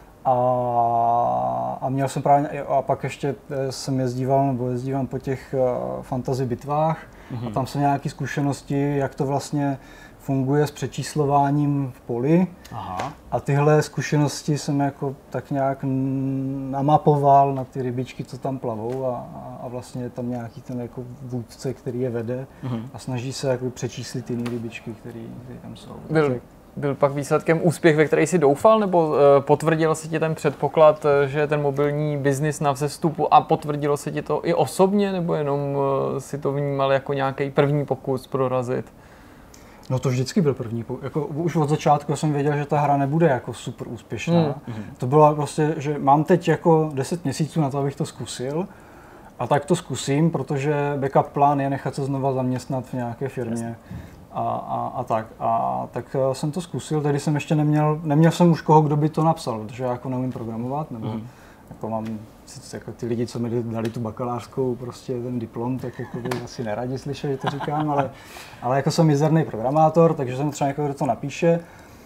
A měl jsem právě, a pak ještě jsem jezdívám po těch fantasy bitvách a tam jsou nějaké zkušenosti, jak to vlastně funguje s přečíslováním v poli.
Aha.
A tyhle zkušenosti jsem jako tak nějak namapoval na ty rybičky, co tam plavou a vlastně je tam nějaký ten jako vůdce, který je vede a snaží se jako přečíslit ty jiné rybičky, které tam jsou.
byl pak výsledkem úspěch, ve který si doufal, nebo potvrdil se ti ten předpoklad, že ten mobilní biznis na vzestupu a potvrdilo se ti to i osobně, nebo jenom si to vnímal jako nějaký první pokus prorazit?
No to vždycky byl první, jako už od začátku jsem věděl, že ta hra nebude jako super úspěšná. To bylo prostě, že mám teď jako 10 měsíců na to, abych to zkusil. A tak to zkusím, protože backup plán je nechat se znova zaměstnat v nějaké firmě. A tak jsem to zkusil, tehdy jsem ještě neměl jsem už koho, kdo by to napsal, protože já jako neumím programovat, nebo jako mám jako ty lidi, co mi dali tu bakalářskou, prostě ten diplom, tak jako by asi neradi slyšeli, že to říkám, ale jako jsem mizerný programátor, takže jsem třeba někoho, kdo to napíše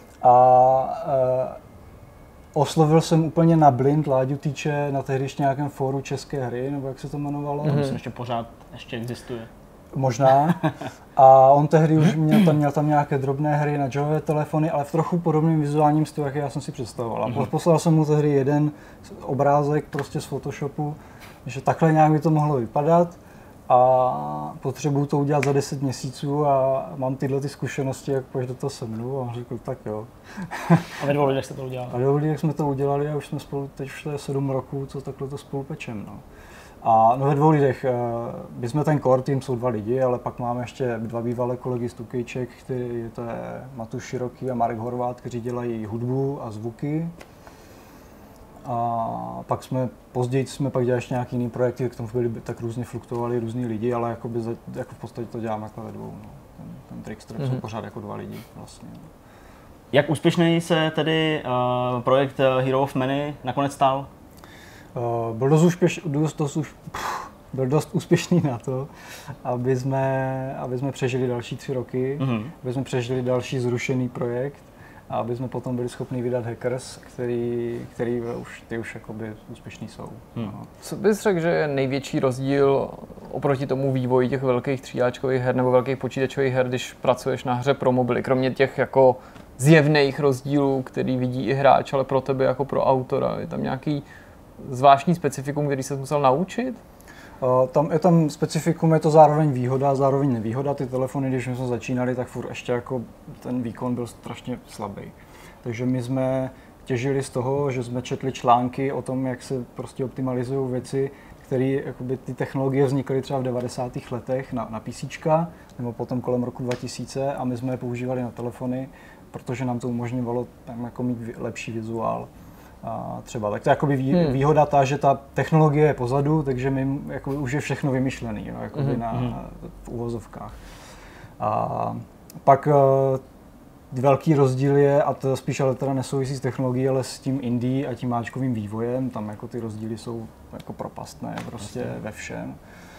a oslovil jsem úplně na blind Láďu Týče na tehdy ještě nějakém fóru české hry, nebo jak se to jmenovalo.
Myslím, ještě pořád existuje.
Možná. A on tehdy už měl tam nějaké drobné hry na Javové telefony, ale v trochu podobným vizuálním stylu, jak já jsem si představoval. A poslal jsem mu tehdy jeden obrázek prostě z Photoshopu, že takhle nějak by to mohlo vypadat a potřebuju to udělat za 10 měsíců a mám tyhle ty zkušenosti, jak pojď do toho se mnou. A on řekl, tak jo.
A ve 2 lidech jste to udělali?
A ve 2 lidech jsme to udělali a už jsme spolu, teď už to je 7 roků, co takhle to spolu pečem. No. A no ve 2 lidech, my jsme ten core tým, jsou 2 lidi, ale pak máme ještě 2 bývalé kolegy z Tukejček, to je Matuš Široký a Marek Horvát, kteří dělají hudbu a zvuky. A pak později jsme pak dělali ještě nějaký jiný projekty, k tomu byli tak různě fluktuovali různí lidi, ale jako v podstatě to děláme jako ve 2. No. Ten Trickster jsou pořád jako 2 lidi vlastně.
Jak úspěšný se tedy projekt Hero of Many nakonec stal?
Byl dost úspěšný na to, aby jsme přežili další 3 roky, aby jsme přežili další zrušený projekt a aby jsme potom byli schopni vydat Hackers, který už jakoby úspěšní jsou. No.
Co bys řekl, že je největší rozdíl oproti tomu vývoji těch velkých tříáčkových her nebo velkých počítačových her, když pracuješ na hře pro mobily, kromě těch jako zjevných rozdílů, který vidí i hráč, ale pro tebe jako pro autora, je tam nějaký zvláštní specifikum, který jsi musel naučit?
Tam specifikum, je to zároveň výhoda, zároveň nevýhoda. Ty telefony, když jsme začínali, tak furt ještě jako ten výkon byl strašně slabý. Takže my jsme těžili z toho, že jsme četli články o tom, jak se prostě optimalizují věci, které jakoby ty technologie vznikaly třeba v 90. letech na PCčka, nebo potom kolem roku 2000 a my jsme je používali na telefony, protože nám to umožňovalo tam jako mít lepší vizuál. A třeba. Tak to je jakoby výhoda ta, že ta technologie je pozadu, takže my jakoby už je všechno vymyšlený, jo, jakoby v uvozovkách. A pak velký rozdíl je, a to spíš ale teda nesouvisí s technologií, ale s tím indie a tím áčkovým vývojem, tam jako ty rozdíly jsou jako propastné prostě ve všem.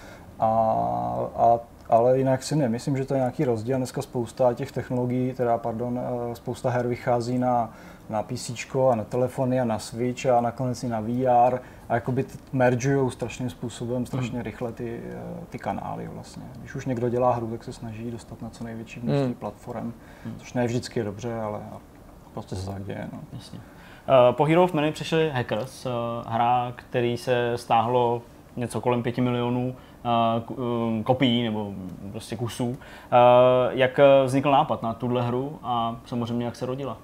Ale jinak si nemyslím, že to je nějaký rozdíl. Dneska spousta těch technologií, spousta her vychází na PCčko a na telefony a na Switch a nakonec i na VR a jakoby mergujou strašným způsobem, strašně rychle ty kanály vlastně. Když už někdo dělá hru, tak se snaží dostat na co největší množství platform, což ne vždycky je dobře, ale prostě se tak děje. No.
Jasně. Po Hero of Many přišli Hackers, hra, který se stáhlo něco kolem 5 milionů kopií nebo prostě kusů. Jak vznikl nápad na tuhle hru a samozřejmě jak se rodila?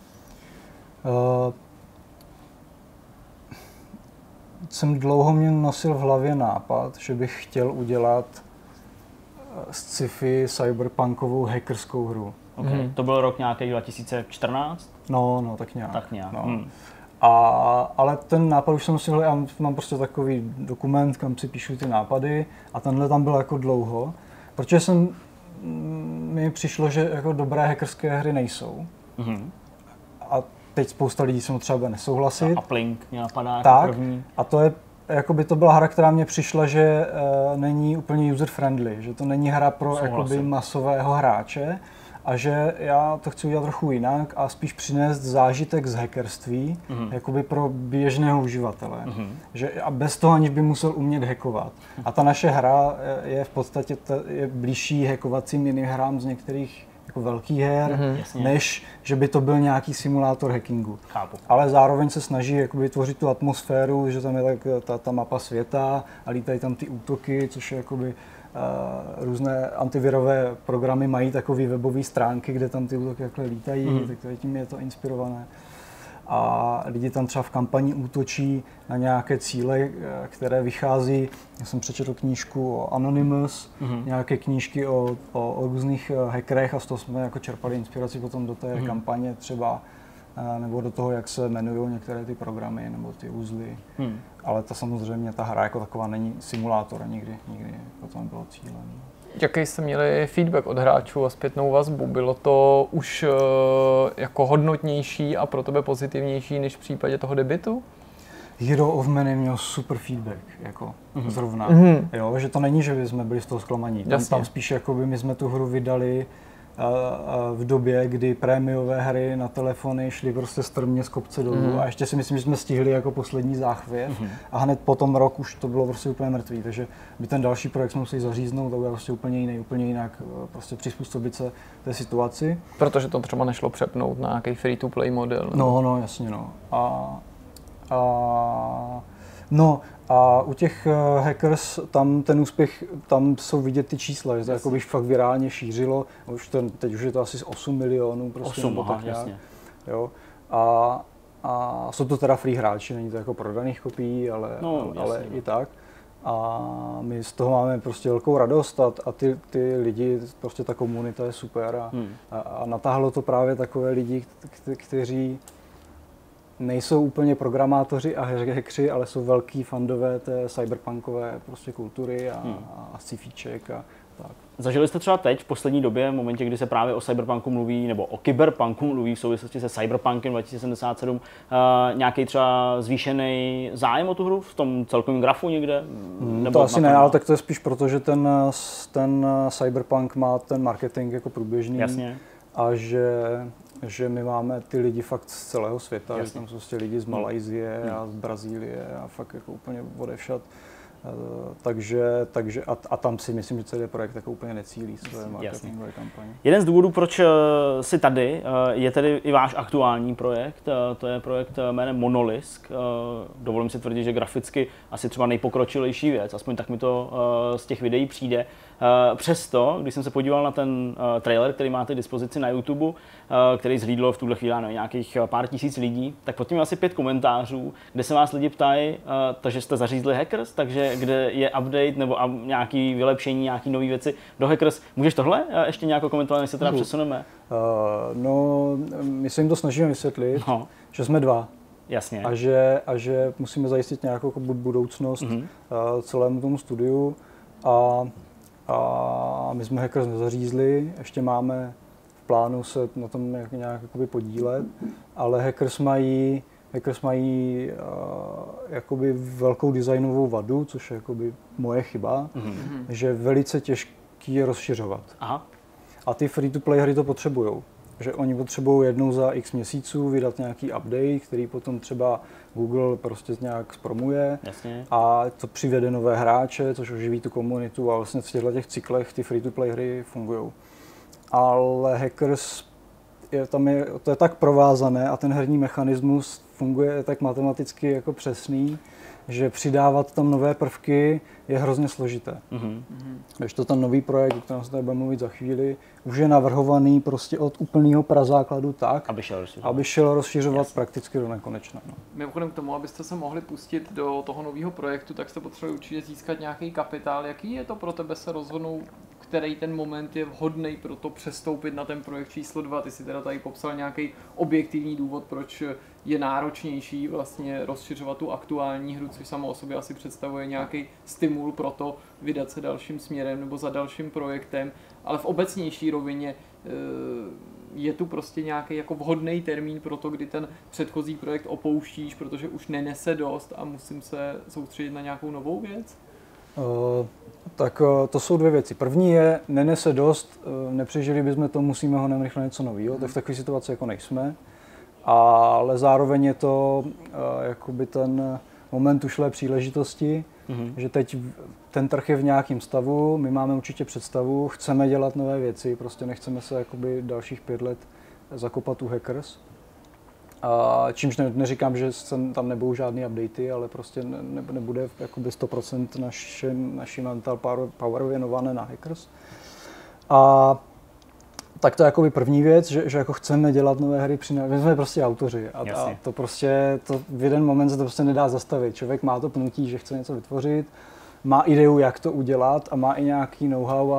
Jsem dlouho mě nosil v hlavě nápad, že bych chtěl udělat sci-fi cyberpunkovou hackerskou hru.
Okay. To byl rok nějaký 2014?
No, tak nějak.
No.
Ale ten nápad už jsem nosil, já mám prostě takový dokument, kam si píšu ty nápady a tenhle tam byl jako dlouho, protože mi přišlo, že jako dobré hackerské hry nejsou. A teď spousta lidí se mu třeba bude nesouhlasit.
A Uplink mě napadá jako první.
A to byla hra, která mně přišla, že není úplně user-friendly, že to není hra pro jakoby masového hráče a že já to chci udělat trochu jinak a spíš přinést zážitek z hackerství jakoby pro běžného uživatele. A bez toho, aniž by musel umět hackovat. A ta naše hra je v podstatě je blížší hackovacím jiným hrám z některých jako velký her, než že by to byl nějaký simulátor hackingu.
Chápu.
Ale zároveň se snaží jakoby vytvořit tu atmosféru, že tam je tak ta mapa světa a lítají tam ty útoky, což je jakoby různé antivirové programy mají takové webové stránky, kde tam ty útoky takhle lítají, tak tím je to inspirované. A lidi tam třeba v kampani útočí na nějaké cíle, které vychází. Já jsem přečetl knížku o Anonymous, nějaké knížky o různých hackerech a z toho jsme jako čerpali inspiraci potom do té kampaně třeba, nebo do toho, jak se jmenují některé ty programy nebo ty uzly. Ale samozřejmě ta hra jako taková není simulátor, nikdy jako to nebylo cílem.
Jaký jste měli feedback od hráčů a zpětnou vazbu? Bylo to už jako hodnotnější a pro tebe pozitivnější než v případě toho debutu?
Hero of Many měl super feedback, jako zrovna. Jo, že to není, že jsme byli z toho zklamaní. Tam spíš jakoby my jsme tu hru vydali v době, kdy prémiové hry na telefony šly prostě strmě z kopce dolů a ještě si myslím, že jsme stihli jako poslední záchvěv a hned po tom rok už to bylo prostě úplně mrtvý, takže by ten další projekt jsme museli zaříznout a udělat prostě úplně jinak, prostě přizpůsobit se té situaci.
Protože to třeba nešlo přepnout na nějaký free-to-play model.
No, jasně no. A u těch hackers, tam ten úspěch, tam jsou vidět ty čísla, že to jako by fakt virálně šířilo, teď už je to asi 8 milionů prostě.
8, tak jasně.
Jo. A jsou to teda free hráči, není to jako prodaných kopií, ale i tak. A my z toho máme prostě velkou radost a ty lidi, prostě ta komunita je super a natáhlo to právě takové lidi, kteří nejsou úplně programátoři a hackři, ale jsou velký fandové té cyberpunkové prostě kultury a sci-fíček a tak.
Zažili jste třeba teď v poslední době, v momentě, kdy se právě o cyberpunku mluví, nebo o kyberpunku mluví v souvislosti se Cyberpunkem 2077, nějaký třeba zvýšený zájem o tu hru v tom celkovém grafu někde?
To asi ne, ale tak to je spíš proto, že ten Cyberpunk má ten marketing jako průběžný.
Jasně.
A že my máme ty lidi fakt z celého světa, že tam jsou prostě lidi z Malajsie a z Brazílie a fakt jako úplně odevšad. Takže tam si myslím, že CD Projekt jako úplně necílí své marketingové kampaně.
Jeden z důvodů, proč jsi tady, je tedy i váš aktuální projekt. To je projekt jménem Monolisk. Dovolím si tvrdit, že graficky asi třeba nejpokročilejší věc, aspoň tak mi to z těch videí přijde. Přesto, když jsem se podíval na ten trailer, který máte k dispozici na YouTube, který zhlídlo v tuhle chvíli nějakých pár tisíc lidí, tak pod tím je asi 5 komentářů, kde se vás lidi ptají, takže jste zařízli Hackers, takže kde je update nebo nějaké vylepšení, nějaké nové věci do Hackers. Můžeš tohle ještě nějak komentovat, než se teda přesuneme?
My se jim to snažíme vysvětlit, že jsme dva.
Jasně.
A že musíme zajistit nějakou budoucnost celému tomu studiu. A my jsme Hackers nezařízli, ještě máme v plánu se na tom nějak podílet, ale Hackers mají jakoby velkou designovou vadu, což je jakoby moje chyba, že je velice těžký je rozšiřovat.
Aha.
A ty free-to-play hry to potřebujou. Že oni potřebují jednou za x měsíců vydat nějaký update, který potom třeba Google prostě nějak zpromuje.
Jasně. A
to přivede nové hráče, což oživí tu komunitu a vlastně v těchto těch cyklech ty free-to-play hry fungují. Ale Hackers, to je tak provázané a ten herní mechanismus funguje tak matematicky jako přesný, že přidávat tam nové prvky je hrozně složité. Když to ten nový projekt, o kterém se tady budeme mluvit za chvíli, už je navrhovaný prostě od úplného prazákladu tak, aby šel rozšiřovat prakticky do nekonečna. No.
Mimochodem k tomu, abyste se mohli pustit do toho nového projektu, tak jste potřebovali určitě získat nějaký kapitál. Jaký je to pro tebe se rozhodnout, který ten moment je vhodný pro to přestoupit na ten projekt číslo 2? Ty si teda tady popsal nějaký objektivní důvod, proč je náročnější vlastně rozšiřovat tu aktuální hru, což samo o sobě asi představuje nějaký stimul pro to vydat se dalším směrem nebo za dalším projektem, ale v obecnější rovině je tu prostě nějaký jako vhodný termín pro to, kdy ten předchozí projekt opouštíš, protože už nenese dost a musím se soustředit na nějakou novou věc?
Tak to jsou dvě věci. První je, nenese dost, nepřežili bychom to, musíme ho rychle něco nového, tak v takové situaci jako nejsme. Ale zároveň je to jakoby ten moment ušlé příležitosti Že teď ten trh je v nějakém stavu, my máme určitě představu, chceme dělat nové věci, prostě nechceme se jakoby dalších 5 let zakopat u hackers. A čímž neříkám, že tam nebudou žádný updaty, ale prostě nebude jakoby 100% naší mental power věnované na hackers. A tak to je jakoby první věc, že jako chceme dělat nové hry, my jsme prostě autoři a to prostě to v jeden moment se to prostě nedá zastavit. Člověk má to pnutí, že chce něco vytvořit, má ideu, jak to udělat a má i nějaký know-how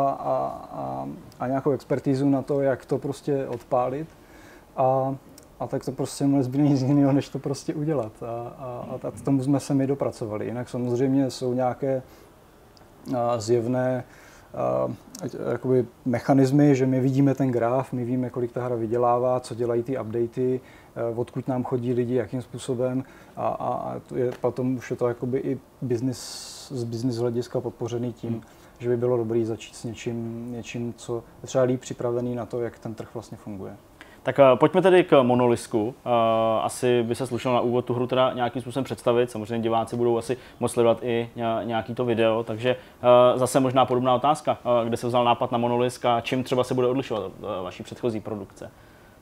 a nějakou expertízu na to, jak to prostě odpálit. A tak to prostě nezbyde nic jiného, než to prostě udělat. A k tomu jsme se my dopracovali. Jinak samozřejmě jsou nějaké zjevné jakoby mechanismy, že my vidíme ten graf, my víme, kolik ta hra vydělává, co dělají ty updaty, odkud nám chodí lidi, jakým způsobem a potom už je to jakoby i z business hlediska podpořený tím, že by bylo dobré začít s něčím, co je třeba líp připravený na to, jak ten trh vlastně funguje.
Tak pojďme tedy k Monolisku. Asi by se slušelo na úvod tu hru teda nějakým způsobem představit. Samozřejmě diváci budou asi moct sledovat i nějaký to video, takže zase možná podobná otázka. Kde se vzal nápad na Monolisk a čím třeba se bude odlišovat od vaší předchozí produkce?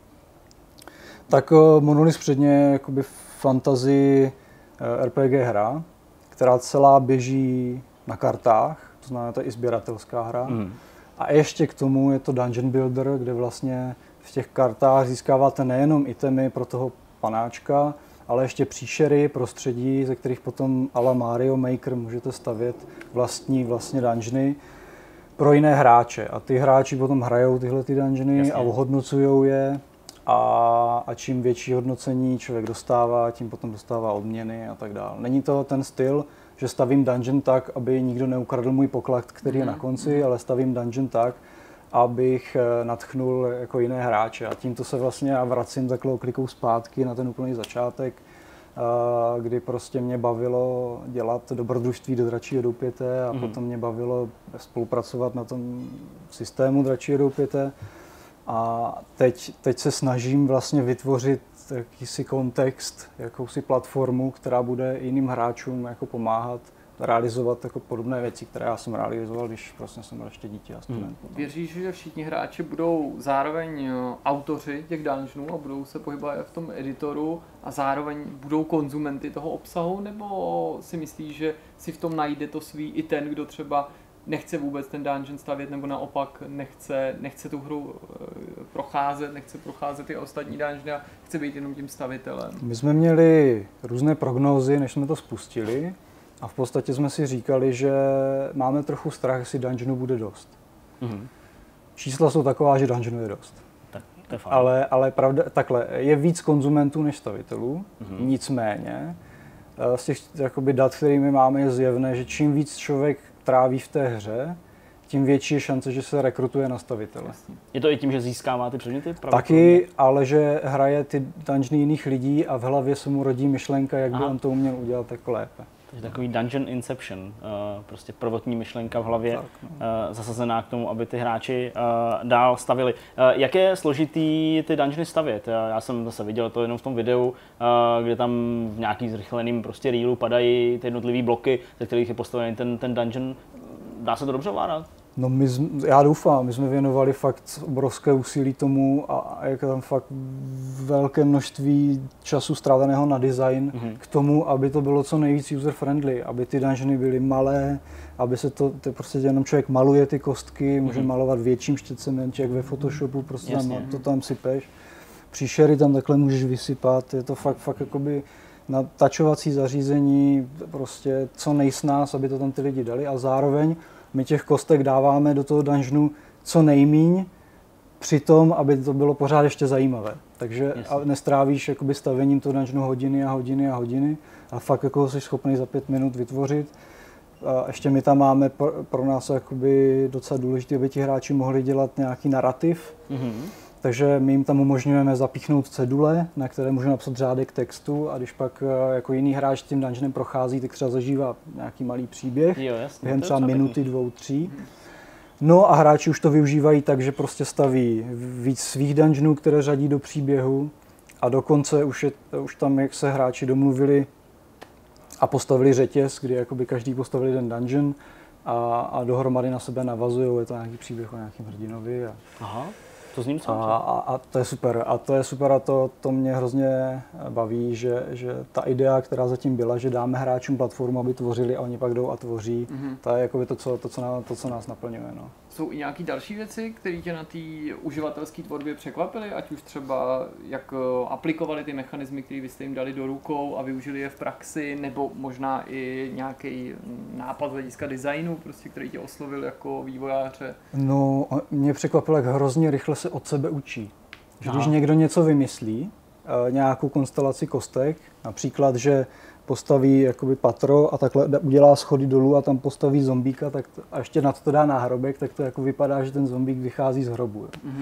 Tak Monolisk předně je jakoby fantasy RPG hra, která celá běží na kartách, to znamená, to je i sběratelská hra. A ještě k tomu je to Dungeon Builder, kde vlastně v těch kartách získáváte nejenom itemy pro toho panáčka, ale ještě příšery, prostředí, ze kterých potom a la Mario Maker můžete stavět vlastní vlastně dungeony pro jiné hráče. A ty hráči potom hrajou tyhle ty dungeony a ohodnocujou je. A čím větší hodnocení člověk dostává, tím potom dostává odměny a tak dále. Není to ten styl, že stavím dungeon tak, aby nikdo neukradl můj poklad, který je na konci, ale stavím dungeon tak, abych nadchnul jako jiné hráče. A tímto se vlastně já vracím takovou klikou zpátky na ten úplný začátek, kdy prostě mě bavilo dělat dobrodružství do Dračího doupěte a potom mě bavilo spolupracovat na tom systému Dračího doupěte. A teď se snažím vlastně vytvořit jakýsi kontext, jakousi platformu, která bude jiným hráčům jako pomáhat realizovat jako podobné věci, které já jsem realizoval, když prostě jsem byl ještě dítě a student.
Věříš, že všichni hráči budou zároveň autoři těch dungeonů a budou se pohybovat v tom editoru a zároveň budou konzumenty toho obsahu, nebo si myslíš, že si v tom najde to svý i ten, kdo třeba nechce vůbec ten dungeon stavět, nebo naopak nechce tu hru procházet, nechce procházet ty ostatní dungeony a chce být jenom tím stavitelem?
My jsme měli různé prognózy, než jsme to spustili. A v podstatě jsme si říkali, že máme trochu strach, jestli dungeonů bude dost. Čísla jsou taková, že dungeonů je dost.
Tak,
ale pravda, takhle, je víc konzumentů než stavitelů, nicméně z těch jakoby dat, kterými máme, je zjevné, že čím víc člověk tráví v té hře, tím větší je šance, že se rekrutuje na stavitele.
Je to i tím, že získává ty předměty?
Taky, ale že hraje ty dungeony jiných lidí a v hlavě se mu rodí myšlenka, jak by on to uměl udělat jako lépe.
Takže takový dungeon inception, prostě prvotní myšlenka v hlavě, zasazená k tomu, aby ty hráči dál stavili. Jak je složitý ty dungeony stavět? Já jsem zase viděl to jenom v tom videu, kde tam v nějaký zrychleným prostě reelu padají ty jednotlivý bloky, ze kterých je postavený ten dungeon. Dá se to dobře ovládat?
No já doufám, my jsme věnovali fakt obrovské úsilí tomu a je tam fakt velké množství času stráveného na design k tomu, aby to bylo co nejvíc user-friendly, aby ty dungeony byly malé, aby se to prostě jenom člověk maluje ty kostky, může malovat větším štětcem, menší jak ve Photoshopu, prostě to tam sypeš. Příšery tam takhle můžeš vysypat, je to fakt jakoby natačovací zařízení, prostě co nejsnáz, aby to tam ty lidi dali a zároveň my těch kostek dáváme do toho dungeonu co nejmíň, přitom, aby to bylo pořád ještě zajímavé. Takže nestrávíš jakoby stavením toho dungeonu hodiny a hodiny a hodiny a fakt jako jsi schopný za 5 minut vytvořit. A ještě my tam máme pro nás jakoby docela důležité, aby ti hráči mohli dělat nějaký narrativ. Takže my jim tam umožňujeme zapíchnout cedule, na které můžeme napsat řádek textu a když pak jako jiný hráč tím dungeonem prochází, tak třeba zažívá nějaký malý příběh, během třeba minuty, 2, 3. No a hráči už to využívají tak, že prostě staví víc svých dungeonů, které řadí do příběhu a dokonce už tam, jak se hráči domluvili, a postavili řetěz, kdy jakoby každý postavili ten dungeon a dohromady na sebe navazují, je to nějaký příběh o nějakým hrdinovi.
Aha, to zní
a to je super. A to je super a to mě hrozně baví, že ta idea, která zatím byla, že dáme hráčům platformu, aby tvořili a oni pak jdou a tvoří, to je jakoby to, co nás naplňuje. No.
Jsou i nějaké další věci, které tě na té uživatelské tvorbě překvapily, ať už třeba jak aplikovali ty mechanismy, které vy jste jim dali do rukou a využili je v praxi, nebo možná i nějaký nápad z hlediska designu, prostě, který tě oslovil jako vývojáře?
No, mě překvapilo, jak hrozně rychle se od sebe učí. Že když někdo něco vymyslí, nějakou konstelaci kostek, například, že postaví jakoby patro a takhle udělá schody dolů a tam postaví zombíka, tak a ještě na to dá náhrobek, tak to jako vypadá, že ten zombík vychází z hrobu.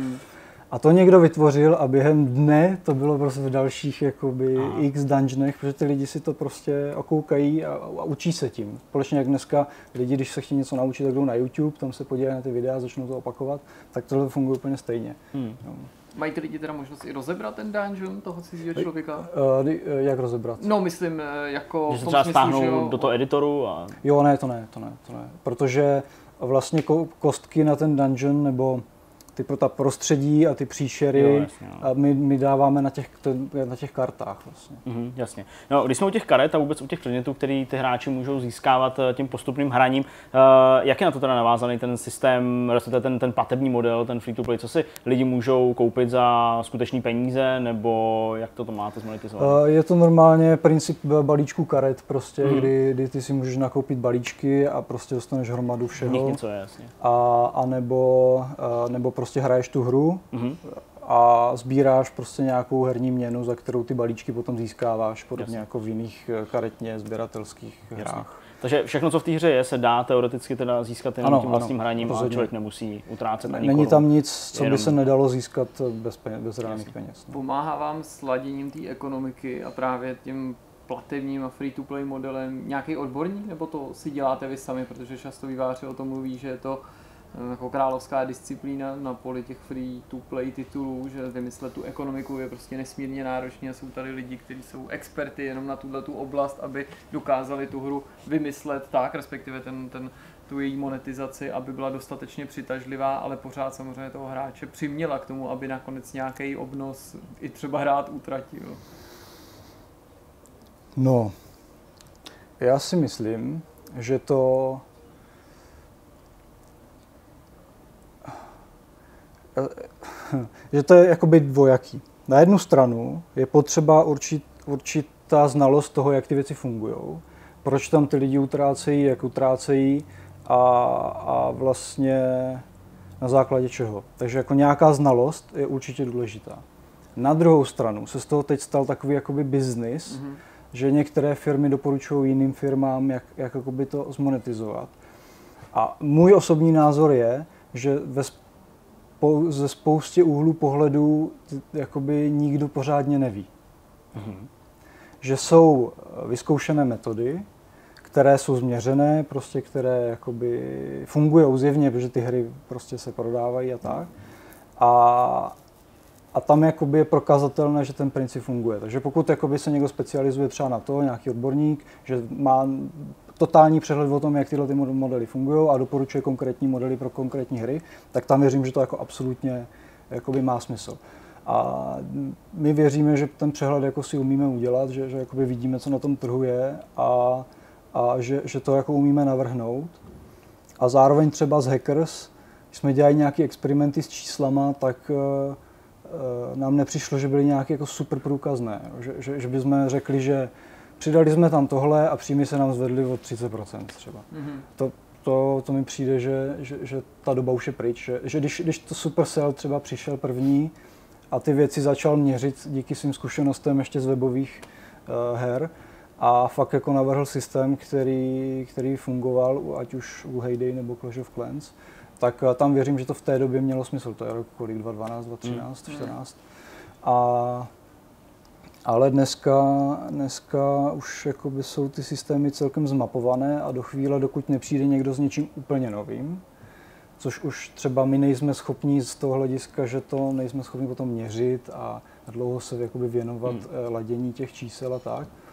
A to někdo vytvořil a během dne to bylo prostě v dalších jakoby x dungeonech, protože ty lidi si to prostě okoukají a učí se tím. Společně jak dneska lidi, když se chtějí něco naučit, tak jdou na YouTube, tam se podívají na ty videa a začnou to opakovat, tak tohle funguje úplně stejně. No.
Mají ty lidi teda možnost i rozebrat ten dungeon toho cizího člověka?
Jak rozebrat?
No, myslím, jako...
Že se třeba stáhnou do toho editoru a...
Jo, ne, to ne. Protože vlastně kostky na ten dungeon, nebo ta prostředí a ty příšery a my dáváme na těch kartách vlastně.
Jasně. No, když jsme u těch karet a vůbec u těch předmětů, který ty hráči můžou získávat tím postupným hraním, jak je na to teda navázaný ten systém, respektive ten platební model, ten free to play, co si lidi můžou koupit za skutečný peníze, nebo jak to máte zmonetizovat?
Je to normálně princip balíčku karet, prostě, kdy ty si můžeš nakoupit balíčky a prostě dostaneš hromadu všeho.
Něco je, jasně.
A nebo prostě hraješ tu hru a sbíráš prostě nějakou herní měnu, za kterou ty balíčky potom získáváš, podobně jako v jiných karetně sběratelských hrách.
Takže všechno, co v té hře je, se dá teoreticky teda získat jenom tím vlastním hraním a člověk nemusí utrácet ani
Není tam nic, co by se nedalo získat bez reálných peněz.
Pomáhá vám sladěním té ekonomiky a právě tím platebním a free-to-play modelem nějaký odborník, nebo to si děláte vy sami, protože často vývojáři o tom mluví, že je to jako královská disciplína na poli těch free-to-play titulů, že vymyslet tu ekonomiku je prostě nesmírně náročné a jsou tady lidi, kteří jsou experty jenom na tu oblast, aby dokázali tu hru vymyslet tak, respektive tu její monetizaci, aby byla dostatečně přitažlivá, ale pořád samozřejmě toho hráče přiměla k tomu, aby nakonec nějaký obnos i třeba hrát utratil.
No, já si myslím, že to je jakoby dvojaký. Na jednu stranu je potřeba určitá znalost toho, jak ty věci fungují, proč tam ty lidi utrácejí, jak utrácejí a vlastně na základě čeho. Takže jako nějaká znalost je určitě důležitá. Na druhou stranu se z toho teď stal takový jakoby biznis, že některé firmy doporučují jiným firmám, jak jakoby to zmonetizovat. A můj osobní názor je, že ze spoustě úhlů pohledu jakoby nikdo pořádně neví. Že jsou vyzkoušené metody, které jsou změřené, prostě, které jakoby fungují zjevně, protože ty hry prostě se prodávají a tak. A tam jakoby je prokazatelné, že ten princip funguje. Takže pokud jakoby se někdo specializuje třeba na to, nějaký odborník, že má totální přehled o tom, jak tyhle ty modely fungují a doporučuje konkrétní modely pro konkrétní hry, tak tam věřím, že to jako absolutně jakoby má smysl. A my věříme, že ten přehled jako si umíme udělat, že jakoby vidíme, co na tom trhu je a že to jako umíme navrhnout. A zároveň třeba z Hackers, když jsme dělali nějaké experimenty s číslama, tak nám nepřišlo, že byly nějaké jako super průkazné. Že bychom řekli, že přidali jsme tam tohle a příjmy se nám zvedly o 30% třeba. To mi přijde, že ta doba už je pryč. Že když to Supercell třeba přišel první a ty věci začal měřit díky svým zkušenostem ještě z webových her a fakt jako navrhl systém, který fungoval, ať už u Heyday nebo Clash of Clans, tak tam věřím, že to v té době mělo smysl. To je rok kolik? 2012, 2013, 2014. Ale dneska už jakoby jsou ty systémy celkem zmapované a do chvíle, dokud nepřijde někdo s něčím úplně novým, což už třeba my nejsme schopni z toho hlediska, že to nejsme schopni potom měřit a dlouho se jakoby věnovat ladění těch čísel a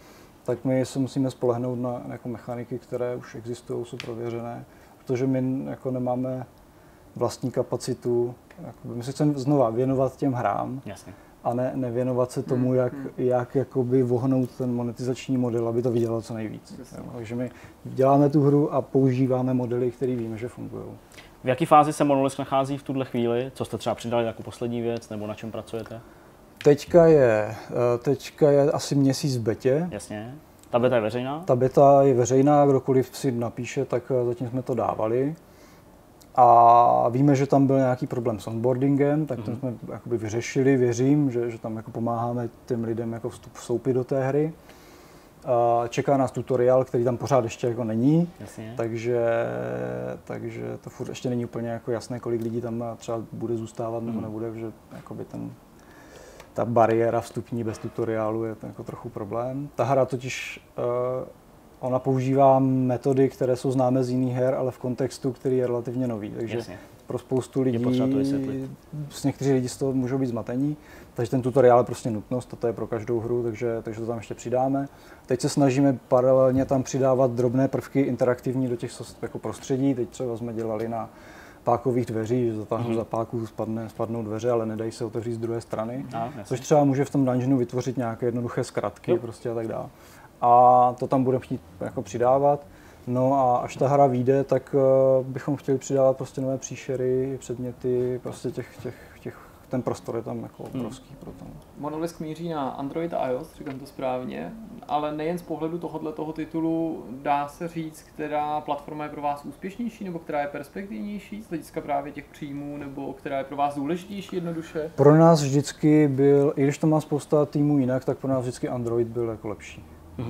tak my se musíme spolehnout na jako mechaniky, které už existují, jsou prověřené, protože my jako nemáme vlastní kapacitu. My se chceme znova věnovat těm hrám.
Jasně.
A nevěnovat se tomu, jak jakoby vohnout ten monetizační model, aby to vydělalo co nejvíc. Takže my děláme tu hru a používáme modely, které víme, že fungují.
V jaké fázi se Monolith nachází v tuhle chvíli? Co jste třeba přidali jako poslední věc, nebo na čem pracujete?
Teďka je asi měsíc v betě.
Jasně. Ta beta je veřejná?
Ta beta je veřejná, kdokoliv si napíše, tak zatím jsme to dávali. A víme, že tam byl nějaký problém s onboardingem, tak ten jsme jakoby vyřešili, věřím, že tam jako pomáháme těm lidem jako vstoupit do té hry. Čeká nás tutoriál, který tam pořád ještě jako není, takže to furt ještě není úplně jako jasné, kolik lidí tam třeba bude zůstávat nebo nebude, že jakoby ta bariéra vstupní bez tutoriálu je to jako trochu problém. Ta hra totiž ona používá metody, které jsou známé z jiných her, ale v kontextu, který je relativně nový. Takže pro spoustu lidí, někteří lidi z toho můžou být zmatení. Takže ten tutoriál je prostě nutnost, to je pro každou hru, takže to tam ještě přidáme. Teď se snažíme paralelně tam přidávat drobné prvky interaktivní do těch jako prostředí. Teď třeba jsme dělali na pákových dveří, že zatáhnu za páku, spadnou dveře, ale nedají se otevřít z druhé strany. Což třeba může v tom dungeonu vytvořit nějaké jednoduché zkratky prostě a tak dále. A to tam budeme chtít jako přidávat. No a až ta hra vyjde, tak bychom chtěli přidávat prostě nové příšery, předměty, prostě ten prostor je tam jako obrovský pro to.
Monolith míří na Android a iOS, říkám to správně, ale nejen z pohledu toho titulu dá se říct, která platforma je pro vás úspěšnější, nebo která je perspektivnější z hlediska právě těch příjmů, nebo která je pro vás důležitější jednoduše?
Pro nás vždycky byl, i když to má spousta týmů jinak, tak pro nás vždycky Android byl jako lepší.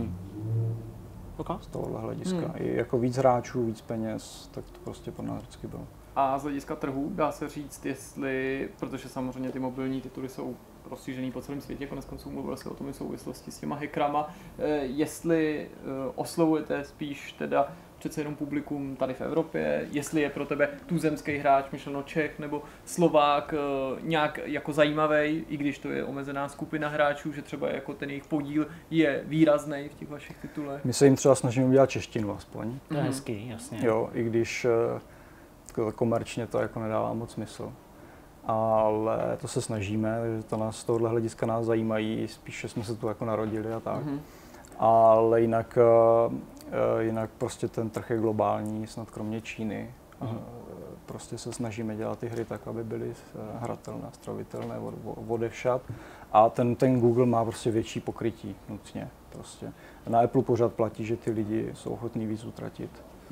Z tohohle hlediska. I jako víc hráčů, víc peněz, tak to prostě pro nás vždycky bylo.
A z hlediska trhu dá se říct, jestli, protože samozřejmě ty mobilní tituly jsou rozšířený po celém světě, koneckonců mluvil se o tom i v souvislosti s těma hackrama, jestli oslovujete spíš teda přece jenom publikum tady v Evropě, jestli je pro tebe tuzemský hráč, myšleno Čech nebo Slovák, nějak jako zajímavý, i když to je omezená skupina hráčů, že třeba jako ten jejich podíl je výrazný v těch vašich titulech.
My se jim třeba snažíme udělat češtinu aspoň.
To je hezký, jasně.
Jo, i když komerčně to jako nedává moc smysl. Ale to se snažíme, že to nás z tohohle hlediska nás zajímají, spíše jsme se tu jako narodili a tak. Ale jinak prostě ten trh je globální, snad kromě Číny. Prostě se snažíme dělat ty hry tak, aby byly hratelné, stravitelné odevšad. A ten Google má prostě větší pokrytí nutně. Prostě. Na Apple pořád platí, že ty lidi jsou ochotní víc utratit.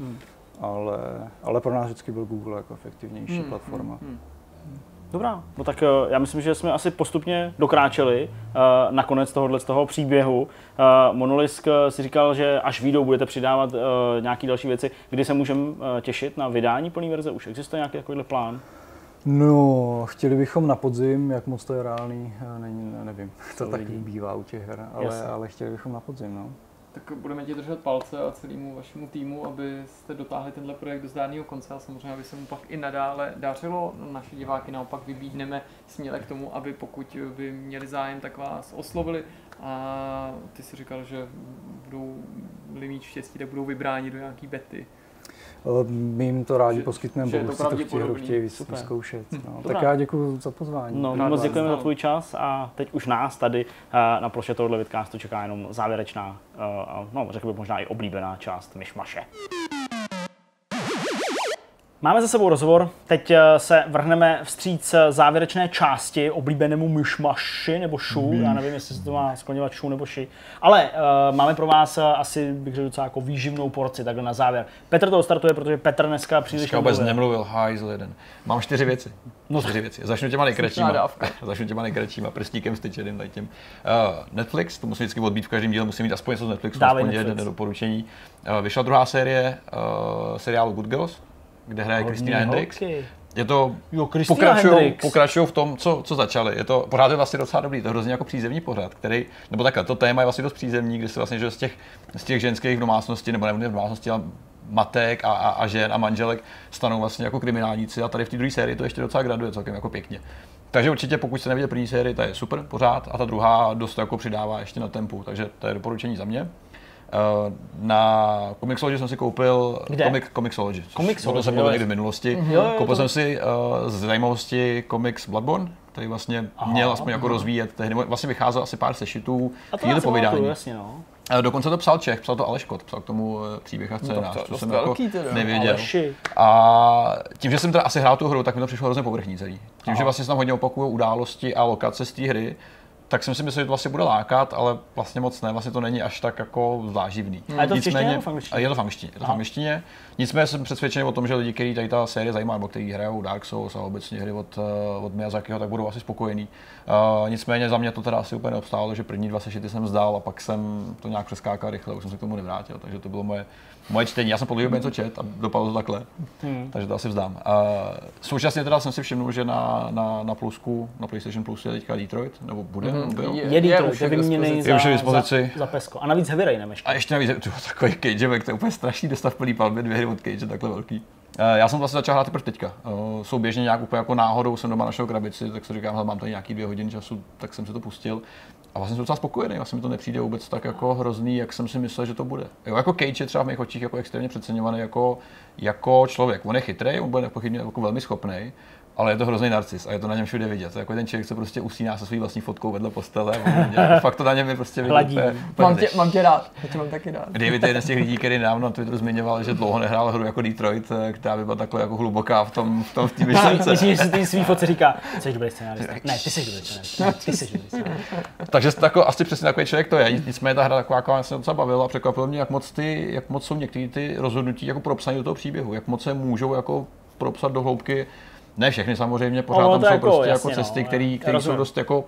Ale pro nás vždycky byl Google jako efektivnější platforma.
Dobrá, no tak já myslím, že jsme asi postupně dokráčeli na konec z toho příběhu. Monolisk si říkal, že až vyjdou, budete přidávat nějaké další věci. Kdy se můžeme těšit na vydání plné verze? Už existuje nějaký takovýhle plán?
No, chtěli bychom na podzim, jak moc to je reálný, nevím. To taky bývá u těch her, ale chtěli bychom na podzim, no.
Tak budeme ti držet palce a celému vašemu týmu, abyste dotáhli tenhle projekt do zdárného konce a samozřejmě, aby se mu pak i nadále dařilo. Naši diváky naopak vybídneme směle k tomu, aby pokud by měli zájem, tak vás oslovili. A ty si říkal, že budou-li mít štěstí, tak budou vybráni do nějaký bety.
My jim to rádi poskytneme, pokud si to chtějí vyzkoušet. No, tak já děkuji za pozvání.
No, moc děkujeme za tvůj čas a teď už nás tady na ploše tohohle vidcastu čeká jenom závěrečná, řekl bych možná i oblíbená část myšmaše. Máme za sebou rozhovor, teď se vrhneme vstříc závěrečné části oblíbenému myšmaši nebo šu, já nevím, jestli se to má skloňovat šu nebo ši, ale máme pro vás asi, bych řekl, docela jako výživnou porci, takhle na závěr. Petr to startuje, protože Petr dneska příliš
nemluvil, hajzl jeden. Mám 4 věci. Začnu těma nejkratšíma, prstíkem styčeným tady těm. Netflix, to musím vždycky odbít v každém díle, musím mít aspoň něco z Netflixu, aspoň jedno doporučení. Vyšla druhá série seriálu Good Girls, kde hraje Christina Hendricks. Je to, pokračují v tom, co začali. Je to pořád je vlastně docela dobrý, to je hrozně jako přízemní pořad, který, nebo takhle, to téma je vlastně dost přízemní, kdy se vlastně, že z těch ženských v domácnosti, nebo ne v domácnosti, ale matek a žen a manželek stanou vlastně jako kriminálníci a tady v té druhé sérii to ještě docela graduje celkem jako pěkně. Takže určitě, pokud jste neviděli první sérii, ta je super pořád a ta druhá dost jako přidává ještě na tempu, takže to je doporučení za mě. Na Comixology jsem si koupil Comixology. To jsem byl někdy v minulosti. Koupil jsem si z zajímavosti komiks Bloodborne, který vlastně měl aspoň jako rozvíjet tehdy. Vlastně vycházel asi pár sešitů, chvíli povídání. Dokonce to psal Čech, psal to Aleš Kot, psal k tomu příběh a scénář, to jsem jako nevěděl. A tím, že jsem teda asi hrál tu hru, tak mi to přišlo hrozně povrchní celý. Tím, že vlastně se tam hodně opakují události a lokace z té hry, tak jsem si myslel, že to vlastně bude lákat, ale vlastně moc ne, vlastně to není až tak jako záživný.
A je to v češtině nebo v angličtině?
Je to v angličtině. Nicméně jsem přesvědčený o tom, že lidi, kteří tady ta série zajímá, nebo kteří hrajou Dark Souls a obecně hry od Miyazakiho, tak budou asi spokojení. Nicméně za mě to teda asi úplně neobstálo, že první 2 sešity jsem vzdal a pak jsem to nějak přeskákal rychle, už jsem se k tomu nevrátil, takže to bylo moje čtení. Já jsem podle něco čet a dopadlo to takhle, takže to asi vzdám. Současně teda jsem si všiml, že na Plusku, na PlayStation Plus je teďka Detroit, nebo bude?
Je Detroit, je vyměněný za pesko. A navíc Heavy Rainem ještě.
A ještě navíc takový Cageovek, to je úplně strašný dostav plný palbě, 2 hry od Cage, takhle velký. Já jsem vlastně začal hrát teprve teďka. Souběžně nějak úplně jako náhodou jsem doma našel krabici, tak si říkám, mám tady nějaký 2 hodiny času, tak jsem si to pustil. A vlastně jsem docela spokojený, vlastně mi to nepřijde vůbec tak jako hrozný, jak jsem si myslel, že to bude. Jo, jako Cage je třeba v mých očích jako extrémně přeceňovaný jako člověk. On je chytrý, on bude nepochybně jako velmi schopný, ale je to hrozný narcis a je to na něm všude vidět. Jako ten člověk se prostě usíná se svou vlastní fotkou vedle postele. Fakt to na něm je prostě vidět.
Mám tě rád, já tě mám taky rád.
David je jeden z těch lidí, který dávno na Twitteru zmiňoval, že dlouho nehrál hru jako Detroit, která by byla takhle jako hluboká v té myšlence.
Myslím, že si ty svý fotce říká, jsi dobrý scénárista. Ne, ty jsi dobrý scénárista.
Takže jako, asi přesně takový člověk to je. Nicméně ta hra taková se docela bavila a překvapilo mě, jak moc jsou některé ty rozhodnutí jako propsané do toho příběhu, jak moc se můžou jako propsat do hloubky. Ne všechny samozřejmě, pořád tam jsou jako, prostě jasně, jako cesty, které jsou dost jako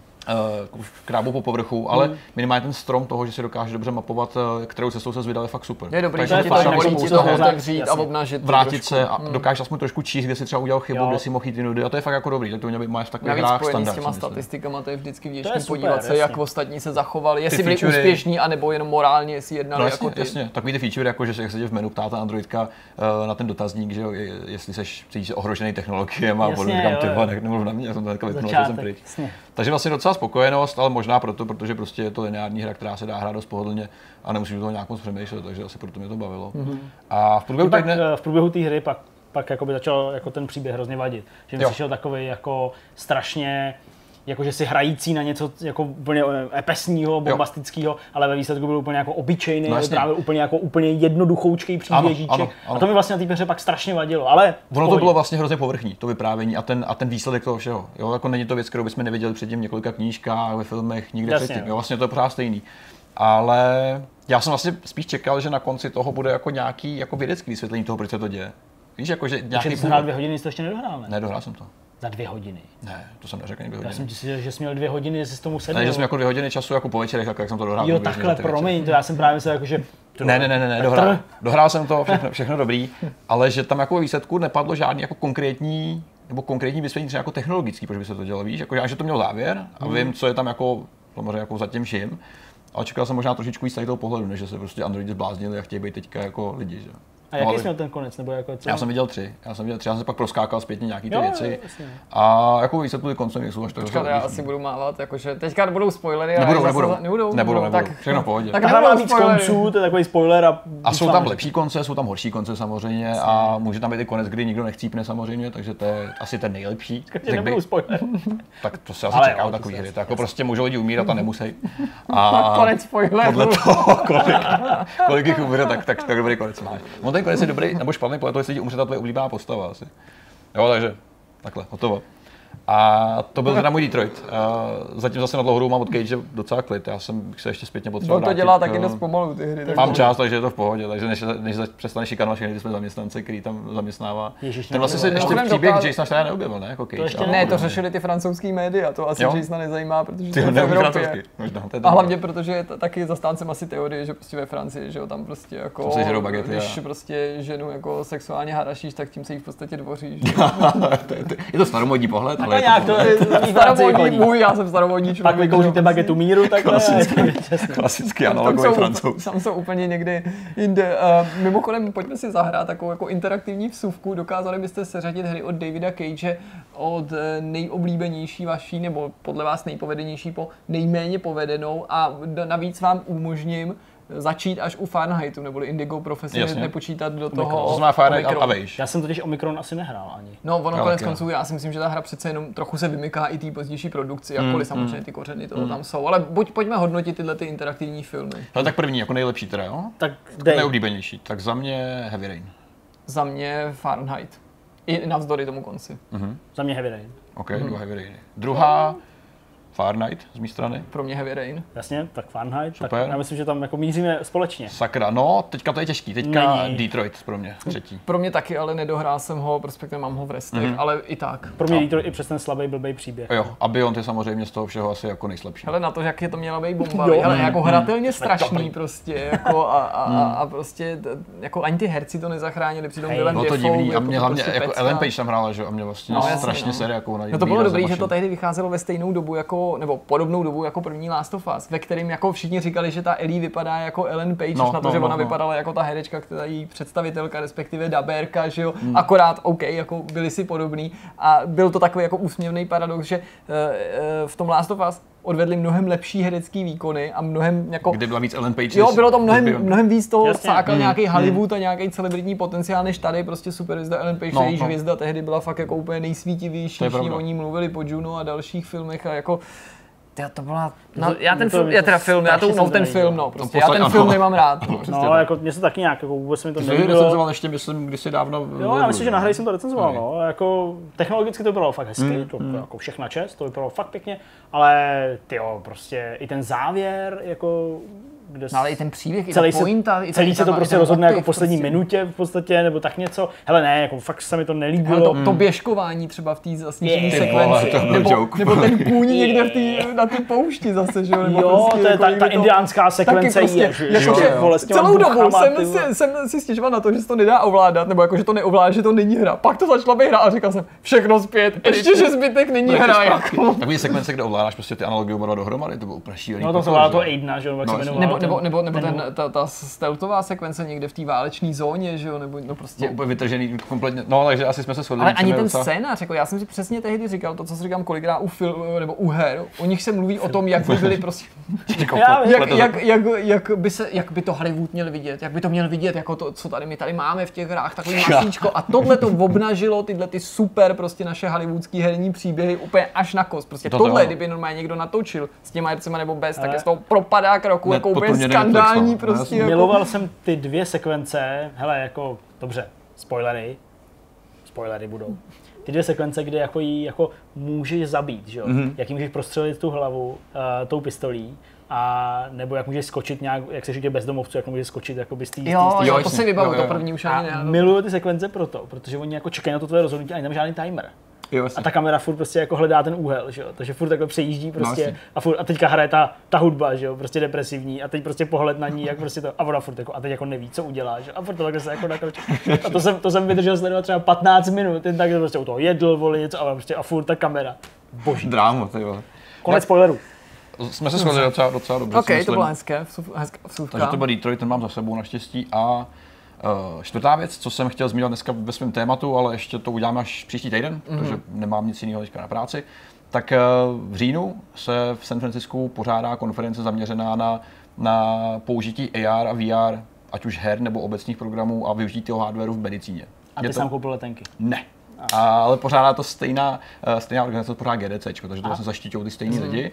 krábou po povrchu, ale minimálně ten strom toho, že si dokáže dobře mapovat, kterou cestou se vydal, je fakt super.
Je dobrý, že ti to dovolí ti toho otevřít a obnažit.
Vrátit se a dokážeš aspoň trošku číst, kde si třeba udělal chybu, kde si mohl jít jinudy a to je fakt jako dobrý, tak to měl být v takových hrách standard.
S těma statistikama to je vždycky vděčný podívat se, jak ostatní se zachovali, jestli byli úspěšní, anebo jenom morálně, jestli jednali jako ty.
Jasně, takový ty feature, jako že jak se tě v menu ptá ta androidka na ten dotazník, že jestli seš ohrožený technologiemi a podobně, říkám, ty vole, nemluv na mě, já jsem to vypnul, že jsem pryč. Takže vlastně docela spokojenost, ale možná proto, protože prostě je to lineární hra, která se dá hrát dost pohodlně a nemusíš do toho nějak moc přemýšlet, takže asi proto mě to bavilo. A v průběhu
té hry pak jakoby začal jako ten příběh hrozně vadit, že mi přišel takový jako strašně jakože si hrající na něco jako úplně epesního, bombastického, ale ve výsledku byl úplně jako obyčejný, právě úplně jednoduchoučký příběžíček. A to mi vlastně na té hře pak strašně vadilo, ale
ono to bylo vlastně hrozně povrchní, to vyprávění a ten výsledek toho všeho. Jo, jako není to věc, kterou bychom neviděli předtím v několika knížkách, ve filmech, nikde předtím. Jo, vlastně to je pořád stejný. Ale já jsem vlastně spíš čekal, že na konci toho bude jako nějaký jako vědecký vysvětlení toho, proč se to děje. Víš, jako že nějaký
půl... 2 hodiny jsi to ještě nedohrál, ne?
Nedohrál jsem to.
Za 2 hodiny?
Ne, to jsem neřekl ani 2 hodiny.
Já jsem ti si, že jsi měl 2 hodiny, že jsi tomu sedl.
Ne, že jsem jako 2 hodiny času jako po večerech, tak jak jsem to dohrál.
Jo, takhle, promiň, to já jsem právě myslel jako, že...
Ne, dohrál jsem to, všechno dobrý, ale že tam jako výsledku nepadlo žádný jako konkrétní vysvětlení třeba jako technologický, proč by se to dělalo, víš, jako že to měl závěr a vím, co je tam jako samozřejmě jako za tím vším. Ale čekal jsem možná trošičku víc z toho pohledu, než že se prostě androidi zbláznili a chtějí být teďka jako lidi, že?
A jaký jsi měl ten konec, nebo jako co?
Já jsem viděl 3, já jsem se pak proskákal zpětně nějaký ty věci. A jako výsledku ty konce nejsou až tak.
Počkat, já asi budu mávat, jakože teďka budou spoilery.
Nebudou, všechno v pohodě.
Tak hra má víc konců, to je takový spoiler
a jsou tam lepší konce, jsou tam horší konce samozřejmě a může tam být i konec, kdy nikdo nechcípne samozřejmě, takže to je asi ten nejlepší.
Nebudou spoiler.
Tak to se asi čeká u takových hry, jako prostě můžou lidi umírat a nemusí.
A konec spoiler.
Podle toho, kolik jich umře, tak dobrý konec máš. Ten konec je dobrý nebo špatný, podle toho, jestli ti umře ta tvoje oblíbená postava asi. Jo, takže takhle, hotovo. A to byl teda můj Detroit. Zatím zase na dlouhou mám od Cage docela klid, já jsem se ještě zpětně potřeboval
vrátit. To dělá taky dost pomalu ty hry.
Mám čas, takže je to v pohodě, takže než přestane šikanovat všechny ty své zaměstnance, který tam zaměstnává. Ten vlastně se ještě příběh Jasona Schreiera neobjevil, ne? Jako Cage.
Ne, to řešili ty francouzský média, to asi Jasona nezajímá, protože to je v Evropě. A hlavně protože je taky zastáncem asi teorie, že prostě ve Francii, že jo, tam prostě jako když prostě ženu jako sexuálně harašíš, tak tím se jí v podstatě dvoříš.
Je to staromodní pohled,
ale to je
staromodní můj, já jsem staromodní člověk.
Pak vykouříte bagetu míru, takhle.
Klasický analogový Francouz.
Tam jsou úplně někdy jinde. Mimochodem, pojďme si zahrát takovou jako interaktivní vsuvku. Dokázali byste seřadit hry od Davida Cage od nejoblíbenější vaší, nebo podle vás nejpovedenější po nejméně povedenou a navíc vám umožním začít až u Fahrenheitu, neboli Indigo Prophecy, nepočítat do toho.
To znamená Fahrenheit a vejš.
Já jsem totiž Omikron asi nehrál ani.
No, ono konec konců, já si myslím, že ta hra přece jenom trochu se vymyká i té pozdější produkci, jakkoliv samozřejmě ty kořeny toho tam jsou, ale pojďme hodnotit tyhle ty interaktivní filmy.
Ale tak první, jako nejlepší teda, jo?
Tak
nejoblíbenější. Tak za mě Heavy Rain.
Za mě Fahrenheit. I navzdory tomu konci.
Za mě Heavy Rain.
OK, dva Heavy Rainy. Druhá Fahrenheit z mé strany.
Pro mě Heavy Rain.
Jasně, tak Fahrenheit.
Super.
Tak já myslím, že tam jako míříme společně.
Sakra, no, teďka to je těžký. Teďka Detroit pro mě, třetí.
Pro mě taky, ale nedohrál jsem ho, respektive mám ho v restech, ale i tak.
Pro mě Detroit i přes ten slabý blbý příběh.
Jo, a Beyond je samozřejmě z toho všeho asi jako nejslabší.
Hele na to, jak je to měla být bomba. Ale jako hratelně strašný prostě, jako a prostě jako ani ty herci to nezachránili, přitom Willem
Dafoe.
Bylo
to divný, a mě hlavně jako Ellen Page tam hrála, že a mě vlastně strašně série jako
no to bylo dobrý, že to tehdy vycházelo ve stejnou dobu jako, nebo podobnou dobu jako první Last of Us, ve kterým jako všichni říkali, že ta Ellie vypadá jako Ellen Page, na to, že ona vypadala jako ta herečka, která její představitelka, respektive dabérka, že jo, akorát OK, jako byli si podobný a byl to takový jako úsměvný paradox, že v tom Last of Us odvedli mnohem lepší herecký výkony a mnohem jako...
Kde byla víc Ellen Page.
Jo, bylo to mnohem víc toho sákal nějaký Hollywood a nějaký celebritní potenciál než tady, prostě superhvězda Ellen Page, jejíž hvězda tehdy byla fakt jako úplně nejsvítivější, všichni o ní mluvili po Juno a dalších filmech a jako to byla, já ten film nemám rád.
No, jako mě se taky nějak, jako vůbec mi to
nelíbilo. Ty jsi recenzoval ještě, myslím, kdysi dávno.
Jo, já myslím, že na hry jsem to recenzoval, no. Jako technologicky to bylo fakt hezky, to jako všechna čest, to vypadalo fakt pěkně, ale tyjo, prostě i ten závěr, jako
no, ale i ten příběh, i ta pointa,
celý se to prostě rozhodne jako v poslední minutě v podstatě, nebo tak něco. Hele ne, jako fakt se mi to nelíbilo.
To běžkování třeba v té zasněžené sekvenci, nebo ten kůň někde na té poušti zase, že jo?
Jo, to je ta indiánská sekvence,
celou dobu jsem si stěžoval na to, že se to nedá ovládat, nebo jako, že to neovládá, že to není hra. Pak to začala být hra a říkal jsem, všechno zpět, ještě že zbytek není hra.
Takový sekvence, kde ovládáš prostě ty analogy oba dohromady, to bylo úplně šílený.
No to se ovládá to Aidena, že jo, jak se jmenoval.
Nebo ta stealthová sekvence někde v té váleční zóně, že jo, nebo no prostě...
Úplně vytržený kompletně, no takže asi jsme se shodli.
Ale ani ten scénář, jako já jsem si přesně tehdy říkal, to co si říkám kolikrát u filmů nebo u her, o nich se mluví o tom, jak by byly prostě... jak by to Hollywood měl vidět, jak by to měl vidět, jako to, co my tady máme v těch hrách, takový masíčko a tohle to obnažilo tyhle ty super prostě naše hollywoodský herní příběhy úplně až na kost. Prostě tohle, kdyby normálně někdo natočil s těma hercema nebo bez, tak je z toho propadá roku, jako úplně skandální prostě. Jako...
Miloval jsem ty dvě sekvence, hele jako, dobře, spoilery budou. Ty dvě sekvence, kde jako jí jako můžeš zabít, že jo? Jak jí můžeš prostřelit tu hlavu tou pistolí, a nebo jak můžeš skočit nějak, jak se říká bezdomovců, jak můžeš skočit jakoby z té
Jo, to si vybavu, to první už ani ne.
Miluju ty sekvence protože oni jako čekají na to tvoje rozhodnutí a není tam žádný timer.
Jo,
a ta kamera furt prostě jako hledá ten úhel, že jo? Takže furt takhle přejíždí prostě a teďka hraje ta hudba, že jo? Prostě depresivní a teď prostě pohled na ní, jak prostě to a ona furt jako a teď jako neví, co udělá, že? A furt to takhle se jako nakročí. A to jsem vydržel sledovat třeba 15 minut, ten tak prostě u toho jedl, voli něco a prostě a furt ta kamera. Boží.
Drámo, ty vole.
Konec spoilerů.
Jsme se shodli docela dobře.
OK, to bylo hezké, vsuvka.
Takže to byl Detroit, ten mám za sebou naštěstí a čtvrtá věc, co jsem chtěl zmínit dneska ve svém tématu, ale ještě to uděláme až příští týden, protože nemám nic jiného teďka na práci, tak v říjnu se v San Francisku pořádá konference zaměřená na použití AR a VR, ať už her nebo obecných programů a využití toho hardwareu v medicíně.
A ty sám koupil letenky?
Ne. Ale pořádá to stejná organizace, pořádá GDCčko, takže to vlastně zaštiťují ty stejní lidi.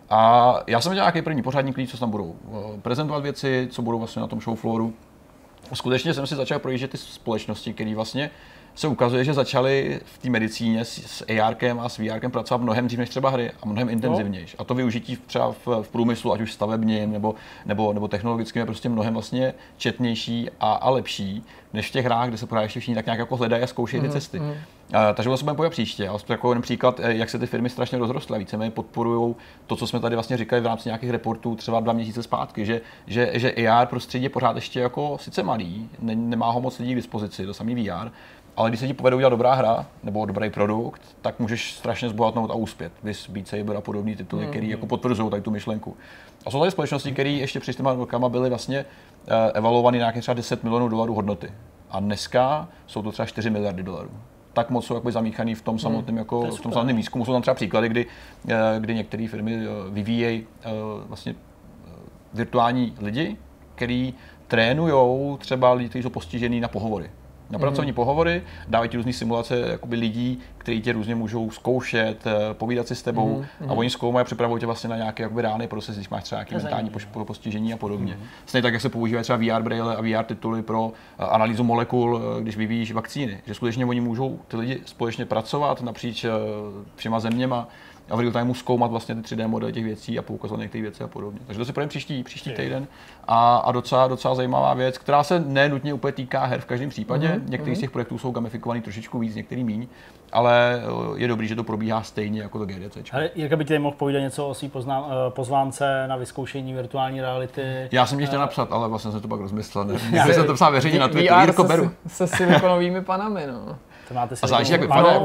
A já jsem dělal nějaký první pořádník lidí, co tam budou prezentovat věci, co budou vlastně na tom show flooru. Skutečně jsem si začal projíždět ty společnosti, které vlastně se ukazuje, že začaly v té medicíně s ARkem a s VRkem pracovat mnohem dřív než třeba hry a mnohem intenzivnější. A to využití třeba v průmyslu, ať už stavebním nebo technologickým, je prostě mnohem vlastně četnější a lepší než v těch hrách, kde se právě ještě všichni tak nějak jako hledají a zkoušejí ty cesty. Takže vlastně budeme pojít příště. Ale jako jeden příklad, jak se ty firmy strašně rozrostly a víceméně podporují to, co jsme tady vlastně říkali v rámci nějakých reportů třeba 2 měsíce zpátky, že AR prostředí je pořád ještě jako sice malý, nemá ho moc lidí k dispozici, to samý VR, ale když se ti povede udělat dobrá hra nebo dobrý produkt, tak můžeš strašně zbohatnout a uspět. Vys Beat Saber a podobný tituly, které jako potvrzují tady tu myšlenku. A jsou tady společnosti, které ještě před těma rokama byly vlastně evaluovány nějaké třeba $10 milionů hodnoty. A dneska jsou to třeba $4 miliardy. Tak moc jsou zamíchaný v tom samotném v tom samotném výzkumu. Jsou tam třeba příklady, kdy některé firmy vyvíjejí vlastně virtuální lidi, který trénujou třeba lidi, kteří jsou postižený na pohovory. Na pracovní pohovory, dávají ti různé simulace jakoby lidí, kteří tě různě můžou zkoušet, povídat si s tebou a oni zkoumají a připravují tě vlastně na nějaký jakoby reálný proces, když máš třeba nějaké mentální postižení a podobně. Stejně tak, jak se používají třeba VR braille a VR tituly pro analýzu molekul, když vyvíjíš vakcíny. Že skutečně oni můžou ty lidi společně pracovat napříč všema zeměma a v real timeu zkoumat vlastně ty 3D modely těch věcí a poukazovat některé věci a podobně. Takže to si pojďme příští týden a docela zajímavá věc, která se nenutně úplně týká her v každém případě. Některý z těch projektů jsou gamifikovaný trošičku víc, některý míň, ale je dobrý, že to probíhá stejně jako to GDC.
Ale jak by ti mohl povídat něco o svý pozvánce na vyzkoušení virtuální reality?
Já jsem ti chtěl napsat, ale vlastně jsem to pak rozmyslel. Já jsem to psal veřejně na Twitteru. Jirko, beru.
Se silikonovými panami, no.
To máte
a záleží, jak vypadá,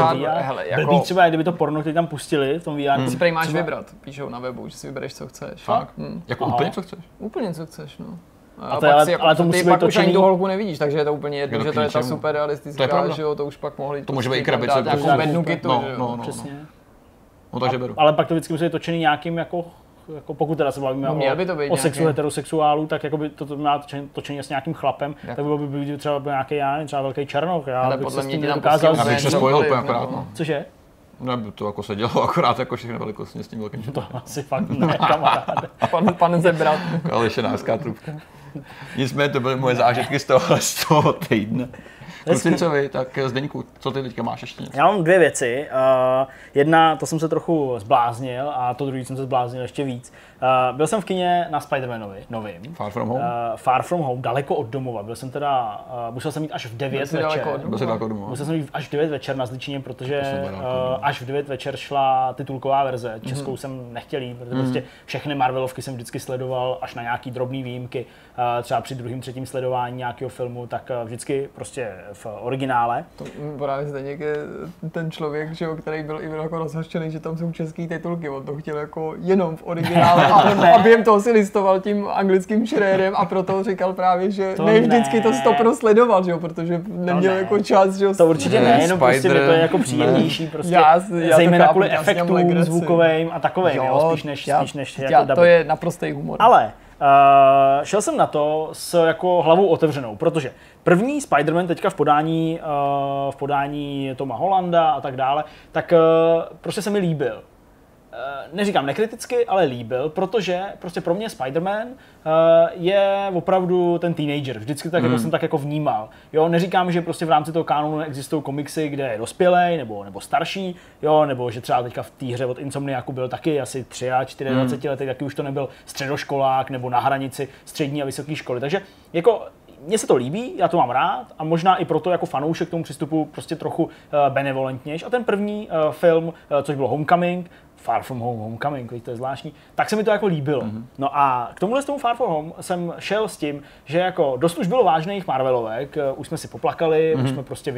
blbý třeba, kdyby to porno, který tam pustili v tom VR.
Si prej máš vybrat, píšou na webu, že si vybereš, co chceš.
Fakt? Jako úplně co chceš?
Úplně co chceš, no.
Ale to musí být
točený. Už ani tu holku nevidíš, takže je to úplně jedno, že to je ta super realistická, že jo, to už pak mohli...
To může být i krabice.
Nějakou bednu kytu, že jo.
Přesně.
No takže beru.
Ale pak to vždycky musí být točený nějakým jako pokud teda se bavíme o sexu heterosexuálu, tak jako by to má točení s nějakým chlapem, tak by byl třeba nějaký třeba velký černoch.
Ale podle mě ti tam dokázal
abych se spojil úplně akorát.
Cože?
Ne, to jako se dělalo akorát jako všechny velikostně s tím velkým černoch.
To asi fakt ne, kamaráde.
Pan Zebrat.
Alešenářská trubka. Nicméně to byly moje zážitky z toho týdne. Klucincovi, tak Zdeňku, co ty teďka máš ještě něco?
Já mám dvě věci. Jedna, to jsem se trochu zbláznil a to druhý jsem se zbláznil ještě víc. Byl jsem v kině na Spider-Manovi, novým.
Far From Home?
Far From Home, daleko od domova. Byl jsem teda, musel jsem jít až v 9 večer. Musel jsem jít až v 9 večer na Zličině, protože až v 9 večer šla titulková verze. Českou jsem nechtěl jít, protože prostě všechny Marvelovky jsem vždycky sledoval až na nějaký drobný výjimky. Třeba při druhém, třetím sledování nějakého filmu, tak vždycky prostě v originále.
To právě Zdeněk je ten člověk, že jo, který byl jako rozhořčený, že tam jsou české titulky. On to chtěl jako jenom v originále, a během toho si listoval tím anglickým šrérem a proto říkal právě, že ne vždycky to stopro sledoval, že jo, protože neměl jako čas, že jo.
To určitě ne, jenom prostě mi to je jako příjemnější, prostě zejména kvůli efektům zvukovým a takovým, jo, spíš než jako dubbing.
To je naprostý humor.
Ale šel jsem na to s jako hlavou otevřenou, protože první Spider-Man teďka v podání Toma Hollanda a tak dále, tak prostě se mi líbil. Neříkám nekriticky, ale líbil, protože prostě pro mě Spider-Man je opravdu ten teenager. Vždycky tak jako jsem tak jako vnímal. Jo, neříkám, že prostě v rámci toho kanonu neexistují komiksy, kde je dospělej nebo starší, jo, nebo že třeba teďka v té hře od Insomniacu byl taky asi 23 letech, taky už to nebyl středoškolák nebo na hranici střední a vysoké školy. Takže jako mně se to líbí, já to mám rád a možná i proto jako fanoušek k tomu přistupu prostě trochu benevolentnější. A ten první film, což byl Homecoming, Far From Home, Homecoming, to je zvláštní, tak se mi to jako líbilo. No a k tomuhle z tomu Far From Home jsem šel s tím, že jako dost už bylo vážných Marvelovek, už jsme si poplakali, už jsme prostě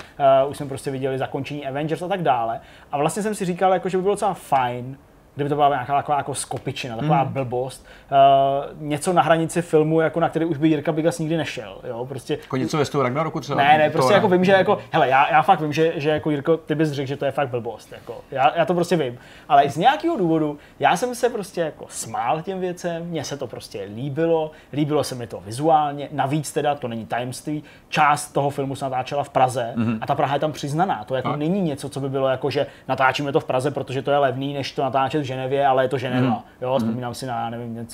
viděli zakončení Avengers a tak dále. A vlastně jsem si říkal, jako, že by bylo docela fajn, kdyby to byla nějaká taková jako skopičina, taková blbost, něco na hranici filmu, jako na který už by Jirka Bigas nikdy nešel, jo, prostě.
Jako něco ve stylu Ragnaroku třeba?
Ne, prostě jako vím, že jako, hele, já fakt vím, že jako Jirko, ty bys řekl, že to je fakt blbost, jako, já to prostě vím, ale z nějakého důvodu, já jsem se prostě jako smál těm věcem, mně se to prostě líbilo se mi to vizuálně, navíc teda, to není tajemství, část toho filmu se natáčela v Praze a ta Praha je tam přiznaná, to jako není něco, co by bylo jako, že natáčíme to v Praze, protože to je levný, než to natáčet v Ženevě, ale je to Ženeva. Jo, vzpomínám si na, nevím,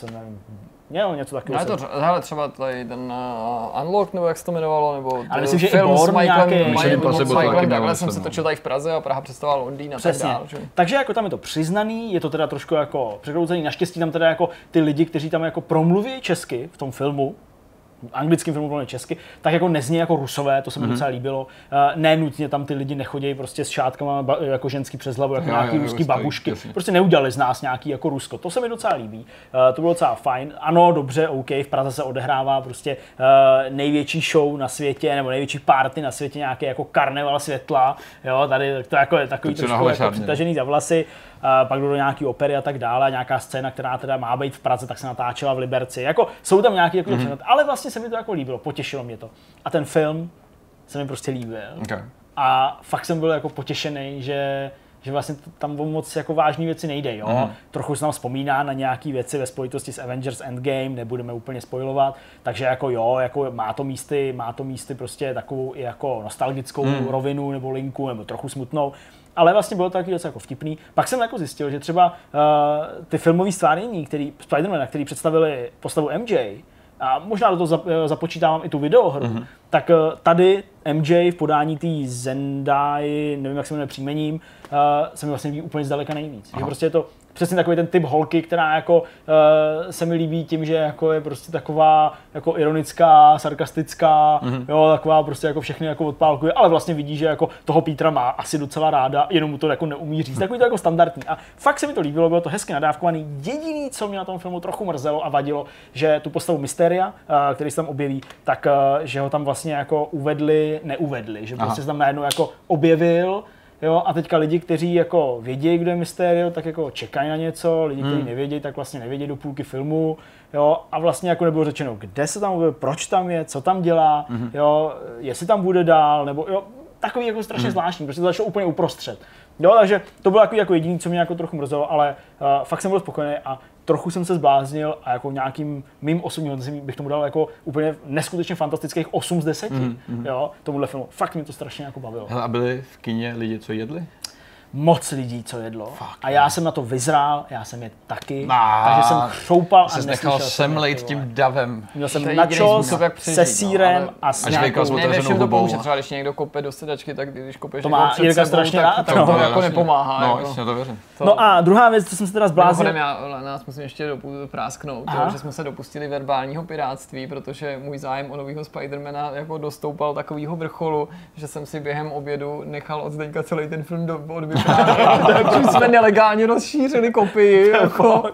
něco takového.
No hele, třeba tady ten Unlock, nebo jak se to jmenovalo, nebo
ale myslím, že i Bourne nějaký.
Takhle jsem se točil tady v Praze a Praha představoval Londýn a tak dál.
Takže jako tam je to přiznaný, je to teda trošku jako překroucený, naštěstí tam teda jako ty lidi, kteří tam jako promluví česky v tom filmu, anglickým filmu plně česky, tak jako nezní jako Rusové, to se mi docela líbilo. Ne nutně tam ty lidi nechodí prostě s šátkama jako ženský přes hlavu, jako nějaký ruský babušky. Prostě neudělali z nás nějaký jako Rusko. To se mi docela líbí. To bylo docela fajn. Ano, dobře, OK, v Praze se odehrává prostě největší show na světě, nebo největší party na světě, nějaký jako karneval světla. Jo, tady to jako je takový trošku jako přitažený za vlasy. Pak do nějaký opery a tak dále, nějaká scéna, která teda má být v Praze, tak se natáčela v Liberci. Jako jsou tam nějaký jako ale vlastně se mi to jako líbilo, potěšilo mě to. A ten film se mi prostě líbil. Okay. A fakt jsem byl jako potěšený, že že vlastně tam o moc jako vážné věci nejde, jo. Trochu se tam vzpomíná na nějaké věci ve spojitosti s Avengers Endgame, nebudeme úplně spoilovat, takže jako jo, jako má to místy prostě takovou i jako nostalgickou rovinu nebo linku, nebo trochu smutnou. Ale vlastně bylo to taky docela jako vtipný. Pak jsem jako zjistil, že třeba ty filmové stvárnění, Spider-Mana, který představili postavu MJ, a možná do toho započítávám i tu videohru, tak tady MJ v podání té Zendai, nevím, jak se jmenuje příjmením, se mi vlastně líbí úplně zdaleka nejvíc. Že prostě je to přesně takový ten typ holky, která jako se mi líbí tím, že jako je prostě taková jako ironická, sarkastická, jo, taková prostě jako všechny jako odpálkuje, ale vlastně vidí, že jako toho Petra má asi docela ráda, jenom mu to jako neumí říct. Takový to jako standardní. A fakt se mi to líbilo, bylo to hezky nadávkovaný. Jediný, co mě na tom filmu trochu mrzelo a vadilo, že tu postavu Mysteria, který se tam objeví, tak že ho tam vlastně jako neuvedli, že prostě se tam najednou jako objevil. Jo, a teďka lidi, kteří jako vědí, kdo je Mysterio, tak jako čekají na něco, lidi, kteří nevědí, tak vlastně nevědí do půlky filmu, jo, a vlastně jako nebylo řečeno, kde se tam bude, proč tam je, co tam dělá, jo, jestli tam bude dál, nebo jo, takový jako strašně zvláštní, protože to začalo úplně uprostřed. Jo, takže to bylo jako jediný, co mě jako trochu mrzelo, ale fakt jsem byl spokojený a trochu jsem se zbláznil a jako nějakým mým osobním hodnocením bych tomu dal jako úplně neskutečně fantastických 8 z 10, jo, tomuhle filmu. Fakt mě to strašně jako bavilo.
Hele, a byli v kině lidi, co jedli?
Moc lidí, co jedlo. Fakt, a já jsem na to vyzrál, já jsem je taky, takže jsem chroupal a neslyšel
nechal semlejt tím davem.
Měl jsem nachos se sýrem a s nějakou...
Nevím, to pomůže, třeba když někdo kope do sedačky, tak když kopeš
to má Jirka strašně rád,
to jako nepomáhá.
No, jasně, to věřím.
No a druhá věc, co jsem se teda zbláznil...
Nás musím ještě prásknout, že jsme se dopustili verbálního pirátství, protože můj zájem o nového Spidermana jako dostoupal takového vrcholu, že jsem si během obědu nechal od Zdeňka celý ten film odvyprávět. Takže jsme nelegálně rozšířili kopii jako,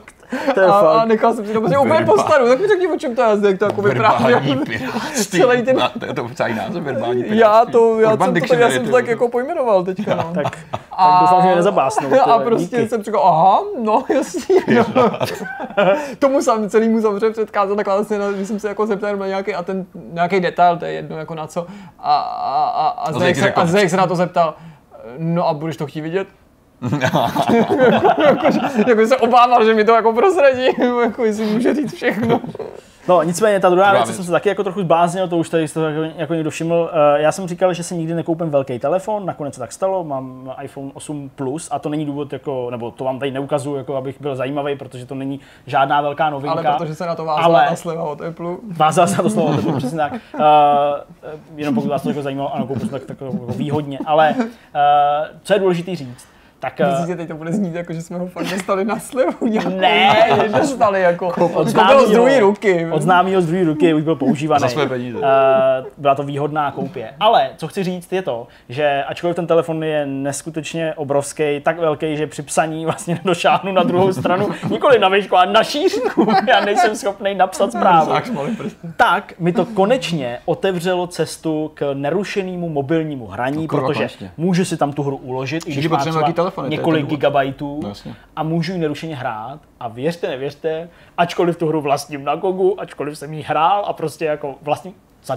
a nechal jsem si to prostě úplně postaru, tak mi řekni, o čem to je, Zdeňk, to jako vyprávět.
Verbální pirátství, to je to celý název, verbální pirátství.
Já jsem to tak jako pojmenoval teďka, no.
Tak doufám, že je nezabásnou.
A prostě jsem říkal, aha, no jasně. Tomu celému samozřejmě předkázat, tak vlastně, když jsem se jako zeptal na nějaký detail, to je jedno jako na co, a Zdeněk se na to zeptal, no a budeš to chtít vidět? jako se obával, že mi to jako prozradí, jako jestli může říct všechno.
No nicméně ta druhá věc, jsem se taky jako trochu zbláznil, to už tady to jako někdo všiml. Já jsem říkal, že si nikdy nekoupím velký telefon, nakonec se tak stalo, mám iPhone 8 Plus a to není důvod, jako, nebo to vám tady neukazuju, jako abych byl zajímavý, protože to není žádná velká novinka.
Ale protože se na to vázala ta sleva od Apple.
Vázala se na to slova od Apple, přesně tak. Jenom pokud vás to jako zajímalo, ano, koupil jsem tak jako výhodně, ale co je důležitý říct, tak...
Myslíte, teď to bude znít jako, že jsme ho fakt dostali na slevu?
Ne,
dostali jako od známýho z druhé ruky.
Od známýho z druhé ruky už byl používaný.
Za své peníze.
Byla to výhodná koupě. Ale co chci říct je to, že ačkoliv ten telefon je neskutečně obrovský, tak velký, že při psaní vlastně nedošáhnu na druhou stranu, nikoli na výšku, ale na šířku. Já nejsem schopný napsat zprávu. Tak mi to konečně otevřelo cestu k nerušenému mobilnímu hraní, protože můžu si tam tu hru uložit, i když má třeba několik gigabajtů a můžu ji nerušeně hrát a věřte, nevěřte, ačkoliv tu hru vlastním na Gogu, ačkoliv jsem ji hrál a prostě jako vlastním za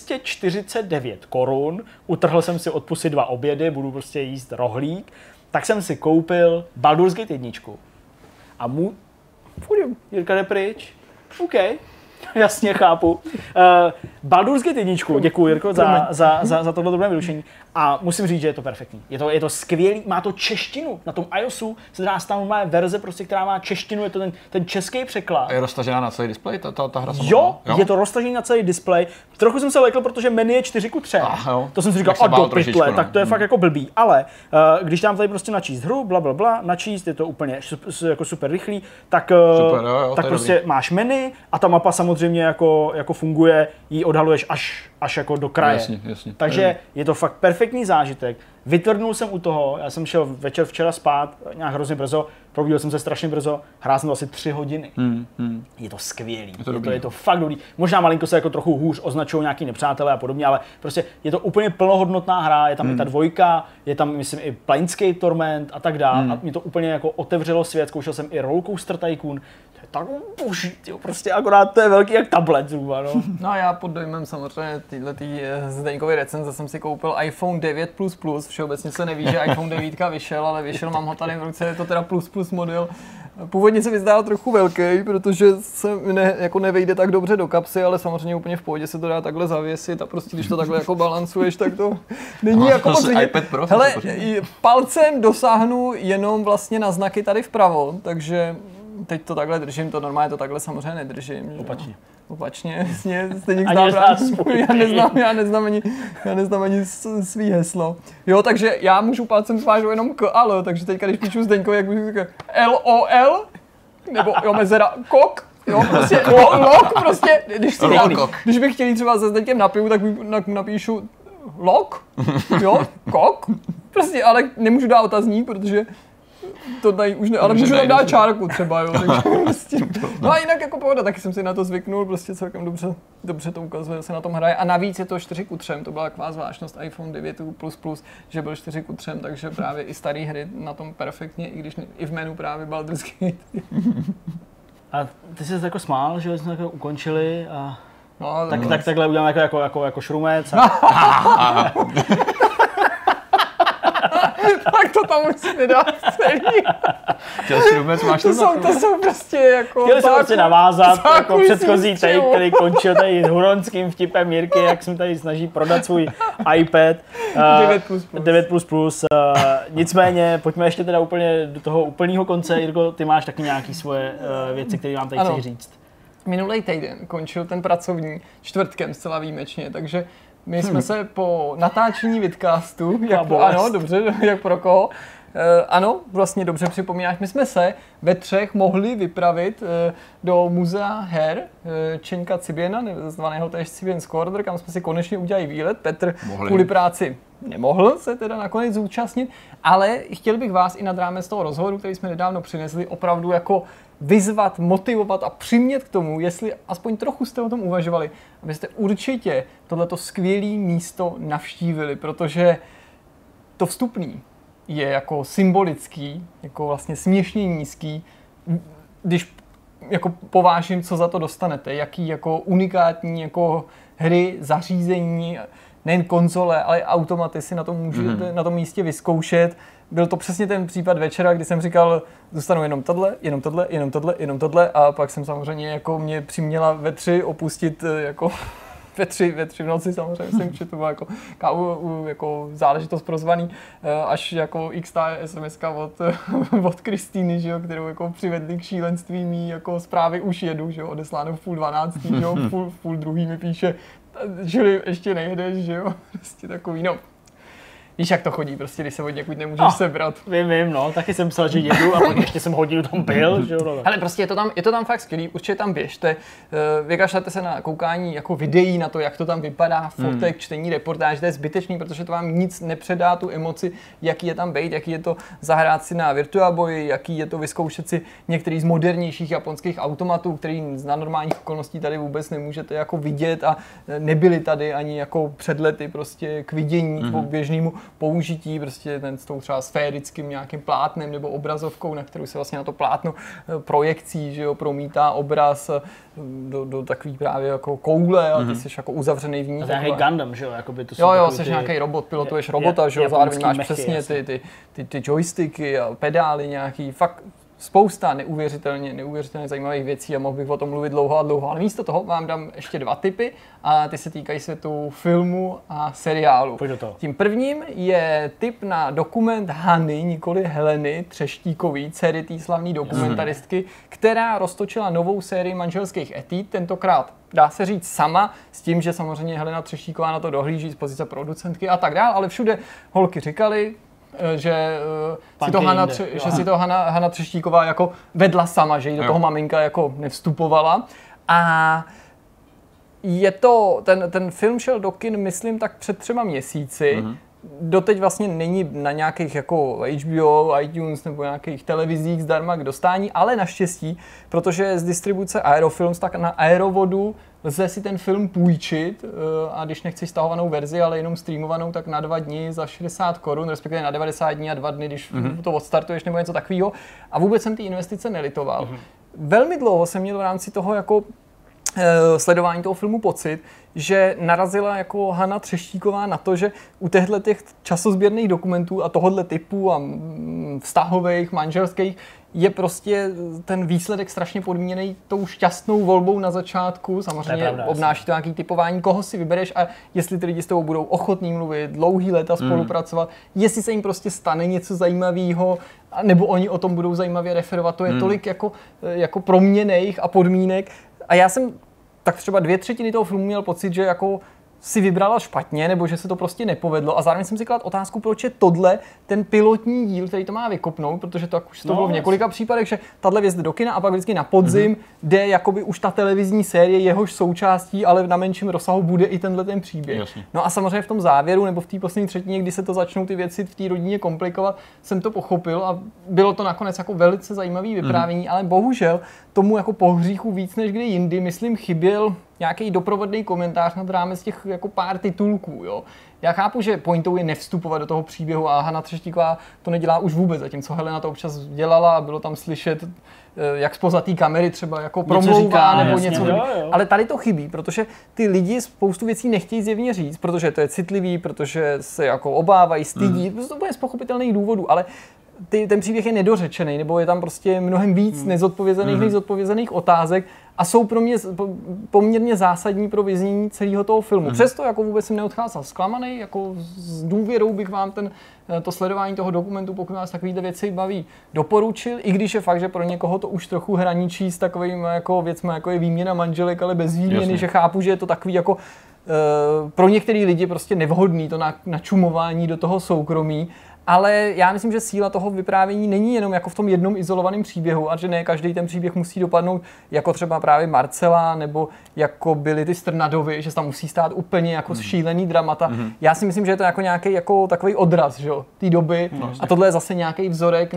249 korun, utrhl jsem si od pusy 2 obědy, budu prostě jíst rohlík, tak jsem si koupil Baldur's Gate 1. A Jirka jde pryč, OK. Jasně, chápu. Baldur's Gate 1, děkuji Jirko za tohle dobré vyrušení. A musím říct, že je to perfektní. Je to skvělý, má to češtinu. Na tom iOSu se dá stát normální verze, prostě, která má češtinu, je to ten český překlad.
A je roztažená na celý displej ta hra samotná?
Jo, je to roztažený na celý displej. Trochu jsem se lekl, protože menu je 4:3. To jsem si říkal, do pytle, tak to je fakt jako blbý. Ale když tam tady prostě načíst hru, blablabla, načíst, je to úplně jako super rychlý, tak prostě dobrý. Máš menu a ta mapa samozřejmě jako funguje, ji odhaluješ až jako do kraje.
Jasně.
Takže je to fakt perfektní zážitek. Vytvrdnul jsem u toho, já jsem šel večer včera spát, nějak hrozně brzo, probudil jsem se strašně brzo, hrál jsem to asi 3 hodiny. Je to skvělý, je to fakt dobrý. Možná malinko se jako trochu hůř označují nějaký nepřátelé a podobně, ale prostě je to úplně plnohodnotná hra, je tam i ta 2, je tam myslím i Planescape Torment a tak dále. A mě to úplně jako otevřelo svět, zkoušel jsem i Rollercoaster Tycoon. Tak boží, prostě akorát to je velký jak tablet zhruba, no.
No a já pod dojmem samozřejmě tyhle Zdeňkovy recenze jsem si koupil iPhone 9 Plus všeobecně se neví, že iPhone 9 vyšel, ale vyšel, mám ho tady v ruce, je to teda plus model. Původně se mi zdál trochu velký, protože se jako nevejde tak dobře do kapsy, ale samozřejmě úplně v pohodě se to dá takhle zavěsit a prostě když to takhle jako balancuješ, tak to není jako moc
iPad Pro.
Hele, palcem dosáhnu jenom vlastně na znaky tady vpravo, takže teď to takhle držím, to normálně to takhle samozřejmě nedržím. Opačně, stejně já neznám ani svý heslo. Jo, takže já můžu palcem zvážit jenom k a l, takže teďka, když píšu Zdeňkovi, jak bych říkal LOL, nebo jo, mezera kok, jo, prostě lok, prostě, když bych chtěl jít třeba se Zdeňkem na pivu, tak napíšu lok, jo, kok, prostě, ale nemůžu dát otazník, protože to tady už ne, ale můžu tam dát čárku třeba, jo, takže prostě. No a jinak jako pohoda, taky jsem si na to zvyknul, prostě celkem dobře to ukazuje, se na tom hraje a navíc je to 4:3, to byla taková zvláštnost iPhone 9 Plus, že byl 4:3, takže právě i staré hry na tom perfektně, i když i v menu právě Baldur's Gate.
A ty jsi se jako smál, že jsme jako ukončili a
no,
tak takhle uděláme jako šrumec.
Tak to tam už nedá celý. To jsou prostě jako...
Chtěli jsme prostě navázat jako předchozí take, který končil tady huronským vtipem Jirky, jak se tady snaží prodat svůj iPad 9++. Nicméně, pojďme ještě teda úplně do toho úplného konce. Jirko, ty máš taky nějaké svoje věci, které vám tady chci říct.
Minulý týden končil ten pracovní čtvrtkem zcela výjimečně, takže my jsme se po natáčení vidcastu, jak pro koho, ano, vlastně dobře připomínáš, my jsme se ve třech mohli vypravit do muzea her Čeňka Ciběna, zvaného též Ciběn Squarter, kam jsme si konečně udělali výlet. Petr kvůli práci nemohl se teda nakonec zúčastnit, ale chtěl bych vás i nad rámec toho rozhovoru, který jsme nedávno přinesli, opravdu jako vyzvat, motivovat a přimět k tomu, jestli aspoň trochu jste o tom uvažovali, abyste určitě tohleto skvělé místo navštívili, protože to vstupný je jako symbolický, jako vlastně směšně nízký, když jako povážím, co za to dostanete, jaký jako unikátní jako hry, zařízení, nejen konzole, ale i automaty si na tom můžete na tom místě vyzkoušet. Byl to přesně ten případ večera, kdy jsem říkal, dostanu jenom tohle a pak jsem samozřejmě jako mě přiměla ve 3 opustit jako ve tři v noci samozřejmě jsem, že to byla jako záležitost prozvaný, až jako x-tá SMS-ka od Kristýny, že jo, kterou jako přivedli k šílenství mý jako zprávy už jedu, že jo, odesláno v 11:30, že jo, v 11:30 mi píše, že ještě nejedeš, že jo, prostě takový, no. Víš, jak to chodí, prostě, když se od někud nemůžeš sebrat.
Vím, no, taky jsem psal, že jedu a pak ještě jsem hodinu tam byl, že jo.
Ale prostě je to tam fakt skvělý, určitě tam běžte, vykašlete se na koukání jako videí na to, jak to tam vypadá, fotek, čtení reportáž, to je zbytečný, protože to vám nic nepředá tu emoci, jaký je tam bejt, jaký je to zahrát si na Virtua Boy, jaký je to vyzkoušet si některý z modernějších japonských automatů, který za normálních okolností tady vůbec nemůžete jako vidět a nebyly tady ani jako před lety prostě k vidění, k běžnému použití, prostě ten s tou třeba sférickým nějakým plátnem nebo obrazovkou, na kterou se vlastně na to plátno projekcí, že jo, promítá obraz do takový právě jako koule a ty jsi jako uzavřený v ní.
To je nějaký Gundam, že jo? Jakoby to
jo, jsi nějaký robot, pilotuješ robota, že jo, zároveň máš přesně ty joysticky a pedály nějaký, fakt spousta neuvěřitelně zajímavých věcí a mohl bych o tom mluvit dlouho a dlouho, ale místo toho vám dám ještě 2 tipy a ty se týkají světu filmu a seriálu. Tím prvním je tip na dokument Hany, nikoli Heleny Třeštíkový, dcery té slavné dokumentaristky, která roztočila novou sérii manželských etýd, tentokrát dá se říct sama, s tím, že samozřejmě Helena Třeštíková na to dohlíží z pozice producentky a tak dál, ale všude holky říkali, že si to Hana Třeštíková jako vedla sama, že jí do toho maminka jako nevstupovala. A je to, ten film šel do kin, myslím, tak před 3 měsíci. Doteď vlastně není na nějakých jako HBO, iTunes nebo nějakých televizích zdarma k dostání, ale naštěstí, protože z distribuce Aerofilms, tak na Aerovodu lze si ten film půjčit a když nechceš stahovanou verzi, ale jenom streamovanou, tak na 2 dny za 60 korun, respektive na 90 dní a 2 dny, když to odstartuješ nebo něco takového. A vůbec jsem ty investice nelitoval. Velmi dlouho jsem měl v rámci toho jako sledování toho filmu pocit, že narazila jako Hana Třeštíková na to, že u těchto těch časozběrných dokumentů a tohohle typu a vztahových, manželských je prostě ten výsledek strašně podmíněný tou šťastnou volbou na začátku. Samozřejmě obnáší to nějaký typování, koho si vybereš a jestli ty lidi s tebou budou ochotní mluvit, dlouhý léta spolupracovat, jestli se jim prostě stane něco zajímavého, nebo oni o tom budou zajímavě referovat. To je tolik jako proměnných a podmínek. A já jsem tak třeba 2/3 toho filmu měl pocit, že jako si vybrala špatně, nebo že se to prostě nepovedlo. A zároveň jsem si kladl otázku, proč je tohle ten pilotní díl, který to má vykopnout, protože to už to bylo v několika případech, že tahle věc jde do kina a pak vždycky na podzim jde jakoby už ta televizní série, jehož součástí, ale na menším rozsahu bude i tenhle ten příběh.
Jasně.
No a samozřejmě v tom závěru nebo v té poslední třetině, kdy se to začnou ty věci v té rodině komplikovat, jsem to pochopil a bylo to nakonec jako velice zajímavý vyprávění, ale bohužel tomu jako pohříchu víc než kdy jindy, myslím, chyběl nějaký doprovodný komentář nad rámec těch jako pár titulků, jo. Já chápu, že pointou je nevstupovat do toho příběhu a Hana Třeštíková to nedělá už vůbec, zatímco Helena to občas dělala a bylo tam slyšet, jak zpoza té kamery třeba jako promlouvá nebo něco. Jo. Ale tady to chybí, protože ty lidi spoustu věcí nechtějí zjevně říct, protože to je citlivý, protože se jako obávají, stydí, to bude z pochopitelných důvodů, ale ten příběh je nedořečený, nebo je tam prostě mnohem víc nezodpovězených otázek a jsou pro mě poměrně zásadní pro vyznění celého toho filmu. Přesto jako vůbec jsem neodcházel zklamaný, jako s důvěrou bych vám to sledování toho dokumentu, pokud vás takovýhle věci baví, doporučil, i když je fakt, že pro někoho to už trochu hraničí s takovými jako věcmi, jako je výměna manželek, ale bez výměny, že chápu, že je to takový jako pro některý lidi prostě nevhodný to načumování do toho soukromí. Ale já myslím, že síla toho vyprávění není jenom jako v tom jednom izolovaném příběhu a že ne každý ten příběh musí dopadnout jako třeba právě Marcela nebo jako byly ty Strnadovi, že tam musí stát úplně jako šílený dramata. Já si myslím, že je to jako nějaký jako takový odraz, že jo, té doby a tohle je zase nějaký vzorek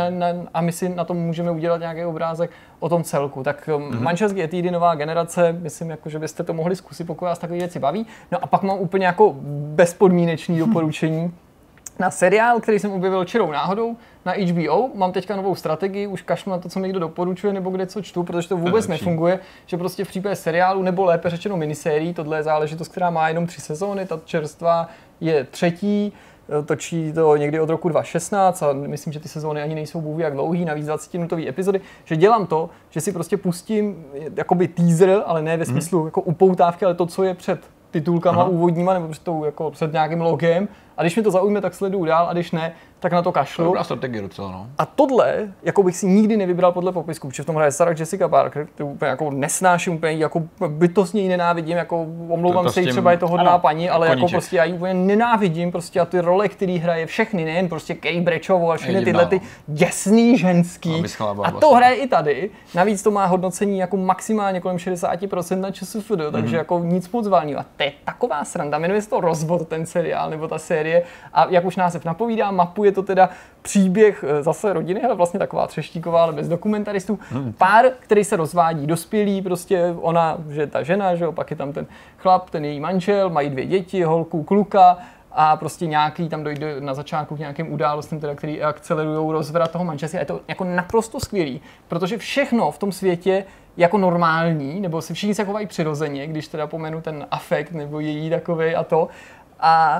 a my si na tom můžeme udělat nějaký obrázek o tom celku. Tak manželský etídy nová generace, myslím, jako, že byste to mohli zkusit, pokud vás takové věci baví. No a pak mám úplně jako bezpodmínečný doporučení na seriál, který jsem objevil čirou náhodou na HBO. Mám teďka novou strategii, už kašlu na to, co mi někdo doporučuje nebo kde co čtu, protože to vůbec nefunguje, že prostě v případě seriálu nebo lépe řečeno minisérií, tohle je záležitost, která má jenom 3 sezóny, ta čerstvá je 3. Točí to někdy od roku 2016 a myslím, že ty sezóny ani nejsou bůh jak dlouhý, navíc 20-minutové epizody, že dělám to, že si prostě pustím jakoby teaser, ale ne ve smyslu jako upoutávky, ale to, co je před titulkama úvodníma nebo jako před nějakým logem. A když mi to zaujme, tak sleduju dál a když ne, tak na to kašlu.
Dobrá strategie docela, no.
A tohle, jako bych si nikdy nevybral podle popisku, protože v tom hraje Sarah Jessica Parker, to úplně jako nesnáším, úplně jako bytostně ji nenávidím, jako omlouvám se jí, třeba je to hodná paní, ale koníček. Jako prostě já ji úplně nenávidím, prostě a ty role, který hraje všechny, nejen prostě Carrie Bradshaw a všechny tyhle ty děsný ženský. A to hraje i tady. Navíc to má hodnocení jako maximálně kolem 60% na ČSFD, takže jako nic moc valného. A to je taková sranda, jmenuje se to Rozvod, ten seriál nebo ta série. A jak už název napovídá, mapuje to teda příběh zase rodiny, ale vlastně taková Třeštíková, ale bez dokumentaristů. Pár, který se rozvádí, dospělí, prostě ona, že ta žena, že jo, pak je tam ten chlap, ten její manžel, mají 2 děti, holku, kluka a prostě nějaký tam dojde na začátku k nějakým událostem, teda, který akcelerujou rozvrat toho manželství. A je to jako naprosto skvělý, protože všechno v tom světě jako normální, nebo se všichni se chovají přirozeně, když teda pomenu ten afekt nebo její takovej a to. A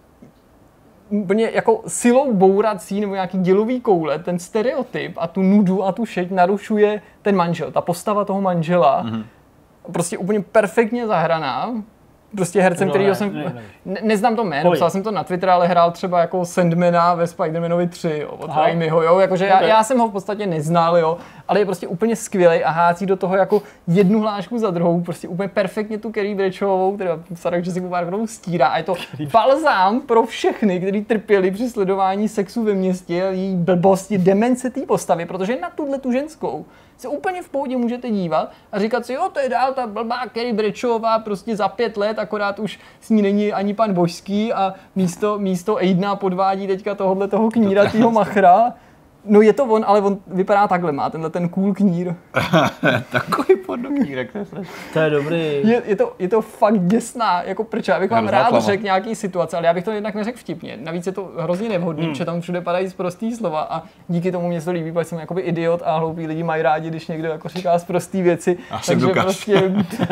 úplně jako silou bourací nebo nějaký dělový koule, ten stereotyp a tu nudu a tu šeť narušuje ten manžel, ta postava toho manžela. Prostě úplně perfektně zahraná. Prostě hercem, kterýho jsem... Neznám to jméno, psal jsem to na Twitter, ale hrál třeba jako Sandmana ve Spider-Manovi 3, jo, od Raimiho, jo, jakože já jsem ho v podstatě neznal, jo, ale je prostě úplně skvělej a hází do toho jako jednu hlášku za druhou, prostě úplně perfektně tu Carrie Bradshawovou, která Sarah Jessica Parkerovou stírá a je to balzám pro všechny, kteří trpěli při sledování sexu ve městě, její blbosti, demence té postavy, protože na tu ženskou se úplně v pohodě můžete dívat a říkat si, jo, to je dál ta blbá Carrie Bradshawová prostě za 5 let, akorát už s ní není ani pan Božský a místo Aidena podvádí teďka toho kníratýho machra. No je to on, ale on vypadá takhle, má tenhle ten cool knír.
Takový podoknírek,
to je dobrý.
Je to fakt děsná, jako proč, já bych vám rád řekl nějaký situace, ale já bych to jednak neřekl vtipně. Navíc je to hrozně nevhodný, že tam všude padají sprostý slova a díky tomu mě to líbí, protože jsem jakoby idiot a hloupí lidi mají rádi, když někdo jako říká sprostý věci. Takže prostě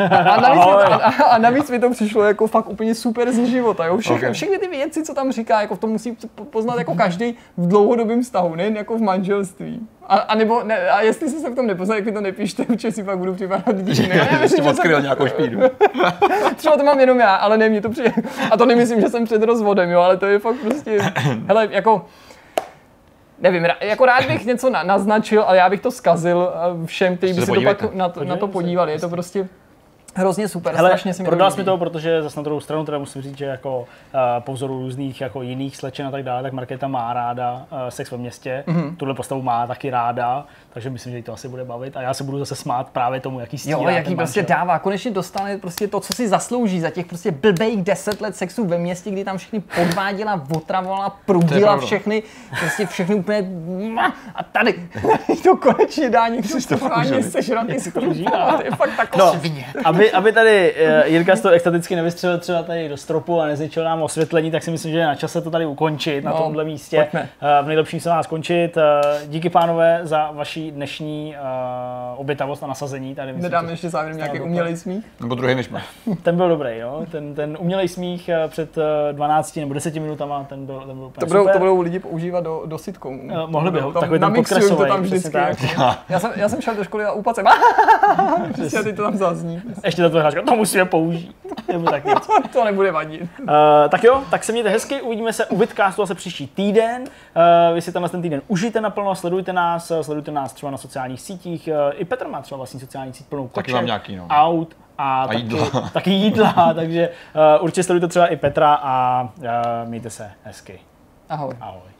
a navíc mi to přišlo jako fakt úplně super z života, jo. Všechny ty věci, co tam říká, jako v tom musí poznat jako každý v dlouhodobém vztahu, nejen jako v manželství. A jestli se v tom nepoznal, jak mi to nepíšte, určitě si pak budu připadat divně.
Já myslím, že odkryl nějakou špínu.
Třeba to mám jenom já, ale ne, mě to přijde. A to nemyslím, že jsem před rozvodem, jo, ale to je fakt prostě, hele, jako, nevím, jako rád bych něco naznačil, ale já bych to zkazil všem, kteří by se to pak na to podívali. Je to prostě hrozně super,
hele,
strašně si mi
prodal jsi mi to, protože zase na druhou stranu teda musím říct, že jako po vzoru různých jako jiných slečen a tak dále, tak Markéta má ráda Sex ve městě. Tuhle postavu má taky ráda, takže myslím, že jí to asi bude bavit a já se budu zase smát právě tomu, jaký stírá.
Jo, jaký prostě dává, konečně dostane prostě to, co si zaslouží za těch prostě blbejch 10 let sexu ve městě, kdy tam všechny podváděla, otravovala, prudila všechny, prostě všechny úplně a tady to konečně dá někdo stofáně sežrat, si to užívá. To je fakt takový.
Aby tady Jirka z toho extaticky nevystřelil třeba tady do stropu a nezničil nám osvětlení, tak si myslím, že je na čase to tady ukončit na tomhle místě.
Pojďme.
V nejlepším se nás skončit. Díky pánové za vaši dnešní obětavost a nasazení. Tady
nedáme ještě závěrem nějaký umělej smích?
Nebo druhý než má.
Ten byl dobrý, jo. Ten umělej smích před 12 nebo 10 minutama, ten byl úplně
super. To budou lidi používat do sitcomu.
Mohli by ho, takový ten podkresovej.
Tam vždycky. Já jsem šel do školy a úpat jsem. Přesně ty to tam zazní.
Ještě za to hráčka, to musíme použít. Nebo tak něco.
To nebude vadit.
Tak jo, tak se mějte hezky, uvidíme se u Vidcastu zase příští týden. Vy si ten týden užijte naplno, sledujte nás třeba na sociálních sítích. I Petr má třeba vlastní sociální síť plnou koček,
taky mám nějaký, no.
Aut a taky jídla, takže určitě sledujte třeba i Petra a mějte se hezky.
Ahoj.
Ahoj.